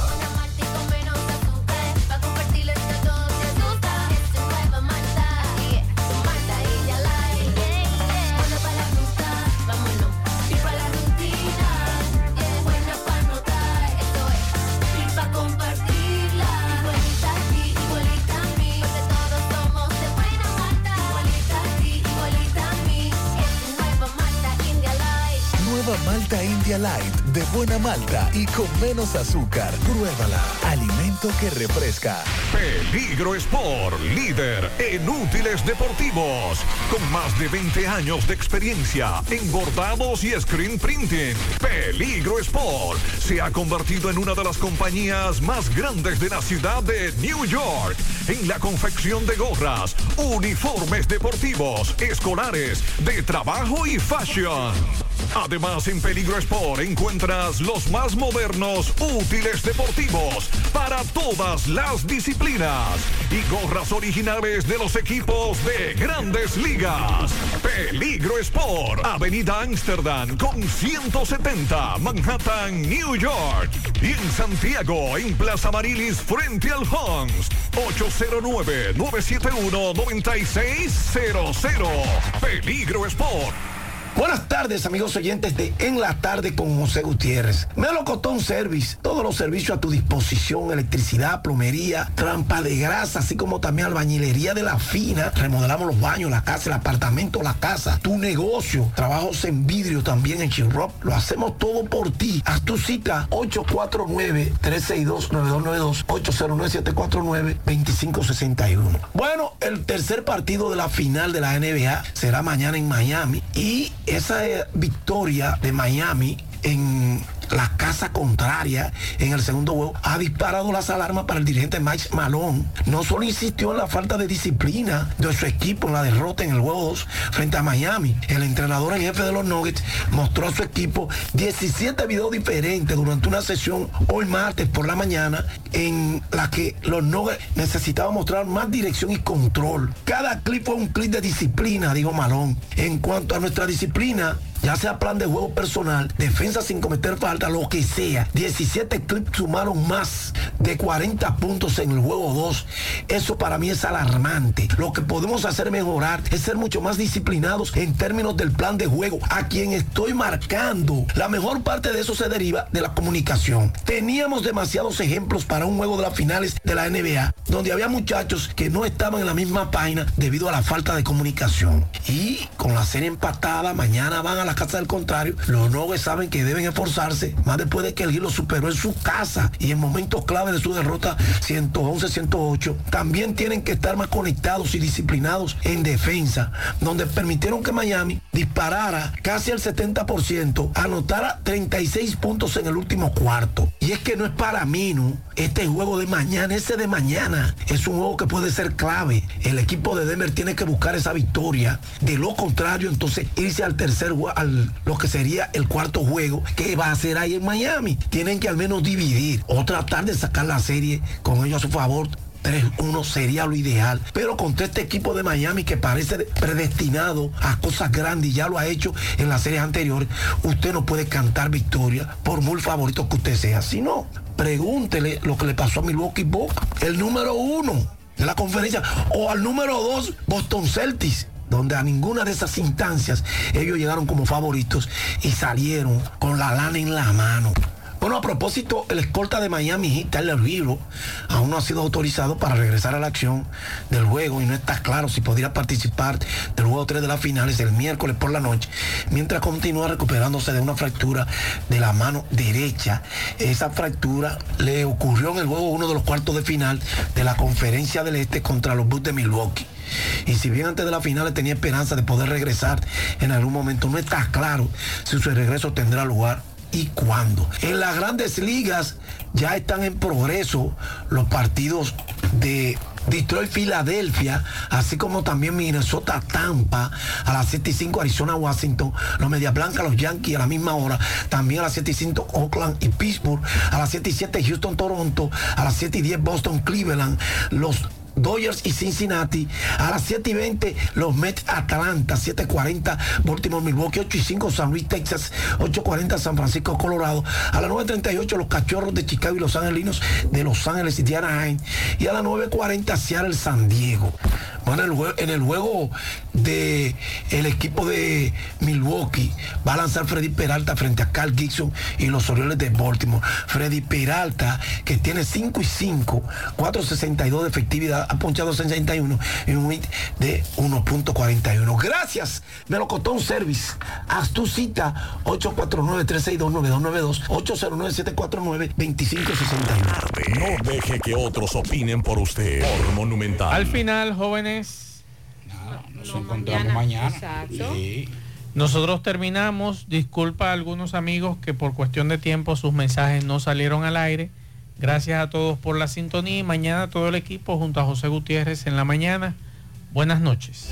malta India Light de buena malta y con menos azúcar. Pruébala. Alimento que refresca. Peligro Sport, líder en útiles deportivos, con más de veinte años de experiencia en bordados y screen printing. Peligro Sport se ha convertido en una de las compañías más grandes de la ciudad de New York en la confección de gorras, uniformes deportivos, escolares, de trabajo y fashion. Además, en Peligro Sport encuentras los más modernos útiles deportivos para todas las disciplinas y gorras originales de los equipos de Grandes Ligas. Peligro Sport, Avenida Amsterdam con ciento setenta, Manhattan, New York. Y en Santiago, en Plaza Marilis, frente al Hans, ocho cero nueve, nueve siete uno, nueve seis cero cero. Peligro Sport. Buenas tardes, amigos oyentes de En la Tarde con José Gutiérrez. Melocotón Service, todos los servicios a tu disposición: electricidad, plomería, trampa de grasa, así como también albañilería de la fina. Remodelamos los baños, la casa, el apartamento, la casa, tu negocio. Trabajos en vidrio también en Chirrop. Lo hacemos todo por ti. Haz tu cita ocho cuatro nueve, tres seis dos, nueve dos nueve dos, ocho cero nueve, siete cuatro nueve, dos cinco seis uno. Bueno, el tercer partido de la final de la N B A será mañana en Miami, y esa victoria de Miami en la casa contraria en el segundo juego ha disparado las alarmas para el dirigente Mike Malone. No solo insistió en la falta de disciplina de su equipo en la derrota en el juego dos frente a Miami. El entrenador en jefe de los Nuggets mostró a su equipo diecisiete videos diferentes durante una sesión hoy martes por la mañana, en la que los Nuggets necesitaban mostrar más dirección y control. Cada clip fue un clip de disciplina, dijo Malone. En cuanto a nuestra disciplina, ya sea plan de juego personal, defensa sin cometer falta, lo que sea, diecisiete clips sumaron más de cuarenta puntos en el juego dos. Eso para mí es alarmante. Lo que podemos hacer mejorar es ser mucho más disciplinados en términos del plan de juego, a quien estoy marcando. La mejor parte de eso se deriva de la comunicación. Teníamos demasiados ejemplos para un juego de las finales de la N B A, donde había muchachos que no estaban en la misma página debido a la falta de comunicación. Y con la serie empatada, mañana van a la casa del contrario. Los Nuggets saben que deben esforzarse, más después de que el Heat los superó en su casa y en momentos clave de su derrota ciento once a ciento ocho. También tienen que estar más conectados y disciplinados en defensa, donde permitieron que Miami disparara casi al setenta por ciento, anotara treinta y seis puntos en el último cuarto. Y es que no es para mí, ¿no? Este juego de mañana, ese de mañana, es un juego que puede ser clave. El equipo de Denver tiene que buscar esa victoria. De lo contrario, entonces irse al tercer juego, al lo que sería el cuarto juego, que va a ser ahí en Miami. Tienen que al menos dividir o tratar de sacar la serie con ellos a su favor. tres uno sería lo ideal, pero contra este equipo de Miami que parece predestinado a cosas grandes y ya lo ha hecho en las series anteriores, usted no puede cantar victoria por muy favorito que usted sea. Si no, pregúntele lo que le pasó a Milwaukee Bucks, el número uno de la conferencia, o al número dos Boston Celtics, donde a ninguna de esas instancias ellos llegaron como favoritos y salieron con la lana en la mano. Bueno, a propósito, el escolta de Miami Heat, Tyler Herro, aún no ha sido autorizado para regresar a la acción del juego y no está claro si podría participar del juego tres de las finales el miércoles por la noche, mientras continúa recuperándose de una fractura de la mano derecha. Esa fractura le ocurrió en el juego uno de los cuartos de final de la Conferencia del Este contra los Bucks de Milwaukee. Y si bien antes de la final tenía esperanza de poder regresar en algún momento, no está claro si su regreso tendrá lugar y cuándo. En las Grandes Ligas ya están en progreso los partidos de Detroit, Filadelfia, así como también Minnesota, Tampa, a las siete y cinco, Arizona, Washington, los Medias Blancas, los Yankees a la misma hora, también a las siete y cinco, Oakland y Pittsburgh, a las siete y siete, Houston, Toronto, a las siete y diez, Boston, Cleveland, los Dodgers y Cincinnati, a las siete y veinte los Mets, Atlanta, siete y cuarenta Baltimore, Milwaukee, ocho y cinco San Luis, Texas, ocho y cuarenta San Francisco, Colorado, a las nueve y treinta y ocho los Cachorros de Chicago y los Angelinos de Los Ángeles y de Anaheim, y a las nueve y cuarenta Seattle, San Diego. Bueno, en el juego, en el juego de el equipo de Milwaukee va a lanzar Freddy Peralta frente a Carl Gibson y los Orioles de Baltimore. Freddy Peralta, que tiene cinco y cinco, cuatro sesenta y dos de efectividad, ha ponchado sesenta y uno y un hit de uno punto cuarenta y uno. Gracias, Melocotón Service. Haz tu cita ocho cuatro nueve, tres seis dos, nueve dos nueve dos, ocho cero nueve, siete cuatro nueve, dos cinco seis uno. No deje que otros opinen por usted. Por Monumental. Al final, jóvenes, Nada, nos no, encontramos mañana. Exacto. Sí. Nosotros terminamos. Disculpa a algunos amigos que por cuestión de tiempo sus mensajes no salieron al aire. Gracias a todos por la sintonía y mañana todo el equipo junto a José Gutiérrez en la mañana. Buenas noches.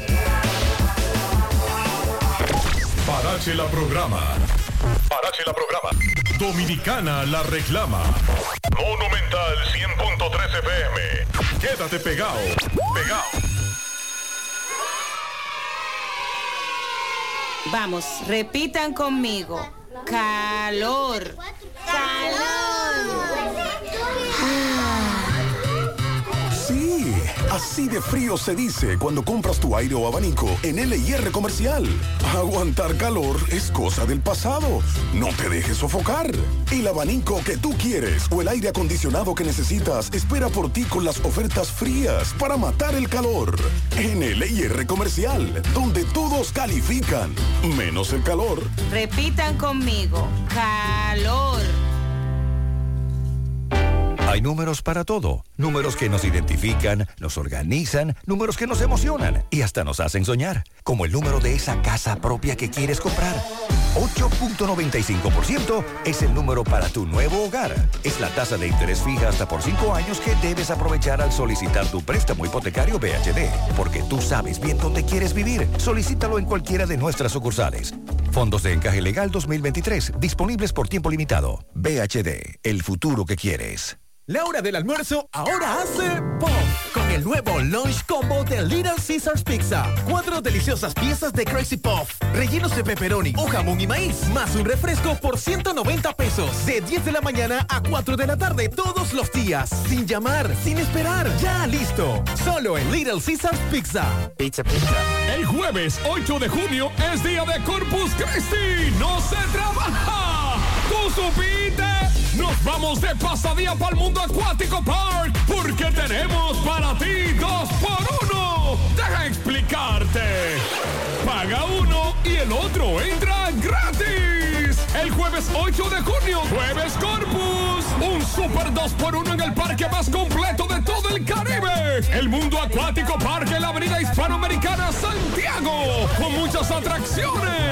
Parache la programa. Parache la programa. Dominicana la reclama. Monumental cien punto tres F M. Quédate pegado. Pegado. Vamos, repitan conmigo. Calor. Calor. Sí, así de frío se dice cuando compras tu aire o abanico en L I R Comercial. Aguantar calor es cosa del pasado. No te dejes sofocar. El abanico que tú quieres o el aire acondicionado que necesitas espera por ti con las ofertas frías para matar el calor. En L I R Comercial, donde todos califican, menos el calor. Repitan conmigo. Calor. Hay números para todo, números que nos identifican, nos organizan, números que nos emocionan y hasta nos hacen soñar, como el número de esa casa propia que quieres comprar. ocho punto noventa y cinco por ciento es el número para tu nuevo hogar. Es la tasa de interés fija hasta por cinco años que debes aprovechar al solicitar tu préstamo hipotecario B H D, porque tú sabes bien dónde quieres vivir. Solicítalo en cualquiera de nuestras sucursales. Fondos de Encaje Legal dos mil veintitrés, disponibles por tiempo limitado. B H D, el futuro que quieres. La hora del almuerzo ahora hace pop con el nuevo Lunch Combo de Little Caesars Pizza. Cuatro deliciosas piezas de Crazy Puff, rellenos de pepperoni o jamón y maíz, más un refresco por ciento noventa pesos. De diez de la mañana a cuatro de la tarde todos los días. Sin llamar, sin esperar, ya listo. Solo en Little Caesars Pizza. Pizza, pizza. El jueves ocho de junio es día de Corpus Christi. ¡No se trabaja! ¿Tú supiste? Nos vamos de pasadía para el Mundo Acuático Park porque tenemos para ti dos por uno. Deja explicarte. Paga uno y el otro entra gratis. El jueves ocho de junio, Jueves Corpus. Un super dos por uno en el parque más completo de todo el Caribe. El Mundo Acuático Park en la avenida Hispanoamericana, Santiago. Con muchas atracciones.